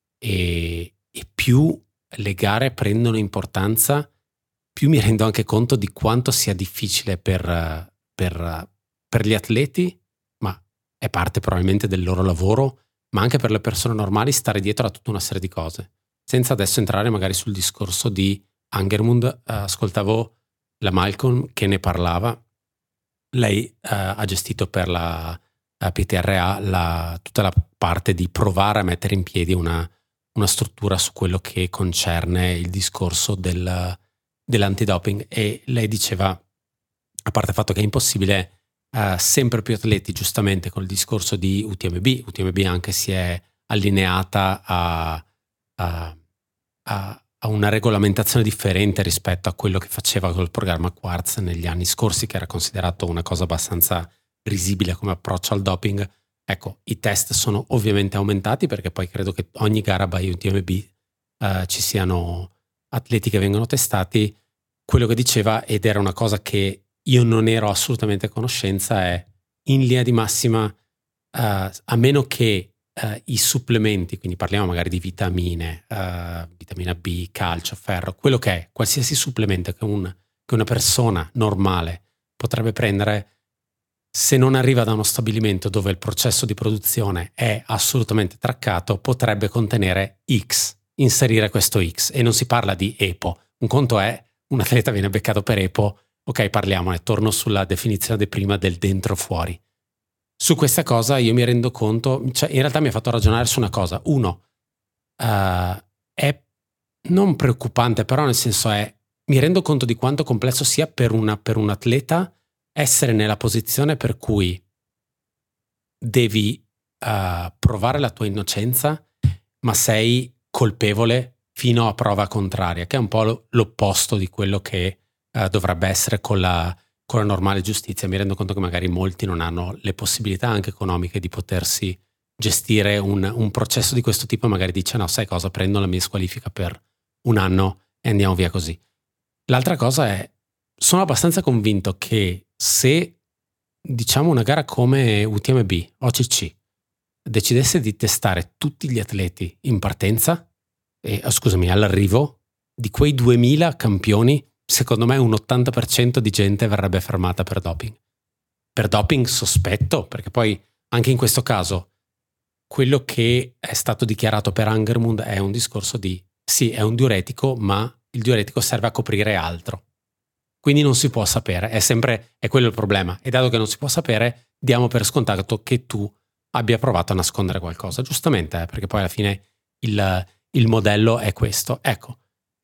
E, e più le gare prendono importanza, più mi rendo anche conto di quanto sia difficile per, per, per gli atleti, ma è parte probabilmente del loro lavoro, ma anche per le persone normali, stare dietro a tutta una serie di cose. Senza adesso entrare magari sul discorso di Angermund, eh, ascoltavo la Malcolm che ne parlava. Lei eh, ha gestito per la eh, P T R A la, tutta la parte di provare a mettere in piedi una una struttura su quello che concerne il discorso del, dell'antidoping, e lei diceva, a parte il fatto che è impossibile, uh, sempre più atleti, giustamente con il discorso di U T M B, U T M B anche si è allineata a, a, a, a una regolamentazione differente rispetto a quello che faceva col programma Quartz negli anni scorsi, che era considerato una cosa abbastanza risibile come approccio al doping. Ecco, i test sono ovviamente aumentati, perché poi credo che ogni gara by U T M B uh, ci siano atleti che vengono testati. Quello che diceva, ed era una cosa che io non ero assolutamente a conoscenza, è in linea di massima, uh, a meno che uh, i supplementi, quindi parliamo magari di vitamine, uh, vitamina B, calcio, ferro, quello che è, qualsiasi supplemento che, un, che una persona normale potrebbe prendere, se non arriva da uno stabilimento dove il processo di produzione è assolutamente traccato, potrebbe contenere X, inserire questo X, e non si parla di EPO. Un conto è un atleta viene beccato per EPO, ok, parliamone, torno sulla definizione di prima del dentro-fuori. Su questa cosa io mi rendo conto, cioè in realtà mi ha fatto ragionare su una cosa. Uno, uh, è non preoccupante, però nel senso è, mi rendo conto di quanto complesso sia per, una, per un atleta essere nella posizione per cui devi uh, provare la tua innocenza, ma sei colpevole fino a prova contraria, che è un po' l'opposto di quello che uh, dovrebbe essere con la, con la normale giustizia. Mi rendo conto che magari molti non hanno le possibilità anche economiche di potersi gestire un, un processo di questo tipo, e magari dice no, sai cosa, prendo la mia squalifica per un anno e andiamo via così. L'altra cosa è, sono abbastanza convinto che se, diciamo, una gara come U T M B, O C C, decidesse di testare tutti gli atleti in partenza, e, oh, scusami, all'arrivo, di quei duemila campioni, secondo me un ottanta per cento di gente verrebbe fermata per doping. Per doping sospetto, perché poi anche in questo caso quello che è stato dichiarato per Angermund è un discorso di sì, è un diuretico, ma il diuretico serve a coprire altro. Quindi non si può sapere, è sempre, è quello il problema. E dato che non si può sapere, diamo per scontato che tu abbia provato a nascondere qualcosa. Giustamente, eh, perché poi alla fine il, il modello è questo. Ecco,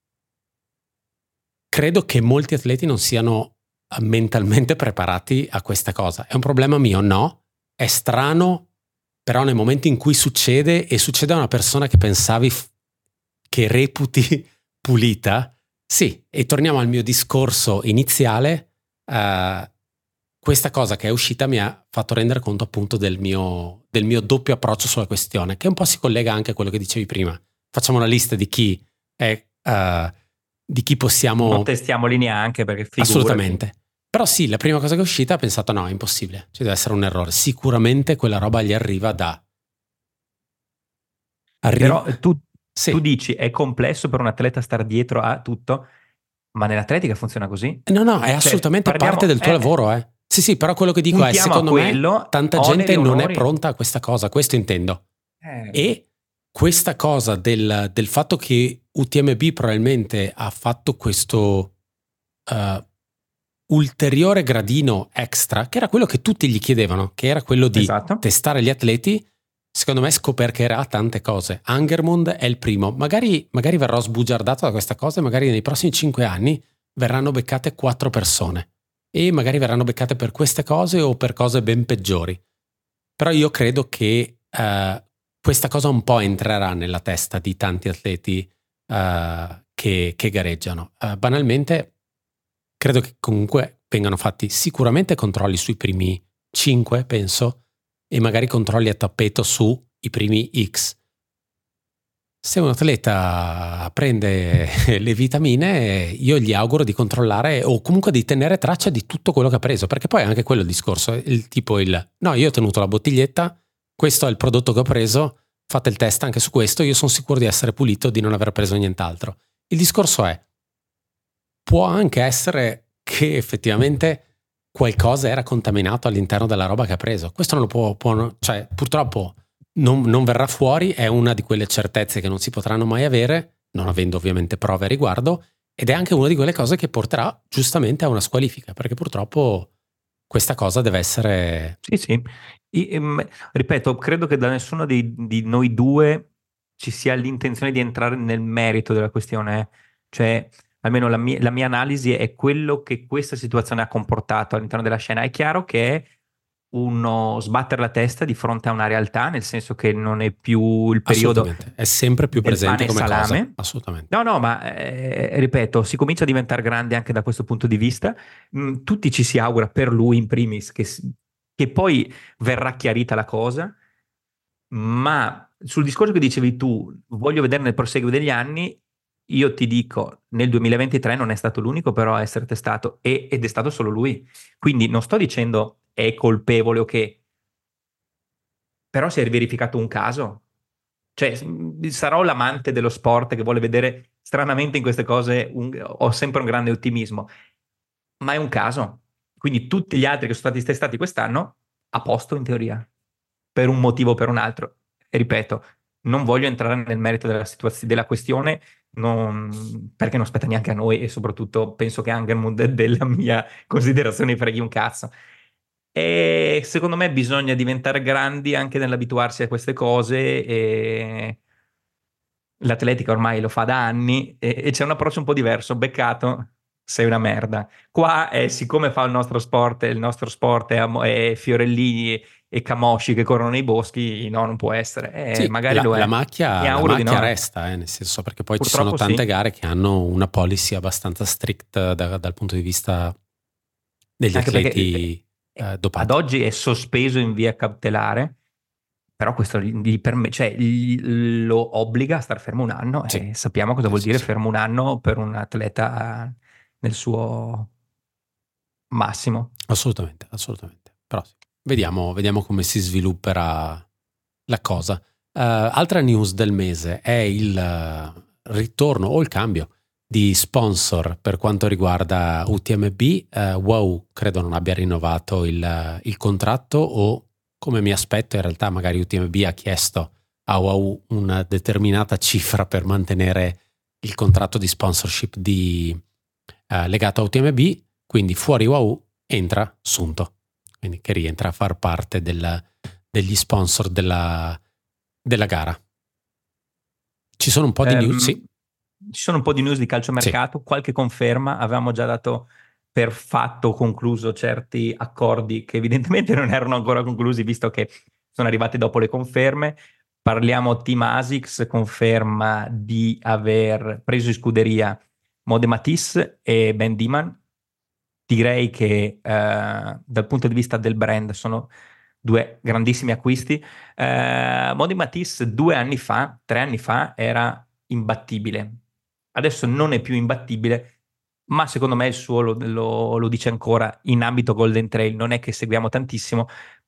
credo che molti atleti non siano mentalmente preparati a questa cosa. È un problema mio? No. È strano, però nel momento in cui succede, e succede a una persona che pensavi f- che reputi pulita, sì, e torniamo al mio discorso iniziale, uh, questa cosa che è uscita mi ha fatto rendere conto appunto del mio, del mio doppio approccio sulla questione, che un po' si collega anche a quello che dicevi prima. Facciamo una lista di chi è, uh, di chi possiamo... Non testiamoli neanche, perché figurati. Assolutamente. Però sì, la prima cosa che è uscita ho pensato no, è impossibile, ci deve essere un errore. Sicuramente quella roba gli arriva da... Arriva... Però tu... Sì. Tu dici è complesso per un atleta star dietro a tutto, ma nell'atletica funziona così? No, no, è cioè, assolutamente parliamo, parte del tuo eh, lavoro, eh. Sì, sì, però quello che dico è, secondo quello, me, tanta gente non onori. È pronta a questa cosa, questo intendo. Eh. E questa cosa del, del fatto che U T M B probabilmente ha fatto questo uh, ulteriore gradino extra, che era quello che tutti gli chiedevano, che era quello di esatto. testare gli atleti. Secondo me scopercherà tante cose. Angermund è il primo. Magari, magari verrò sbugiardato da questa cosa e magari nei prossimi cinque anni verranno beccate quattro persone. e magari verranno beccate per queste cose o per cose ben peggiori. Però io credo che uh, questa cosa un po' entrerà nella testa di tanti atleti uh, che, che gareggiano. Uh, banalmente, credo che comunque vengano fatti sicuramente controlli sui primi cinque, penso, e magari controlli a tappeto sui primi X. Se un atleta prende le vitamine, io gli auguro di controllare o comunque di tenere traccia di tutto quello che ha preso, perché poi è anche quello il discorso, il tipo il no, io ho tenuto la bottiglietta, questo è il prodotto che ho preso, fate il test anche su questo, io sono sicuro di essere pulito, di non aver preso nient'altro. Il discorso è, può anche essere che effettivamente qualcosa era contaminato all'interno della roba che ha preso. Questo non lo può, può cioè purtroppo non, non verrà fuori, è una di quelle certezze che non si potranno mai avere, non avendo ovviamente prove a riguardo, ed è anche una di quelle cose che porterà giustamente a una squalifica, perché purtroppo questa cosa deve essere... Sì, sì. I- ehm, ripeto, credo che da nessuno di, di noi due ci sia l'intenzione di entrare nel merito della questione. eh. Cioè, almeno la mia, la mia analisi è quello che questa situazione ha comportato all'interno della scena. È chiaro che è uno sbattere la testa di fronte a una realtà, nel senso che non è più il periodo Assolutamente, è sempre più del presente pane e come salame. cosa, assolutamente. No, no, ma eh, ripeto, si comincia a diventare grande anche da questo punto di vista. Mm, tutti ci si augura per lui in primis che, s- che poi verrà chiarita la cosa, ma sul discorso che dicevi tu, voglio vedere nel proseguo degli anni, io ti dico, nel duemilaventitré non è stato l'unico però a essere testato e- ed è stato solo lui. Quindi non sto dicendo è colpevole o che, però si è verificato un caso. Cioè, s- sarò l'amante dello sport che vuole vedere stranamente in queste cose, un- ho sempre un grande ottimismo, ma è un caso. Quindi tutti gli altri che sono stati testati quest'anno, a posto in teoria, per un motivo o per un altro. E ripeto, non voglio entrare nel merito della situazione, della questione, non- perché non spetta neanche a noi e soprattutto penso che Angermund della mia considerazione freghi un cazzo. E secondo me bisogna diventare grandi anche nell'abituarsi a queste cose e l'atletica ormai lo fa da anni e, e c'è un approccio un po' diverso, beccato, sei una merda. Qua è siccome fa il nostro sport, il nostro sport è, amo- è fiorellini e, e camosci che corrono nei boschi, no, non può essere. Eh, Sì, magari la, lo la è. Mi macchia, la auguro di macchia no. eh. resta, eh, nel senso perché poi ci sono Purtroppo tante sì. gare che hanno una policy abbastanza strict da- dal punto di vista degli Anche perché eh, atleti eh, eh, ad dopati. oggi è sospeso in via cautelare, però questo gli, gli perme- cioè, gli- lo obbliga a star fermo un anno Sì, e sappiamo cosa sì, vuol sì, dire sì, fermo un anno per un atleta nel suo massimo. assolutamente, assolutamente. Però sì. Vediamo, vediamo come si svilupperà la cosa. Eh, altra news del mese è il eh, ritorno o il cambio di sponsor per quanto riguarda U T M B. Eh, wow, credo non abbia rinnovato il, il contratto o, come mi aspetto, in realtà magari U T M B ha chiesto a wow una determinata cifra per mantenere il contratto di sponsorship di, eh, legato a U T M B, quindi fuori wow entra Sunto, quindi che rientra a far parte del, degli sponsor della, della gara. Ci sono un po' di news, Ehm, sì, ci sono un po' di news di sì, calciomercato, qualche conferma, avevamo già dato per fatto concluso certi accordi che evidentemente non erano ancora conclusi visto che sono arrivati dopo le conferme. Parliamo Team Asics, conferma di aver preso in scuderia Mode Matisse e Ben Diman. Direi che eh, dal punto di vista del brand sono due grandissimi acquisti. Eh, Modi Matisse due anni fa, tre anni fa, era imbattibile. Adesso non è più imbattibile, ma secondo me il suo lo, lo- lo dice ancora in ambito Golden Trail. Non è che seguiamo tantissimo,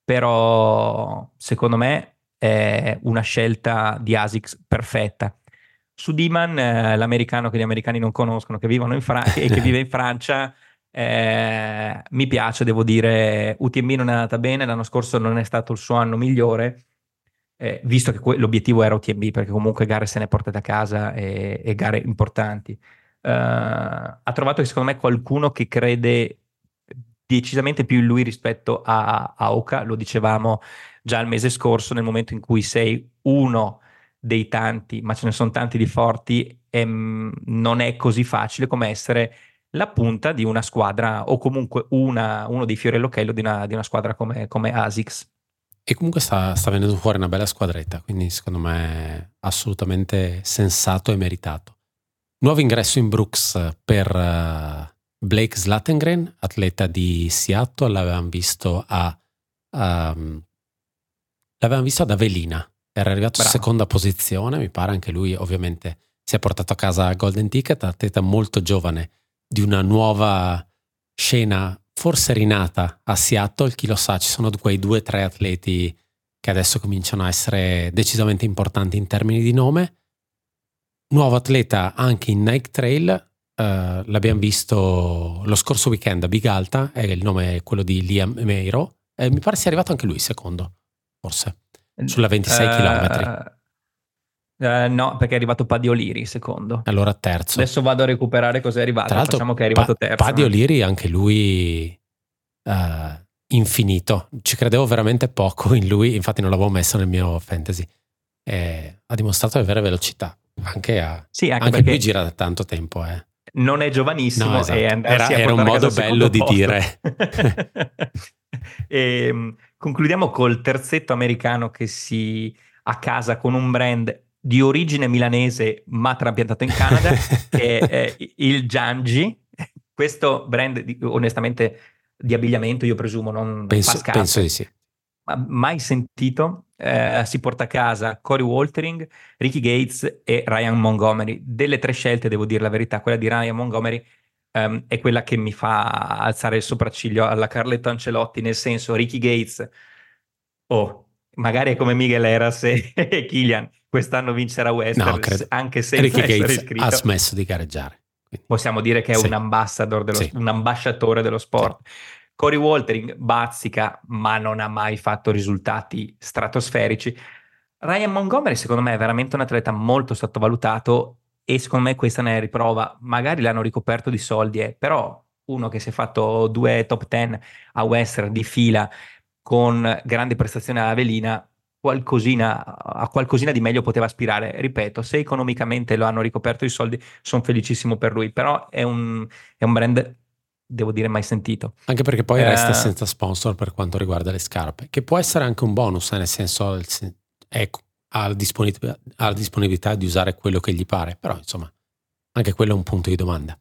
però secondo me è una scelta di ASICS perfetta. Su Diman, eh, l'americano che gli americani non conoscono, che vivono in Fra- e che vive in Francia, eh, mi piace, devo dire, U T M B non è andata bene, l'anno scorso non è stato il suo anno migliore, eh, visto che que- l'obiettivo era U T M B, perché comunque gare se ne è portate a casa e, e gare importanti. Eh, ha trovato secondo me qualcuno che crede decisamente più in lui rispetto a, a Oka, lo dicevamo già il mese scorso, nel momento in cui sei uno dei tanti, ma ce ne sono tanti di forti, e, mm, non è così facile come essere la punta di una squadra o comunque una, uno dei fiori all'occhiello di una, di una squadra come, come Asics. E comunque sta, sta venendo fuori una bella squadretta, quindi secondo me è assolutamente sensato e meritato. Nuovo ingresso in Brooks per uh, Blake Slatengren, atleta di Seattle. L'avevamo visto a um, l'avevamo visto ad Avellina, era arrivato in seconda posizione, mi pare. Anche lui ovviamente si è portato a casa Golden Ticket, atleta molto giovane di una nuova scena forse rinata a Seattle. Chi lo sa, ci sono quei due o tre atleti che adesso cominciano a essere decisamente importanti in termini di nome. Nuovo atleta anche in Nike Trail, uh, l'abbiamo visto lo scorso weekend a Big Alta, è il nome è quello di Liam Meiro, e mi pare sia arrivato anche lui secondo, forse, sulla ventisei uh, chilometri. Uh, no, perché è arrivato Paddy O'Leary secondo. Allora terzo. Adesso vado a recuperare cos'è arrivato. Tra l'altro, facciamo che è arrivato pa- terzo. Paddy O'Leary anche lui uh, infinito. Ci credevo veramente poco in lui, infatti non l'avevo messo nel mio fantasy. E ha dimostrato di avere velocità. Anche, a, sì, anche, anche lui gira da tanto tempo. Eh. Non è giovanissimo, no, esatto. e andarsi era, a era un modo bello di posto. dire. E concludiamo col terzetto americano che si a casa con un brand di origine milanese ma trapiantato in Canada, che è il Giangi. Questo brand di, onestamente di abbigliamento, io presumo, non penso, fa scarpe, penso di sì. Ma mai sentito. Eh, si porta a casa Corey Waltering, Ricky Gates e Ryan Montgomery. Delle tre scelte, devo dire la verità, quella di Ryan Montgomery um, è quella che mi fa alzare il sopracciglio alla Carletto Ancelotti, nel senso, Ricky Gates, oh, magari è come Miguel Eras e Kilian, quest'anno vincerà Western, no, credo. anche senza Ricky essere Gates iscritto. ha smesso di gareggiare. Quindi. Possiamo dire che è sì. un ambassador dello, sì. un ambasciatore dello sport. Sì. Corey Waltering bazzica, ma non ha mai fatto risultati stratosferici. Ryan Montgomery secondo me è veramente un atleta molto sottovalutato, e secondo me questa ne è riprova. Magari l'hanno ricoperto di soldi, eh, però uno che si è fatto due top ten a Western di fila con grandi prestazioni a Avellina, qualcosina, a qualcosina di meglio poteva aspirare. Ripeto, se economicamente lo hanno ricoperto di soldi, sono felicissimo per lui, però è un, è un brand, devo dire, mai sentito. Anche perché poi eh, resta senza sponsor per quanto riguarda le scarpe, che può essere anche un bonus, eh, nel senso ecco, ha la disponibilità, ha la disponibilità di usare quello che gli pare, però insomma anche quello è un punto di domanda.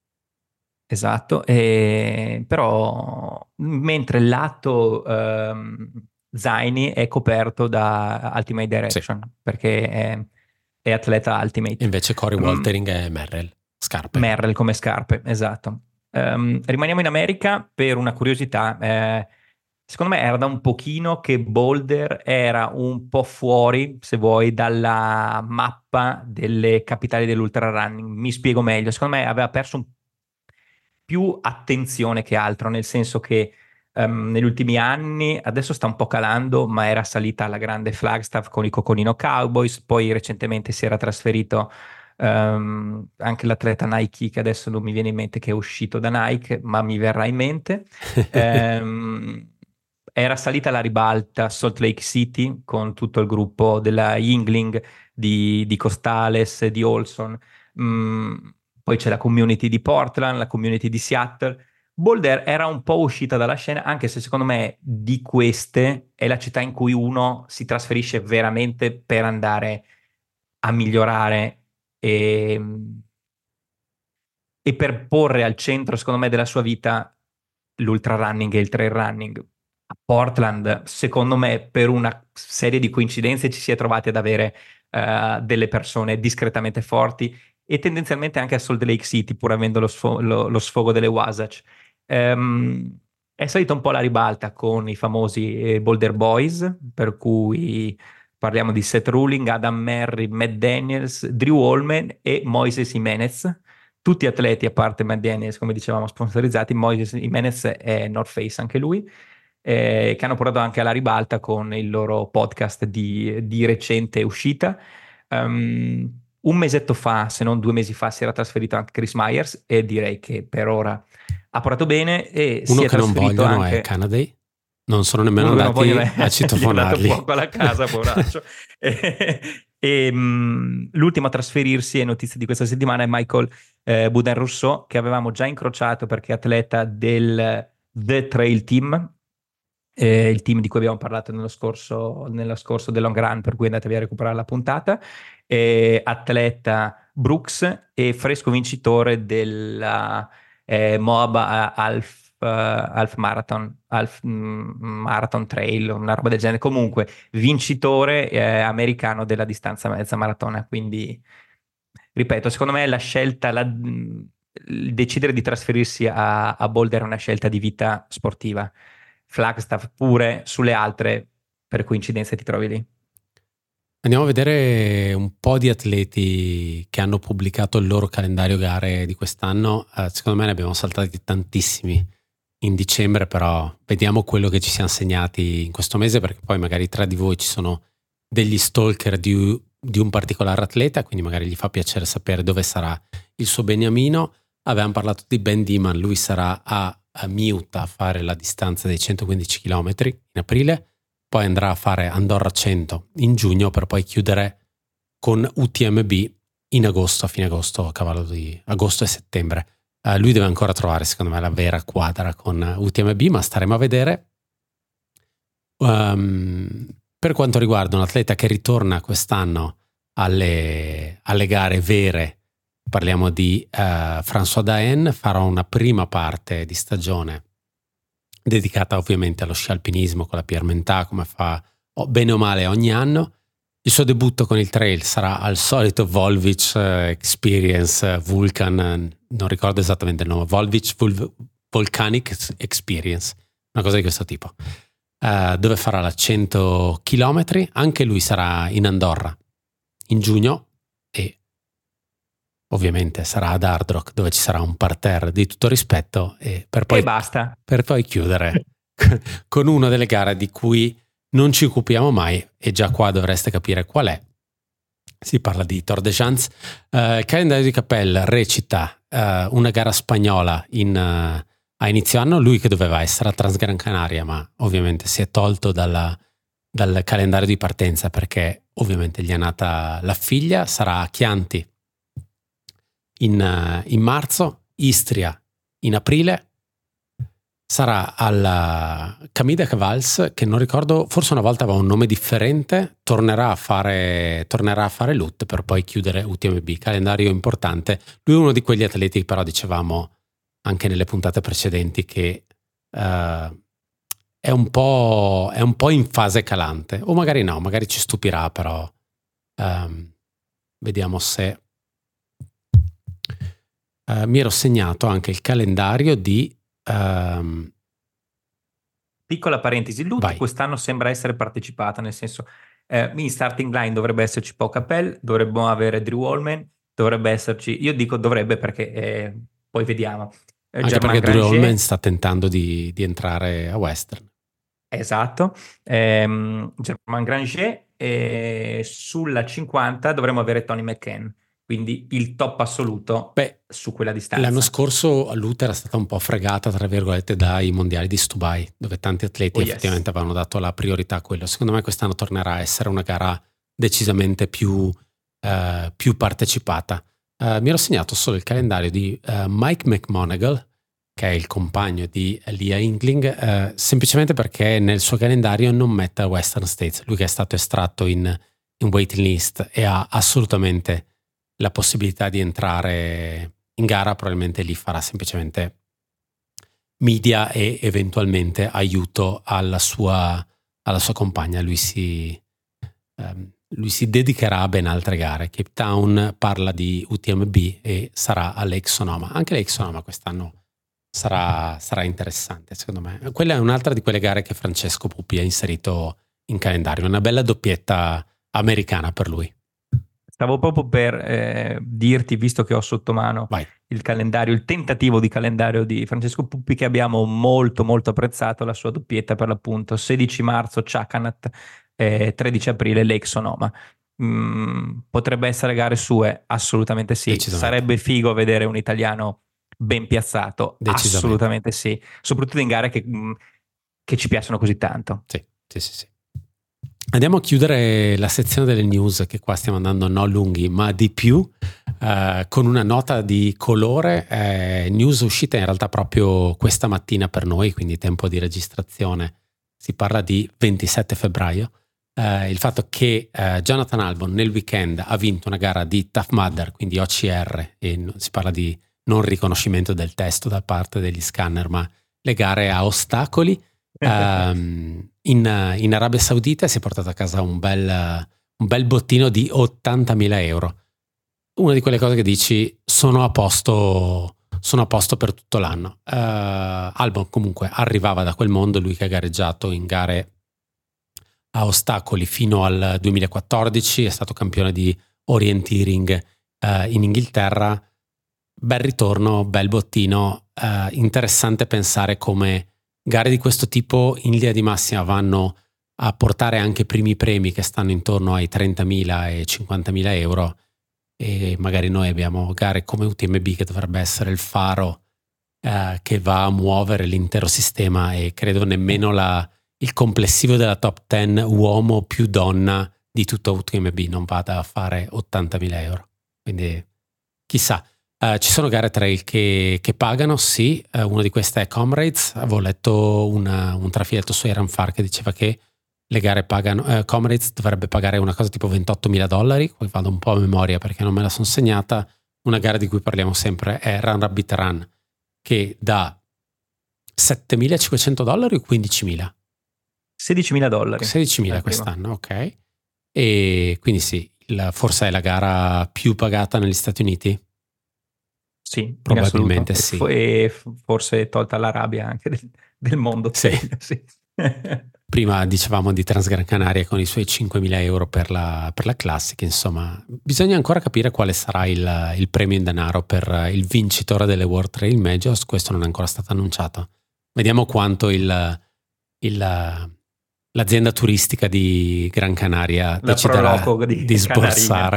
Esatto, e, però mentre il lato ehm, zaini è coperto da Ultimate Direction, sì, perché è, è atleta Ultimate. Invece Corey Waltering um, è Merrell, scarpe. Merrell come scarpe, esatto. Um, rimaniamo in America per una curiosità. Eh, secondo me era da un pochino che Boulder era un po' fuori, se vuoi, dalla mappa delle capitali dell'ultra running. Mi spiego meglio. Secondo me aveva perso un più attenzione che altro, nel senso che um, negli ultimi anni, adesso sta un po' calando, ma era salita alla grande Flagstaff con i Coconino Cowboys, poi recentemente si era trasferito um, anche l'atleta Nike, che adesso non mi viene in mente che è uscito da Nike, ma mi verrà in mente. um, era salita alla ribalta Salt Lake City con tutto il gruppo della Yingling, di, di Costales, di Olson. Um, Poi c'è la community di Portland, la community di Seattle. Boulder era un po' uscita dalla scena, anche se secondo me di queste è la città in cui uno si trasferisce veramente per andare a migliorare e, e per porre al centro, secondo me, della sua vita l'ultra running e il trail running. A Portland, secondo me, per una serie di coincidenze ci si è trovati ad avere uh, delle persone discretamente forti, e tendenzialmente anche a Salt Lake City, pur avendo lo, sfo- lo, lo sfogo delle Wasatch. Um, è salita un po' alla ribalta con i famosi eh, Boulder Boys, per cui parliamo di Seth Ruling, Adam Merry, Matt Daniels, Drew Holman e Moises Jimenez, tutti atleti, a parte Matt Daniels, come dicevamo, sponsorizzati. Moises Jimenez è North Face anche lui, eh, che hanno portato anche alla ribalta con il loro podcast di, di recente uscita. Um, Un mesetto fa, se non due mesi fa, si era trasferito anche Chris Myers, e direi che per ora ha portato bene. E uno si è che non vogliono anche... è Canady, non sono nemmeno uno andati vogliono... a citofonarli. Gli ha dato fuoco alla casa, poveraccio. e, E mh, l'ultimo a trasferirsi, è notizia di questa settimana, è Michael eh, Boudin-Rousseau, che avevamo già incrociato perché è atleta del The Trail Team, eh, il team di cui abbiamo parlato nello scorso, nello scorso The Long Run, per cui andatevi a recuperare la puntata. Eh, atleta Brooks e fresco vincitore della eh, Moab Half, eh, Half Marathon, Half mm, Marathon Trail, una roba del genere. Comunque, vincitore eh, americano della distanza mezza maratona. Quindi, ripeto, secondo me la scelta, la, il decidere di trasferirsi a, a Boulder è una scelta di vita sportiva. Flagstaff pure, sulle altre, per coincidenza ti trovi lì. Andiamo a vedere un po' di atleti che hanno pubblicato il loro calendario gare di quest'anno. Eh, secondo me ne abbiamo saltati tantissimi in dicembre, però vediamo quello che ci siamo segnati in questo mese, perché poi magari tra di voi ci sono degli stalker di, di un particolare atleta, quindi magari gli fa piacere sapere dove sarà il suo beniamino. Avevamo parlato di Ben Deeman, lui sarà a, a Miuta a fare la distanza dei centoquindici chilometri in aprile, poi andrà a fare Andorra cento in giugno per poi chiudere con U T M B in agosto, a fine agosto, a cavallo di agosto e settembre. Uh, lui deve ancora trovare, secondo me, la vera quadra con U T M B, ma staremo a vedere. Um, per quanto riguarda un atleta che ritorna quest'anno alle, alle gare vere, parliamo di uh, François Daen, farà una prima parte di stagione dedicata ovviamente allo sci alpinismo con la Pierre-Mentà, come fa oh, bene o male ogni anno. Il suo debutto con il trail sarà al solito Volvic uh, Experience uh, Vulcan, uh, non ricordo esattamente il nome, Volvic Vul- Volcanic Experience, una cosa di questo tipo, uh, dove farà la cento chilometri. Anche lui sarà in Andorra in giugno e ovviamente sarà ad Hard Rock, dove ci sarà un parterre di tutto rispetto e per poi, e basta. Per poi chiudere con una delle gare di cui non ci occupiamo mai e già qua dovreste capire qual è. Si parla di Tor de Chance. Uh, il calendario di Capel recita uh, una gara spagnola in, uh, a inizio anno, lui che doveva essere a Transgran Canaria, ma ovviamente si è tolto dalla, dal calendario di partenza perché ovviamente gli è nata la figlia. Sarà a Chianti In, uh, in marzo, Istria in aprile, sarà alla Camida Cavals, che non ricordo, forse una volta aveva un nome differente, tornerà a fare tornerà a fare L U T per poi chiudere U T M B, calendario importante. Lui è uno di quegli atleti, però dicevamo anche nelle puntate precedenti che uh, è un po' è un po' in fase calante, o magari no, magari ci stupirà, però um, vediamo se Uh, mi ero segnato anche il calendario di um... piccola parentesi, L U T quest'anno sembra essere partecipata, nel senso eh, in starting line dovrebbe esserci Pau Capel, dovremmo avere Drew Allman, dovrebbe esserci, io dico dovrebbe perché eh, poi vediamo eh, anche Germain perché Granger, Drew Allman sta tentando di, di entrare a Western, esatto, ehm, Germain Granger, e sulla cinquanta dovremmo avere Tony McCann, quindi il top assoluto. Beh, su quella distanza. L'anno scorso l'U T era stata un po' fregata, tra virgolette, dai mondiali di Dubai, dove tanti atleti oh, effettivamente yes. avevano dato la priorità a quello. Secondo me quest'anno tornerà a essere una gara decisamente più, uh, più partecipata. Uh, mi ero segnato solo il calendario di uh, Mike McMonagle, che è il compagno di Leah Ingling, uh, semplicemente perché nel suo calendario non mette Western States, lui che è stato estratto in, in waiting list e ha assolutamente la possibilità di entrare in gara. Probabilmente lì farà semplicemente media e eventualmente aiuto alla sua, alla sua compagna. Lui si, um, lui si dedicherà a ben altre gare. Cape Town parla di U T M B e sarà a Lake Sonoma. Anche Lake Sonoma quest'anno sarà, sarà interessante, secondo me. Quella è un'altra di quelle gare che Francesco Puppi ha inserito in calendario, una bella doppietta americana per lui. Stavo proprio per eh, dirti, visto che ho sotto mano Vai. il calendario, il tentativo di calendario di Francesco Puppi, che abbiamo molto molto apprezzato, la sua doppietta per l'appunto sedici marzo Chacanat, eh, tredici aprile Lake Sonoma. Mm, potrebbe essere gare sue? Assolutamente sì. Sarebbe figo vedere un italiano ben piazzato? Assolutamente sì. Soprattutto in gare che, mm, che ci piacciono così tanto. Sì, sì, sì, sì. Andiamo a chiudere la sezione delle news, che qua stiamo andando non lunghi, ma di più, eh, con una nota di colore, eh, news uscita in realtà proprio questa mattina per noi, quindi tempo di registrazione, si parla di ventisette febbraio, eh, il fatto che eh, Jonathan Albon nel weekend ha vinto una gara di Tough Mudder, quindi O C R, e no- si parla di non riconoscimento del testo da parte degli scanner, ma le gare a ostacoli. Um, in, in Arabia Saudita si è portato a casa un bel, un bel bottino di ottantamila euro. Una di quelle cose che dici sono a posto, sono a posto per tutto l'anno. Uh, Albon comunque arrivava da quel mondo, lui che ha gareggiato in gare a ostacoli fino al duemilaquattordici, è stato campione di orienteering uh, in Inghilterra. Bel ritorno, bel bottino, uh, interessante pensare come gare di questo tipo in linea di massima vanno a portare anche primi premi che stanno intorno ai trentamila e cinquantamila euro, e magari noi abbiamo gare come U T M B che dovrebbe essere il faro eh, che va a muovere l'intero sistema, e credo nemmeno la, il complessivo della top dieci uomo più donna di tutto U T M B non vada a fare ottantamila euro, quindi chissà. Uh, ci sono gare trail che, che pagano, sì, uh, una di queste è Comrades. Avevo letto una, un trafiletto su Aaron Farr che diceva che le gare pagano, uh, Comrades dovrebbe pagare una cosa tipo ventottomila dollari, poi vado un po' a memoria perché non me la sono segnata. Una gara di cui parliamo sempre è Run Rabbit Run, che dà settemilacinquecento dollari o quindicimila? sedicimila dollari. sedicimila quest'anno, ok. E quindi sì, la, forse è la gara più pagata negli Stati Uniti. Sì, probabilmente sì. E forse tolta l'Arabia anche del, del mondo. Sì. Sì. Prima dicevamo di Transgran Canaria con i suoi cinquemila euro per la, per la Classic, insomma bisogna ancora capire quale sarà il, il premio in denaro per il vincitore delle World Trail Majors, questo non è ancora stato annunciato. Vediamo quanto il, il, l'azienda turistica di Gran Canaria La deciderà di, di sborsare.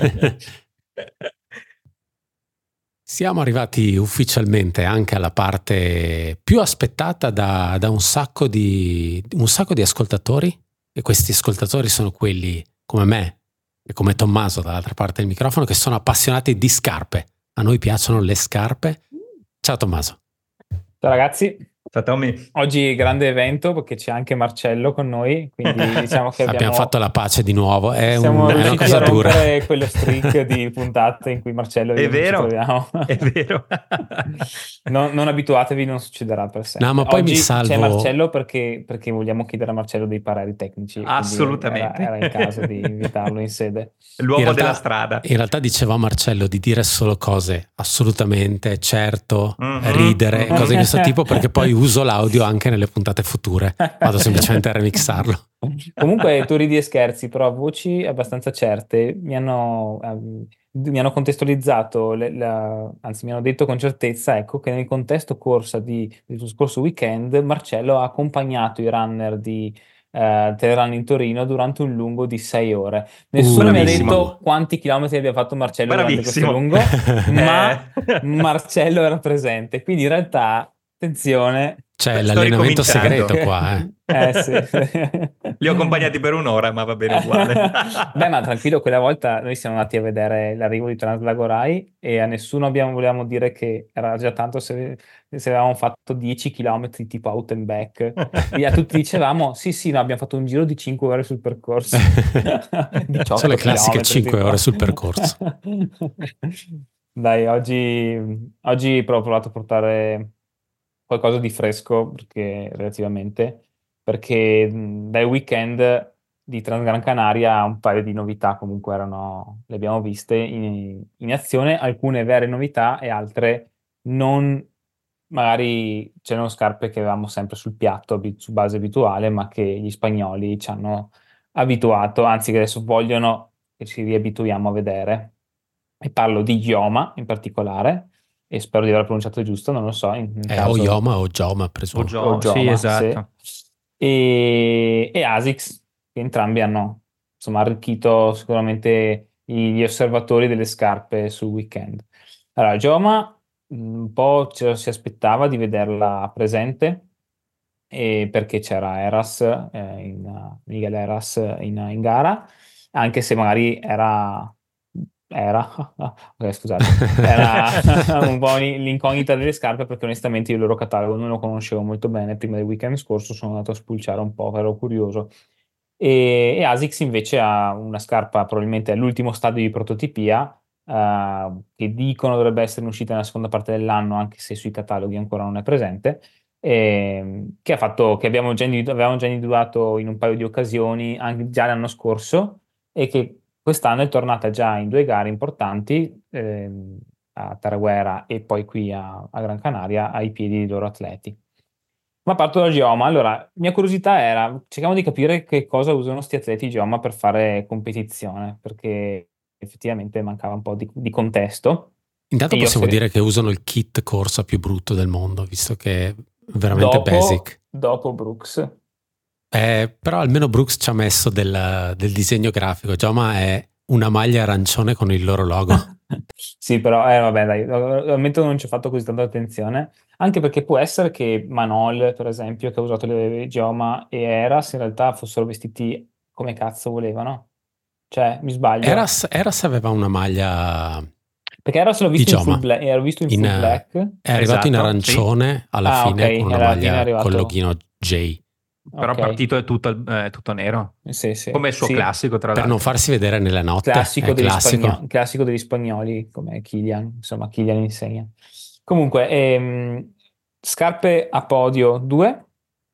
Siamo arrivati ufficialmente anche alla parte più aspettata da, da un sacco di un sacco di ascoltatori, e questi ascoltatori sono quelli come me e come Tommaso dall'altra parte del microfono, che sono appassionati di scarpe. A noi piacciono le scarpe. Ciao Tommaso. Ciao ragazzi. Ciao Tommy. Oggi grande evento perché c'è anche Marcello con noi, quindi diciamo che abbiamo, abbiamo fatto la pace di nuovo. È, siamo un, è una cosa a dura. quello streak di puntate in cui Marcello e io vero, ci troviamo. È vero. non, non abituatevi, non succederà per sempre. No, ma poi Oggi mi salvo. C'è Marcello perché, perché vogliamo chiedere a Marcello dei pareri tecnici. Assolutamente. Era, era il caso di invitarlo in sede. L'uomo in realtà, della strada. In realtà dicevo a Marcello di dire solo cose assolutamente, certo, mm-hmm, ridere, mm-hmm. cose di questo tipo, perché poi uso l'audio anche nelle puntate future. Vado semplicemente a remixarlo. Comunque tu ridi e scherzi, però voci abbastanza certe mi hanno, um, mi hanno contestualizzato, le, la, anzi mi hanno detto con certezza, ecco, che nel contesto corsa di, del scorso weekend Marcello ha accompagnato i runner di uh, Trail in Torino durante un lungo di sei ore. Nessuno uh, mi ha detto quanti chilometri abbia fatto Marcello durante questo lungo, ma Marcello era presente, quindi in realtà, attenzione... C'è l'allenamento segreto qua, eh. Eh sì. Li ho accompagnati per un'ora, ma va bene uguale. Beh, ma tranquillo, quella volta noi siamo andati a vedere l'arrivo di Translagorai e a nessuno abbiamo, volevamo dire che era già tanto se, se avevamo fatto dieci chilometri tipo out and back. E a tutti dicevamo, sì sì, no, abbiamo fatto un giro di cinque ore sul percorso. Sono le classiche cinque tipo. ore sul percorso. Dai, oggi, oggi però ho provato a portare qualcosa di fresco, perché relativamente, perché dal weekend di Transgran Canaria un paio di novità comunque erano, le abbiamo viste in, in azione, alcune vere novità e altre non, magari c'erano scarpe che avevamo sempre sul piatto su base abituale, ma che gli spagnoli ci hanno abituato, anzi che adesso vogliono che ci riabituiamo a vedere. E parlo di Ioma in particolare, e spero di aver pronunciato giusto, non lo so. In, in è caso... o Ioma o Gioma, presumo. O Gioma, o Gioma, sì, esatto. Sì. E, e Asics, che entrambi hanno insomma arricchito sicuramente gli osservatori delle scarpe sul weekend. Allora, Gioma un po' ce lo si aspettava di vederla presente, e perché c'era Eras, eh, in, Miguel Eras in, in gara, anche se magari era, era, ok, scusate, era un po' l'incognita delle scarpe, perché onestamente io il loro catalogo non lo conoscevo molto bene. Prima del weekend scorso sono andato a spulciare un po', ero curioso. E, e ASICS invece ha una scarpa probabilmente all'ultimo stadio di prototipia, eh, che dicono dovrebbe essere in uscita nella seconda parte dell'anno, anche se sui cataloghi ancora non è presente, ehm, che ha fatto, che abbiamo già, individu- avevamo già individuato in un paio di occasioni anche già l'anno scorso, e che quest'anno è tornata già in due gare importanti, ehm, a Tarawera e poi qui a, a Gran Canaria, ai piedi dei loro atleti. Ma parto da Geoma. Allora, mia curiosità era, cerchiamo di capire che cosa usano sti atleti Geoma per fare competizione, perché effettivamente mancava un po' di, di contesto. Intanto E io possiamo se- dire che usano il kit corsa più brutto del mondo, visto che è veramente dopo, basic. dopo Brooks. Eh, però almeno Brooks ci ha messo del, del disegno grafico. Gioma è una maglia arancione con il loro logo. Sì, però, eh, vabbè, dai, ammetto che non ci ho fatto così tanta attenzione, anche perché può essere che Manol, per esempio, che ha usato le Geoma e Eras, in realtà fossero vestiti come cazzo volevano. Cioè, mi sbaglio? Eras, Eras aveva una maglia Perché Eras l'ho di visto in full Gioma. black, ero visto in In, full eh, black. è arrivato in Esatto, sì. arancione alla Ah, ok, fine con una alla fine è maglia col arrivato. loghino J. Però Ok, partito è tutto, eh, tutto nero, sì, sì, come il suo sì. classico, tra Per non l'altro. farsi vedere nella notte, Classico è degli classico. spagnoli, classico degli spagnoli come Kylian, insomma, Kylian insegna. Comunque, ehm, scarpe a podio due,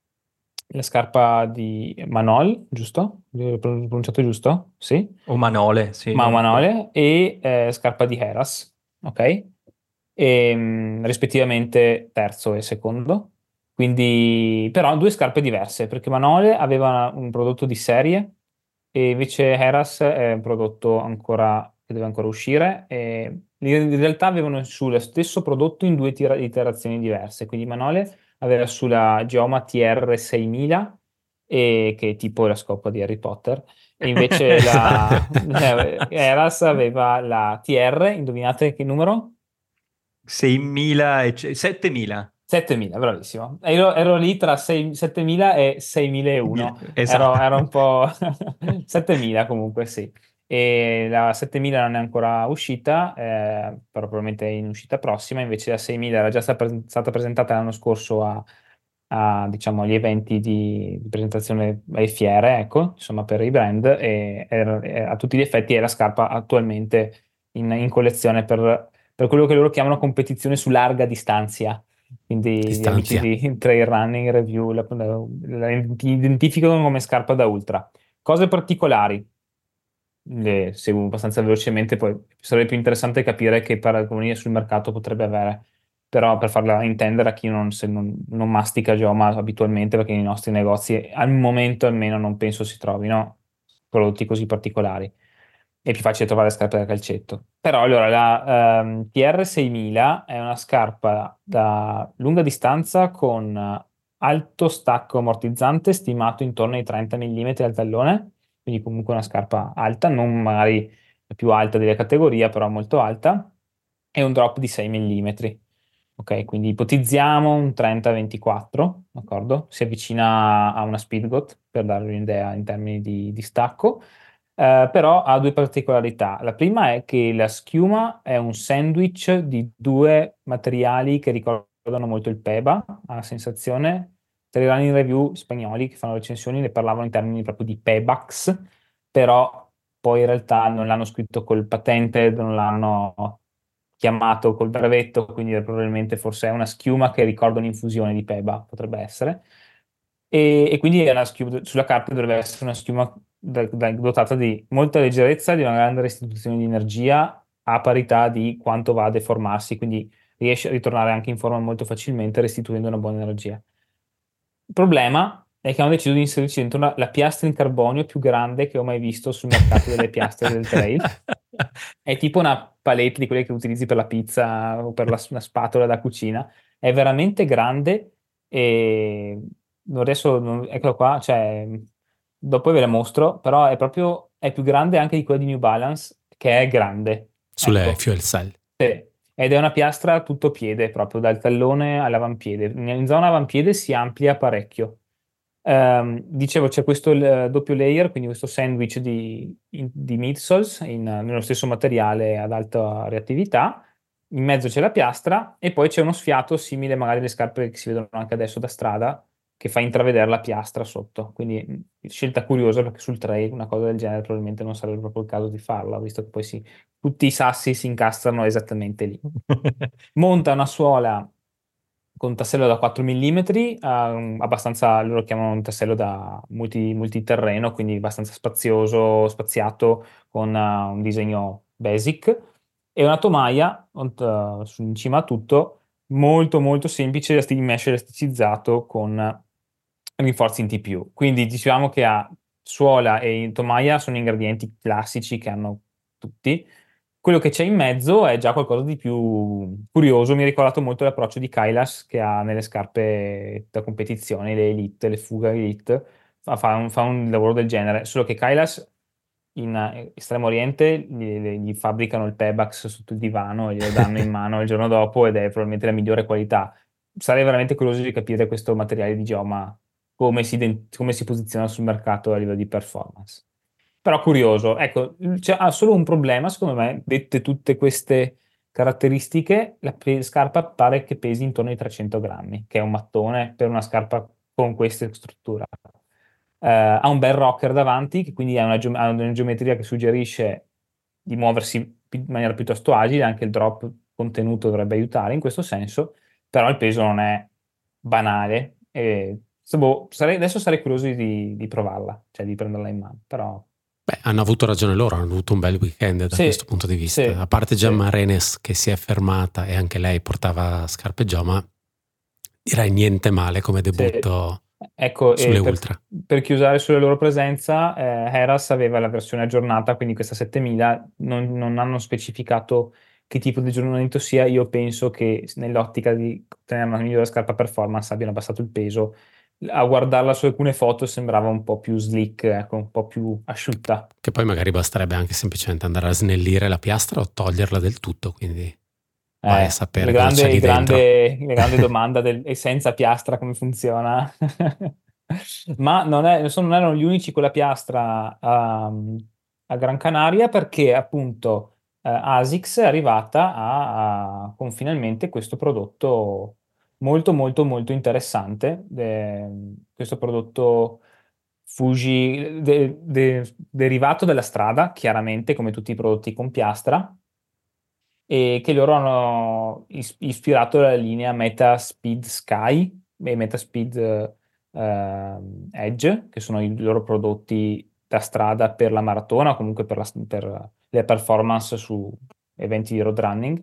la scarpa di Manol, giusto? L'ho pronunciato giusto? Sì. O Manole, sì. Ma non- boh. Manole e eh, scarpa di Heras, ok? Ehm, rispettivamente terzo e secondo. Quindi, però, due scarpe diverse, perché Manole aveva un prodotto di serie e invece Heras è un prodotto ancora che deve ancora uscire. E in realtà avevano sullo stesso prodotto in due tira- iterazioni diverse. Quindi Manole aveva sulla Geoma T R seimila, e, che è tipo la scopa di Harry Potter, e invece la, la Eras aveva la T R, indovinate che numero? seimila e c- settemila. settemila, bravissimo. Ero, ero lì tra sei- settemila e seimilauno, ero, Esatto. ero un po' settemila comunque, sì. E la settemila non è ancora uscita, eh, però probabilmente è in uscita prossima. Invece la seimila era già sta- stata presentata l'anno scorso a, a, diciamo, agli eventi di, di presentazione alle fiere, ecco, insomma, per i brand, e, e- e a tutti gli effetti è la scarpa attualmente in, in collezione per, per quello che loro chiamano competizione su larga distanza. Quindi gli amici Distanzia. di Trail Running Review la, la- la identificano come scarpa da ultra. Cose particolari, le seguo abbastanza velocemente, poi sarebbe più interessante capire che paragoni sul mercato potrebbe avere, però per farla intendere a chi non, se non, non mastica Geoma abitualmente, perché nei nostri negozi al momento almeno non penso si trovino prodotti così particolari. È più facile trovare scarpe da calcetto. Però allora la ehm, T R seimila è una scarpa da lunga distanza con eh, alto stacco ammortizzante stimato intorno ai trenta millimetri al tallone, quindi comunque una scarpa alta, non magari la più alta della categoria, però molto alta, e un drop di sei millimetri. Ok, quindi ipotizziamo un trenta ventiquattro, d'accordo? Si avvicina a una Speedgoat per darvi un'idea in termini di, di stacco. Eh, però ha due particolarità. La prima è che la schiuma è un sandwich di due materiali che ricordano molto il Peba, ha la sensazione. Tra i running review spagnoli che fanno recensioni ne parlavano in termini proprio di Pebax, però poi in realtà non l'hanno scritto col patente, non l'hanno chiamato col brevetto, quindi probabilmente forse è una schiuma che ricorda un'infusione di Peba, potrebbe essere. E, e quindi è una schiuma, sulla carta dovrebbe essere una schiuma da- da- dotata di molta leggerezza, di una grande restituzione di energia a parità di quanto va a deformarsi, quindi riesce a ritornare anche in forma molto facilmente restituendo una buona energia. Il problema è che hanno deciso di inserirci dentro una- la piastra in carbonio più grande che ho mai visto sul mercato delle piastre del trail. È tipo una palette di quelle che utilizzi per la pizza o per la- una spatola da cucina. È veramente grande e non riesco, non- eccolo qua, cioè, dopo ve la mostro, però è proprio, è più grande anche di quella di New Balance, che è grande. Sulle Ecco. fuel cell. Sì. ed è una piastra tutto piede, proprio dal tallone all'avampiede. In zona avampiede si amplia parecchio. Ehm, dicevo, c'è questo eh, doppio layer, quindi questo sandwich di, in- di midsoles in- nello stesso materiale ad alta reattività. In mezzo c'è la piastra e poi c'è uno sfiato simile magari alle scarpe che si vedono anche adesso da strada, che fa intravedere la piastra sotto. Quindi mh, scelta curiosa, perché sul trail una cosa del genere probabilmente non sarebbe proprio il caso di farla, visto che poi si- tutti i sassi si incastrano esattamente lì. Monta una suola con tassello da quattro millimetri, ehm, abbastanza, loro chiamano un tassello da multi- multiterreno, quindi abbastanza spazioso, spaziato, con eh, un disegno basic, e una tomaia ont- su- in cima a tutto, molto molto semplice, esti- di mesh elasticizzato con rinforzi in T P U. Quindi diciamo che ha suola e tomaia sono ingredienti classici che hanno tutti. Quello che c'è in mezzo è già qualcosa di più curioso. Mi ha ricordato molto l'approccio di Kailash che ha nelle scarpe da competizione, le Elite, le Fuga Elite. Fa, fa un, fa un lavoro del genere, solo che Kailash in eh, Estremo Oriente gli, gli fabbricano il Pebax sotto il divano e glielo danno in mano il giorno dopo ed è probabilmente la migliore qualità. Sarei veramente curioso di capire questo materiale di Geoma come si, ident- come si posiziona sul mercato a livello di performance. Però curioso, ecco, c'è, ha solo un problema, secondo me, dette tutte queste caratteristiche, la pe- scarpa pare che pesi intorno ai trecento grammi, che è un mattone per una scarpa con questa struttura. Eh, ha un bel rocker davanti, che quindi ha una, geo- ha una geometria che suggerisce di muoversi pi- in maniera piuttosto agile, anche il drop contenuto dovrebbe aiutare in questo senso, però il peso non è banale. E, se boh, sarei- adesso sarei curioso di, di provarla, cioè di prenderla in mano, però Beh, hanno avuto ragione loro, hanno avuto un bel weekend da sì, questo punto di vista. sì, A parte sì, Gemma Renes che si è fermata e anche lei portava scarpe Gioma, direi niente male come sì. debutto Ecco, sulle e per, ultra. per chiusare sulla loro presenza, eh, Heras aveva la versione aggiornata, quindi questa settemila, non, non hanno specificato che tipo di aggiornamento sia. Io penso che nell'ottica di ottenere una migliore scarpa performance abbiano abbassato il peso. A guardarla su alcune foto sembrava un po' più slick, ecco, un po' più asciutta. Che poi magari basterebbe anche semplicemente andare a snellire la piastra o toglierla del tutto, quindi vai a Eh, il sapere cosa c'è grande, lì il dentro. grande, la grande domanda del e senza piastra come funziona? Ma non, è, non sono- non erano gli unici con la piastra a, a Gran Canaria, perché appunto eh, ASICS è arrivata a, a- con finalmente questo prodotto molto molto molto interessante, de- questo prodotto Fuji de- de- derivato dalla strada, chiaramente come tutti i prodotti con piastra, e che loro hanno is- ispirato la linea Meta Speed Sky e Meta Speed eh, ehm, Edge, che sono i loro prodotti da strada per la maratona o comunque per, la- per le performance su eventi di road running.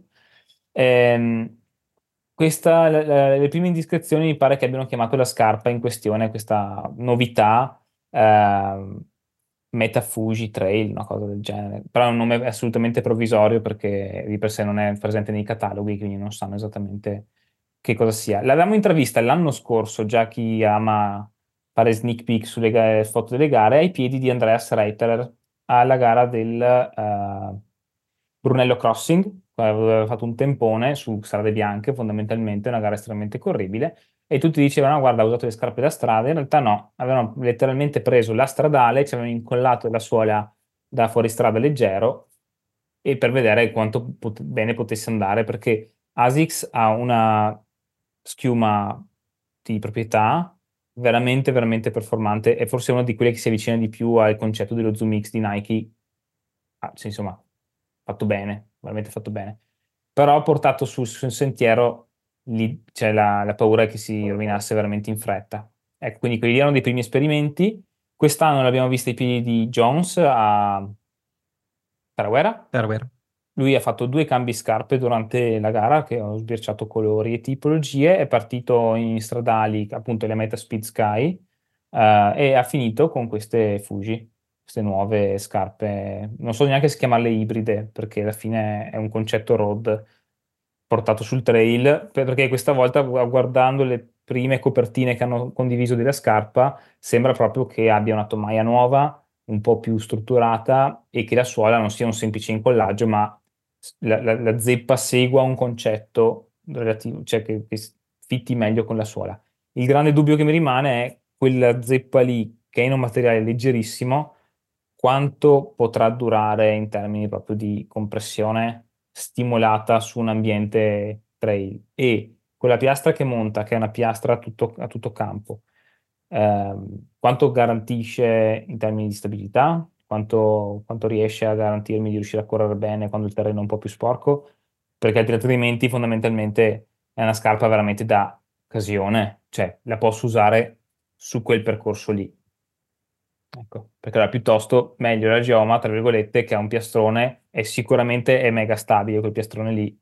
Ehm, questa, la- la- le prime indiscrezioni mi pare che abbiano chiamato la scarpa in questione, questa novità, ehm, Meta Fuji Trail, una cosa del genere. Però è un nome assolutamente provvisorio perché di per sé non è presente nei cataloghi, quindi non sanno esattamente che cosa sia. L'avevamo intravista l'anno scorso, già chi ama fare sneak peek sulle ga- foto delle gare, ai piedi di Andreas Reiterer alla gara del eh, Brunello Crossing, aveva fatto un tempone su strade bianche, fondamentalmente una gara estremamente corribile, e tutti dicevano: "Ah, guarda, ha usato le scarpe da strada". In realtà no, avevano letteralmente preso la stradale, ci avevano incollato la suola da fuoristrada leggero, e per vedere quanto pot- bene potesse andare, perché ASICS ha una schiuma di proprietà veramente, veramente performante, e forse è una di quelle che si avvicina di più al concetto dello Zoom X di Nike. Ah, sì, insomma, fatto bene, veramente fatto bene. Però portato su, su un sentiero, lì c'è la, la paura che si rovinasse veramente in fretta. Ecco, quindi quelli erano dei primi esperimenti. Quest'anno l'abbiamo visto ai piedi di Jones a Tarawera. Pervero. Lui ha fatto due cambi scarpe durante la gara, che ho sbirciato colori e tipologie, è partito in stradali, appunto le Meta Speed Sky, eh, e ha finito con queste Fuji, queste nuove scarpe. Non so neanche se chiamarle ibride, perché alla fine è un concetto road portato sul trail, perché questa volta, guardando le prime copertine che hanno condiviso della scarpa, sembra proprio che abbia una tomaia nuova, un po' più strutturata, e che la suola non sia un semplice incollaggio, ma la, la- la zeppa segua un concetto relativo, cioè che, che fitti meglio con la suola. Il grande dubbio che mi rimane è quella zeppa lì, che è in un materiale leggerissimo, quanto potrà durare in termini proprio di compressione stimolata su un ambiente trail. E quella piastra che monta, che è una piastra a tutto, a tutto campo, ehm, quanto garantisce in termini di stabilità, quanto, quanto riesce a garantirmi di riuscire a correre bene quando il terreno è un po' più sporco, perché altrimenti fondamentalmente è una scarpa veramente da occasione, cioè la posso usare su quel percorso lì. Ecco, perché allora piuttosto meglio la Geoma, tra virgolette, che ha un piastrone e sicuramente è mega stabile quel piastrone lì,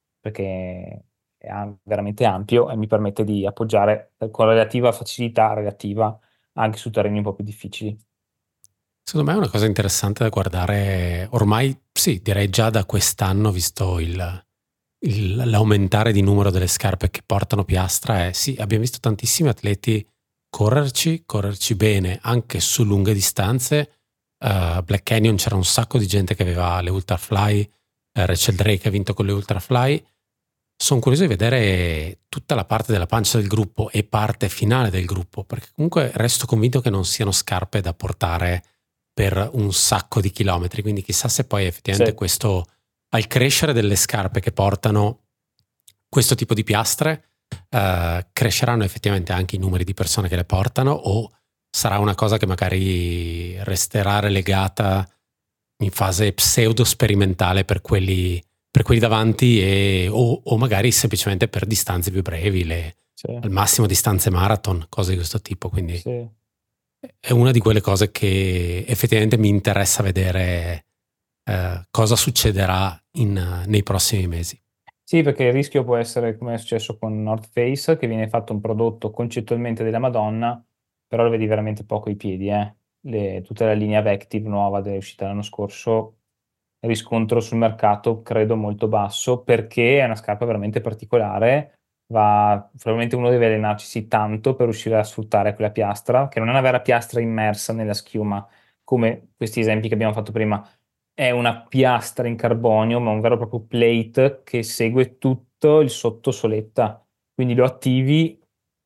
perché è am- veramente ampio e mi permette di appoggiare con relativa facilità relativa anche su terreni un po' più difficili. Secondo me è una cosa interessante da guardare, ormai sì, direi già da quest'anno, visto il, il- l'aumentare di numero delle scarpe che portano piastra, è sì, abbiamo visto tantissimi atleti correrci, correrci bene, anche su lunghe distanze. Uh, Black Canyon c'era un sacco di gente che aveva le Ultrafly, uh, Rachel Drake ha vinto con le Ultrafly. Sono curioso di vedere tutta la parte della pancia del gruppo e parte finale del gruppo, perché comunque resto convinto che non siano scarpe da portare per un sacco di chilometri, quindi chissà se poi effettivamente Sì. questo, al crescere delle scarpe che portano questo tipo di piastre, eh, cresceranno effettivamente anche i numeri di persone che le portano, o sarà una cosa che magari resterà relegata in fase pseudo sperimentale per quelli, per quelli davanti, e, o, o magari semplicemente per distanze più brevi, le, Sì, al massimo distanze marathon, cose di questo tipo. Quindi sì. è una di quelle cose che effettivamente mi interessa vedere eh, cosa succederà in, nei prossimi mesi. Sì, perché il rischio può essere come è successo con North Face, che viene fatto un prodotto concettualmente della Madonna, però lo vedi veramente poco ai piedi, eh. Le- tutta la linea Vective nuova che è uscita l'anno scorso, riscontro sul mercato credo molto basso, perché è una scarpa veramente particolare, va, probabilmente uno deve allenarci tanto per riuscire a sfruttare quella piastra, che non è una vera piastra immersa nella schiuma, come questi esempi che abbiamo fatto prima. È una piastra in carbonio, ma un vero e proprio plate che segue tutto il sottosoletta. Quindi lo attivi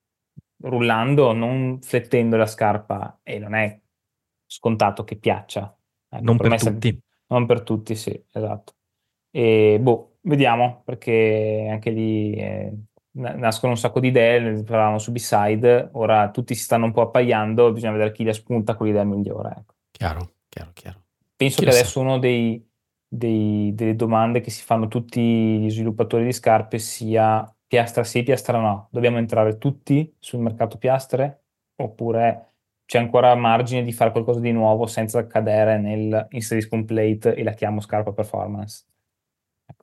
rullando, non flettendo la scarpa, e non è scontato che piaccia. Ecco, Non per me per è sem- tutti. non per tutti, sì, esatto. E boh, vediamo, perché anche lì eh, na- nascono un sacco di idee, ne parlavamo su B-Side, ora tutti si stanno un po' appaiando, bisogna vedere chi le spunta con l'idea migliore, ecco. Chiaro, chiaro, chiaro. Penso Chi che lo sa? adesso uno dei, dei- delle domande che si fanno tutti gli sviluppatori di scarpe sia piastra sì, piastra no. Dobbiamo entrare tutti sul mercato piastre oppure c'è ancora margine di fare qualcosa di nuovo senza cadere nel inserisco un plate e la chiamo scarpa performance. Ecco.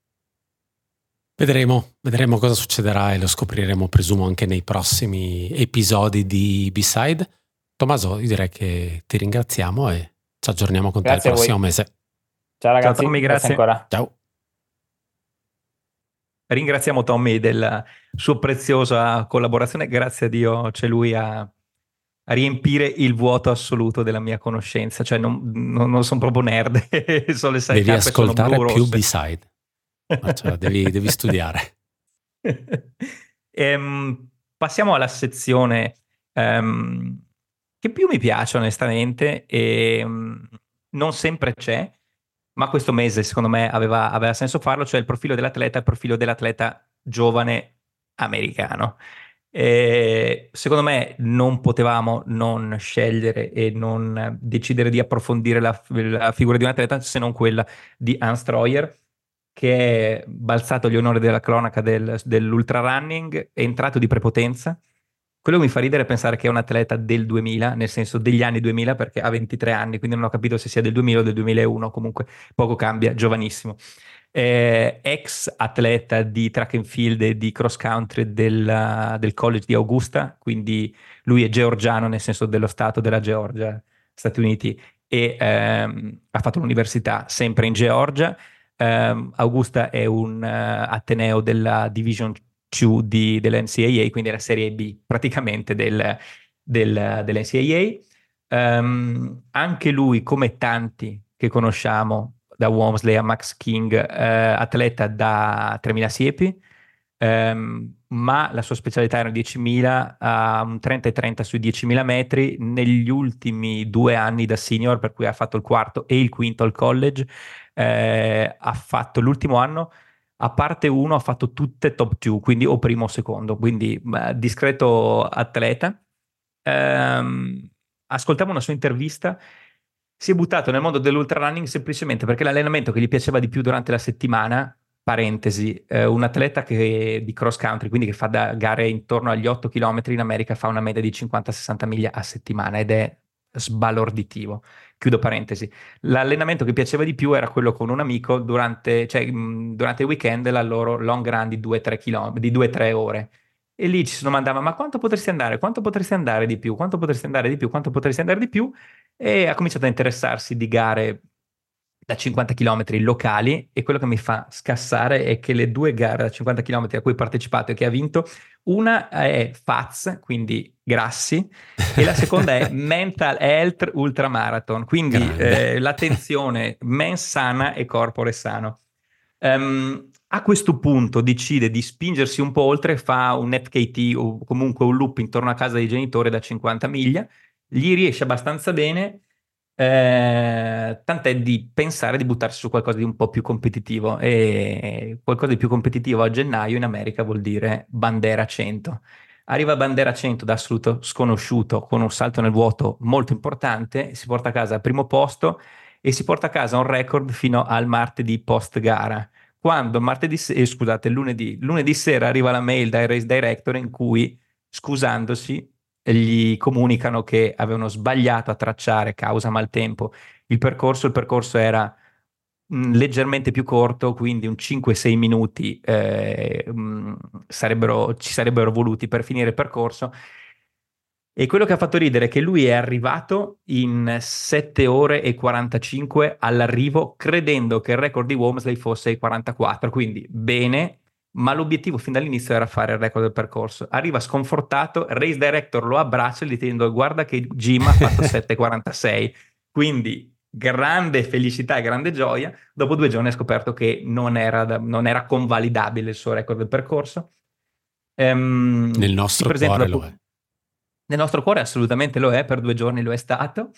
Vedremo, vedremo cosa succederà e lo scopriremo, presumo, anche nei prossimi episodi di B-Side. Tommaso, io direi che ti ringraziamo e ci aggiorniamo con te il Grazie a prossimo voi. mese. Ciao Ciao ragazzi, Tommy, grazie grazie. ancora. Ciao. Ringraziamo Tommy della sua preziosa collaborazione. Grazie a Dio c'è lui a, a riempire il vuoto assoluto della mia conoscenza. Cioè, non, non- non sono proprio nerd. So le sai Devi scarpe sono ascoltare blu più rosse. B-Side. Cioè, devi, devi studiare. Ehm, passiamo alla sezione ehm, che più mi piace onestamente e mm, non sempre c'è, ma questo mese secondo me aveva, aveva senso farlo, cioè il profilo dell'atleta, il profilo dell'atleta giovane americano. E secondo me non potevamo non scegliere e non decidere di approfondire la, la figura di un atleta se non quella di Hans Troyer, che è balzato agli onori della cronaca del, dell'ultra running, è entrato di prepotenza. Quello mi fa ridere pensare che è un atleta del duemila, nel senso degli anni duemila, perché ha ventitré anni, quindi non ho capito se sia del duemila o del duemilauno, comunque poco cambia, giovanissimo. Eh, ex atleta di track and field e di cross country del, del college di Augusta, quindi lui è georgiano nel senso dello stato della Georgia, Stati Uniti, e ehm, ha fatto l'università sempre in Georgia. Ehm, Augusta è un eh, ateneo della Division due di, dell'N C A A, quindi è la serie B praticamente del, del, dell'N C A A. Ehm, anche lui, come tanti che conosciamo, da Walmsley a Max King, eh, atleta da tremila siepi, ehm, ma la sua specialità era diecimila, a un trenta e trenta sui diecimila metri. Negli ultimi due anni da senior, per cui ha fatto il quarto e il quinto al college, eh, ha fatto l'ultimo anno, a parte uno, ha fatto tutte top due, quindi o primo o secondo, quindi beh, discreto atleta. Ehm, ascoltavo una sua intervista. Si è buttato nel mondo dell'ultrarunning semplicemente perché l'allenamento che gli piaceva di più durante la settimana, parentesi, eh, un atleta che, di cross country, quindi che fa da gare intorno agli otto chilometri in America, fa una media di cinquanta sessanta miglia a settimana ed è sbalorditivo. Chiudo parentesi. L'allenamento che piaceva di più era quello con un amico durante, cioè, mh, durante il weekend, la loro long run di due tre chilometri, di due tre ore. E lì ci si domandava: ma quanto potresti andare? Quanto potresti andare di più? Quanto potresti andare di più? Quanto potresti andare di più? E ha cominciato a interessarsi di gare da cinquanta chilometri locali, e quello che mi fa scassare è che le due gare da cinquanta chilometri a cui ha partecipato e che ha vinto, una è F A Z, quindi grassi, e la seconda è Mental Health Ultramarathon, quindi eh, l'attenzione mens sana e corpore sano. Um, a questo punto decide di spingersi un po' oltre, fa un F K T o comunque un loop intorno a casa dei genitori da cinquanta miglia, gli riesce abbastanza bene, eh, tant'è di pensare di buttarsi su qualcosa di un po' più competitivo, e qualcosa di più competitivo a gennaio in America vuol dire Bandera cento. Arriva Bandera cento da assoluto sconosciuto con un salto nel vuoto molto importante, si porta a casa al primo posto e si porta a casa un record fino al martedì post gara. Quando martedì, eh, scusate, lunedì, lunedì sera arriva la mail dai race director in cui, scusandosi, gli comunicano che avevano sbagliato a tracciare, causa maltempo, il percorso. Il percorso era mh, leggermente più corto, quindi un cinque sei minuti eh, mh, sarebbero, ci sarebbero voluti per finire il percorso. E quello che ha fatto ridere è che lui è arrivato in sette ore e quarantacinque all'arrivo, credendo che il record di Walmsley fosse i quarantaquattro, quindi bene, ma l'obiettivo fin dall'inizio era fare il record del percorso. Arriva sconfortato, race director lo abbraccia dicendo: guarda che Jim ha fatto sette e quarantasei, quindi grande felicità e grande gioia. Dopo due giorni ha scoperto che non era, da- non era convalidabile il suo record del percorso. Ehm, Nel si nostro presenta cuore dopo- lo è. Nel nostro cuore assolutamente lo è, per due giorni lo è stato,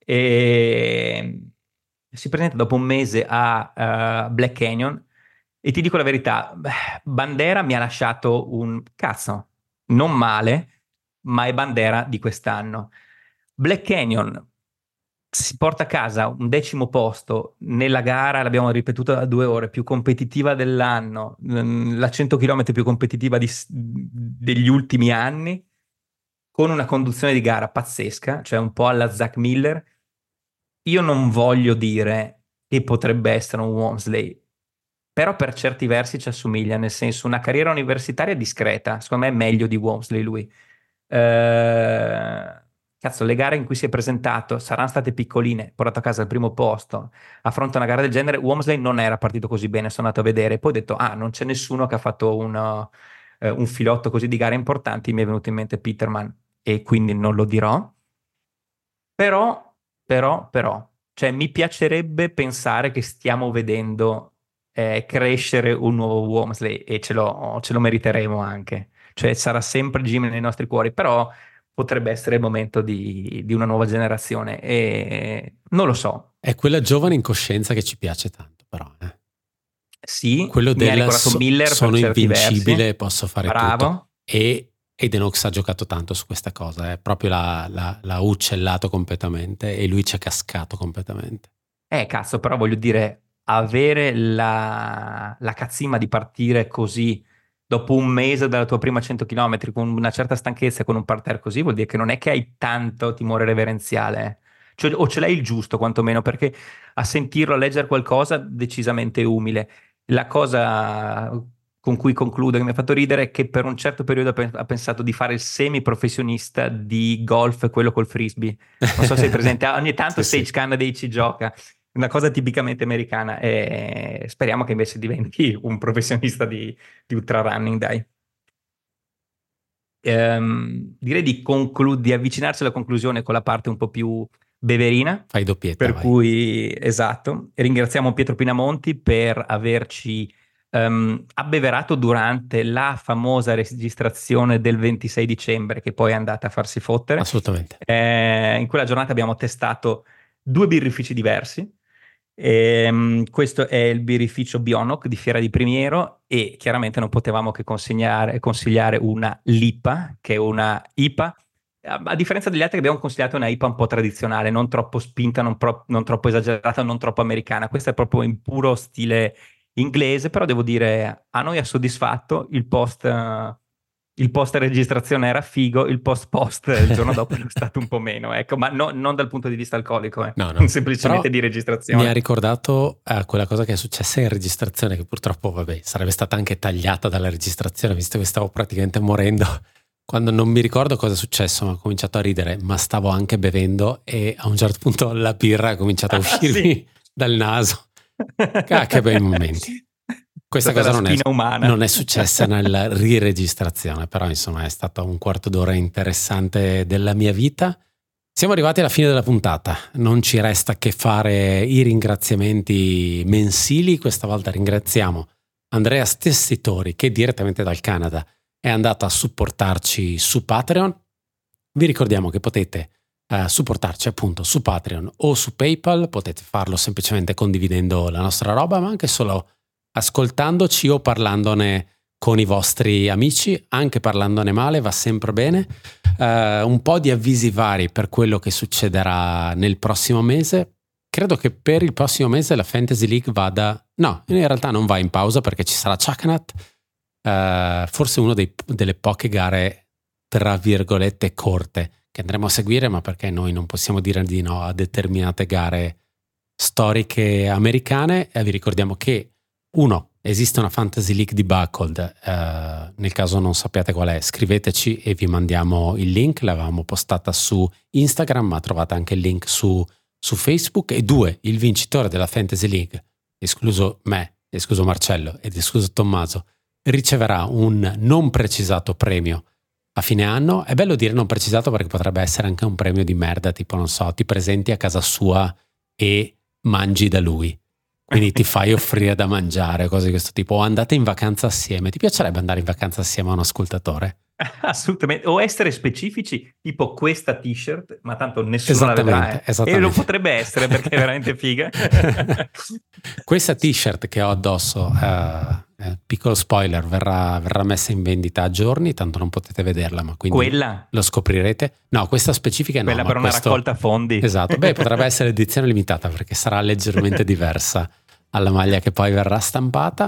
e si presenta dopo un mese a uh, Black Canyon, e ti dico la verità, beh, Bandera mi ha lasciato un cazzo, non male, ma è Bandera di quest'anno. Black Canyon si porta a casa un decimo posto nella gara, l'abbiamo ripetuto da due ore, più competitiva dell'anno, mm, la cento chilometri più competitiva di- degli ultimi anni, con una conduzione di gara pazzesca, cioè un po' alla Zach Miller. Io non voglio dire che potrebbe essere un Walmsley, però per certi versi ci assomiglia, nel senso, una carriera universitaria discreta, secondo me è meglio di Walmsley lui. Eh, cazzo, le gare in cui si è presentato saranno state piccoline, portato a casa il primo posto, a fronte a una gara del genere. Walmsley non era partito così bene, sono andato a vedere, poi ho detto: ah, non c'è nessuno che ha fatto un, eh, un filotto così di gare importanti, mi è venuto in mente Peterman, e quindi non lo dirò. Però, però, però, cioè mi piacerebbe pensare che stiamo vedendo eh, crescere un nuovo Walmsley, e ce lo, ce lo meriteremo anche. Cioè sarà sempre Jim nei nostri cuori, però potrebbe essere il momento di, di una nuova generazione, e non lo so. È quella giovane incoscienza che ci piace tanto, però. Eh. Sì, Quello mi ha del ricordato so- Miller per sono certi invincibile, versi. posso fare Bravo. tutto. E Edenox ha giocato tanto su questa cosa, è proprio l'ha, l'ha, l'ha uccellato completamente, e lui ci è cascato completamente. Eh, cazzo, però voglio dire, avere la, la cazzimma di partire così dopo un mese dalla tua prima cento chilometri con una certa stanchezza e con un parterre così, vuol dire che non è che hai tanto timore reverenziale, eh. Cioè, o ce l'hai il giusto quantomeno, perché a sentirlo, a leggere qualcosa, decisamente umile. La cosa con cui concludo, che mi ha fatto ridere, è che per un certo periodo ha pe- ha pensato di fare il semi-professionista di golf, quello col frisbee. Non so se hai presente, ogni tanto Sì, Sage sì. Cannady ci gioca, una cosa tipicamente americana, e speriamo che invece diventi un professionista di, di ultrarunning, dai. Ehm, direi di, conclu- di avvicinarsi alla conclusione con la parte un po' più beverina. Fai doppietta, per vai. cui, esatto, ringraziamo Pietro Pinamonti per averci um, abbeverato durante la famosa registrazione del ventisei dicembre, che poi è andata a farsi fottere. Assolutamente. Eh, in quella giornata abbiamo testato due birrifici diversi. E, questo è il birrificio Bionok di Fiera di Primiero, e chiaramente non potevamo che consigliare, consigliare una Lipa, che è una I P A. A differenza degli altri, abbiamo consigliato una I P A un po' tradizionale, non troppo spinta, non, pro- non troppo esagerata, non troppo americana. Questa è proprio in puro stile inglese, però devo dire, a noi ha soddisfatto. Il post, uh, il post registrazione era figo, il post post il giorno dopo è stato un po' meno, ecco, ma no, non dal punto di vista alcolico, eh. no, no. semplicemente Però di registrazione. mi ha ricordato uh, quella cosa che è successa in registrazione, che purtroppo, vabbè, sarebbe stata anche tagliata dalla registrazione, visto che stavo praticamente morendo. Quando non mi ricordo cosa è successo, ma ho cominciato a ridere, ma stavo anche bevendo e a un certo punto la birra ha cominciato a uscirmi ah, sì. dal naso. Ah, che bei momenti. Questa cosa non è, non è successa nella riregistrazione, però insomma è stato un quarto d'ora interessante della mia vita. Siamo arrivati alla fine della puntata, non ci resta che fare i ringraziamenti mensili. Questa volta ringraziamo Andrea Stessitori, che direttamente dal Canada è andato a supportarci su Patreon. Vi ricordiamo che potete uh, supportarci appunto su Patreon o su PayPal. Potete farlo semplicemente condividendo la nostra roba, ma anche solo ascoltandoci o parlandone con i vostri amici. Anche parlandone male va sempre bene. Uh, un po' di avvisi vari per quello che succederà nel prossimo mese. Credo che per il prossimo mese la Fantasy League vada... No, in realtà non va in pausa perché ci sarà Chakanat. Uh, forse una delle poche gare tra virgolette corte che andremo a seguire, ma perché noi non possiamo dire di no a determinate gare storiche americane. E vi ricordiamo che uno, esiste una Fantasy League di Buckled, uh, nel caso non sappiate qual è, scriveteci e vi mandiamo il link. L'avevamo postata su Instagram, ma trovate anche il link su, su Facebook. E due, il vincitore della Fantasy League, escluso me, escluso Marcello ed escluso Tommaso, riceverà un non precisato premio a fine anno. È bello dire non precisato perché potrebbe essere anche un premio di merda, tipo non so, ti presenti a casa sua e mangi da lui, quindi ti fai offrire da mangiare, cose di questo tipo, o andate in vacanza assieme. Ti piacerebbe andare in vacanza assieme a un ascoltatore? Assolutamente, o essere specifici, tipo questa t-shirt, ma tanto nessuno la vedrà, eh. E lo potrebbe essere perché è veramente figa. Questa t-shirt che ho addosso, uh, eh, piccolo spoiler, verrà, verrà messa in vendita a giorni, tanto non potete vederla, ma quindi quella? Lo scoprirete. No, questa specifica no. Quella ma per una questo... raccolta fondi. Esatto, beh, potrebbe essere edizione limitata perché sarà leggermente diversa alla maglia che poi verrà stampata.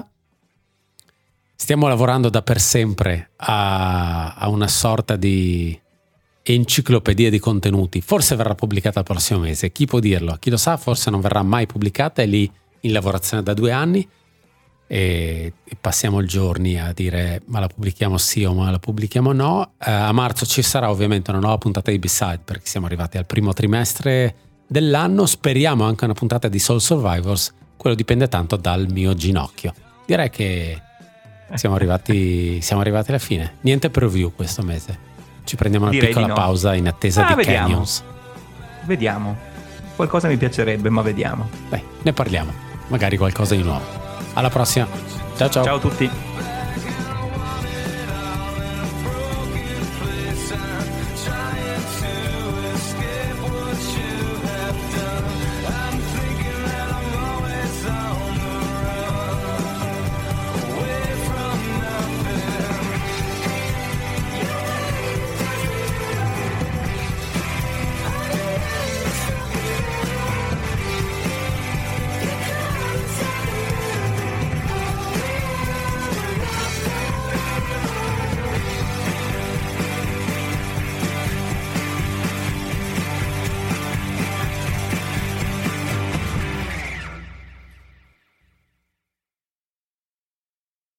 Stiamo lavorando da per sempre a, a una sorta di enciclopedia di contenuti. Forse verrà pubblicata il prossimo mese, chi può dirlo? Chi lo sa, forse non verrà mai pubblicata, è lì in lavorazione da due anni e, e passiamo i giorni a dire ma la pubblichiamo sì o ma la pubblichiamo no. Eh, a marzo ci sarà ovviamente una nuova puntata di B-Side perché siamo arrivati al primo trimestre dell'anno. Speriamo anche una puntata di Soul Survivors, quello dipende tanto dal mio ginocchio. Direi che Siamo arrivati, siamo arrivati alla fine. Niente preview questo mese. Ci prendiamo una Direi piccola di no. pausa in attesa ah, di vediamo. Canyons. Vediamo. Qualcosa mi piacerebbe, ma vediamo. Beh, ne parliamo. Magari qualcosa di nuovo. Alla prossima. Ciao ciao. Ciao a tutti.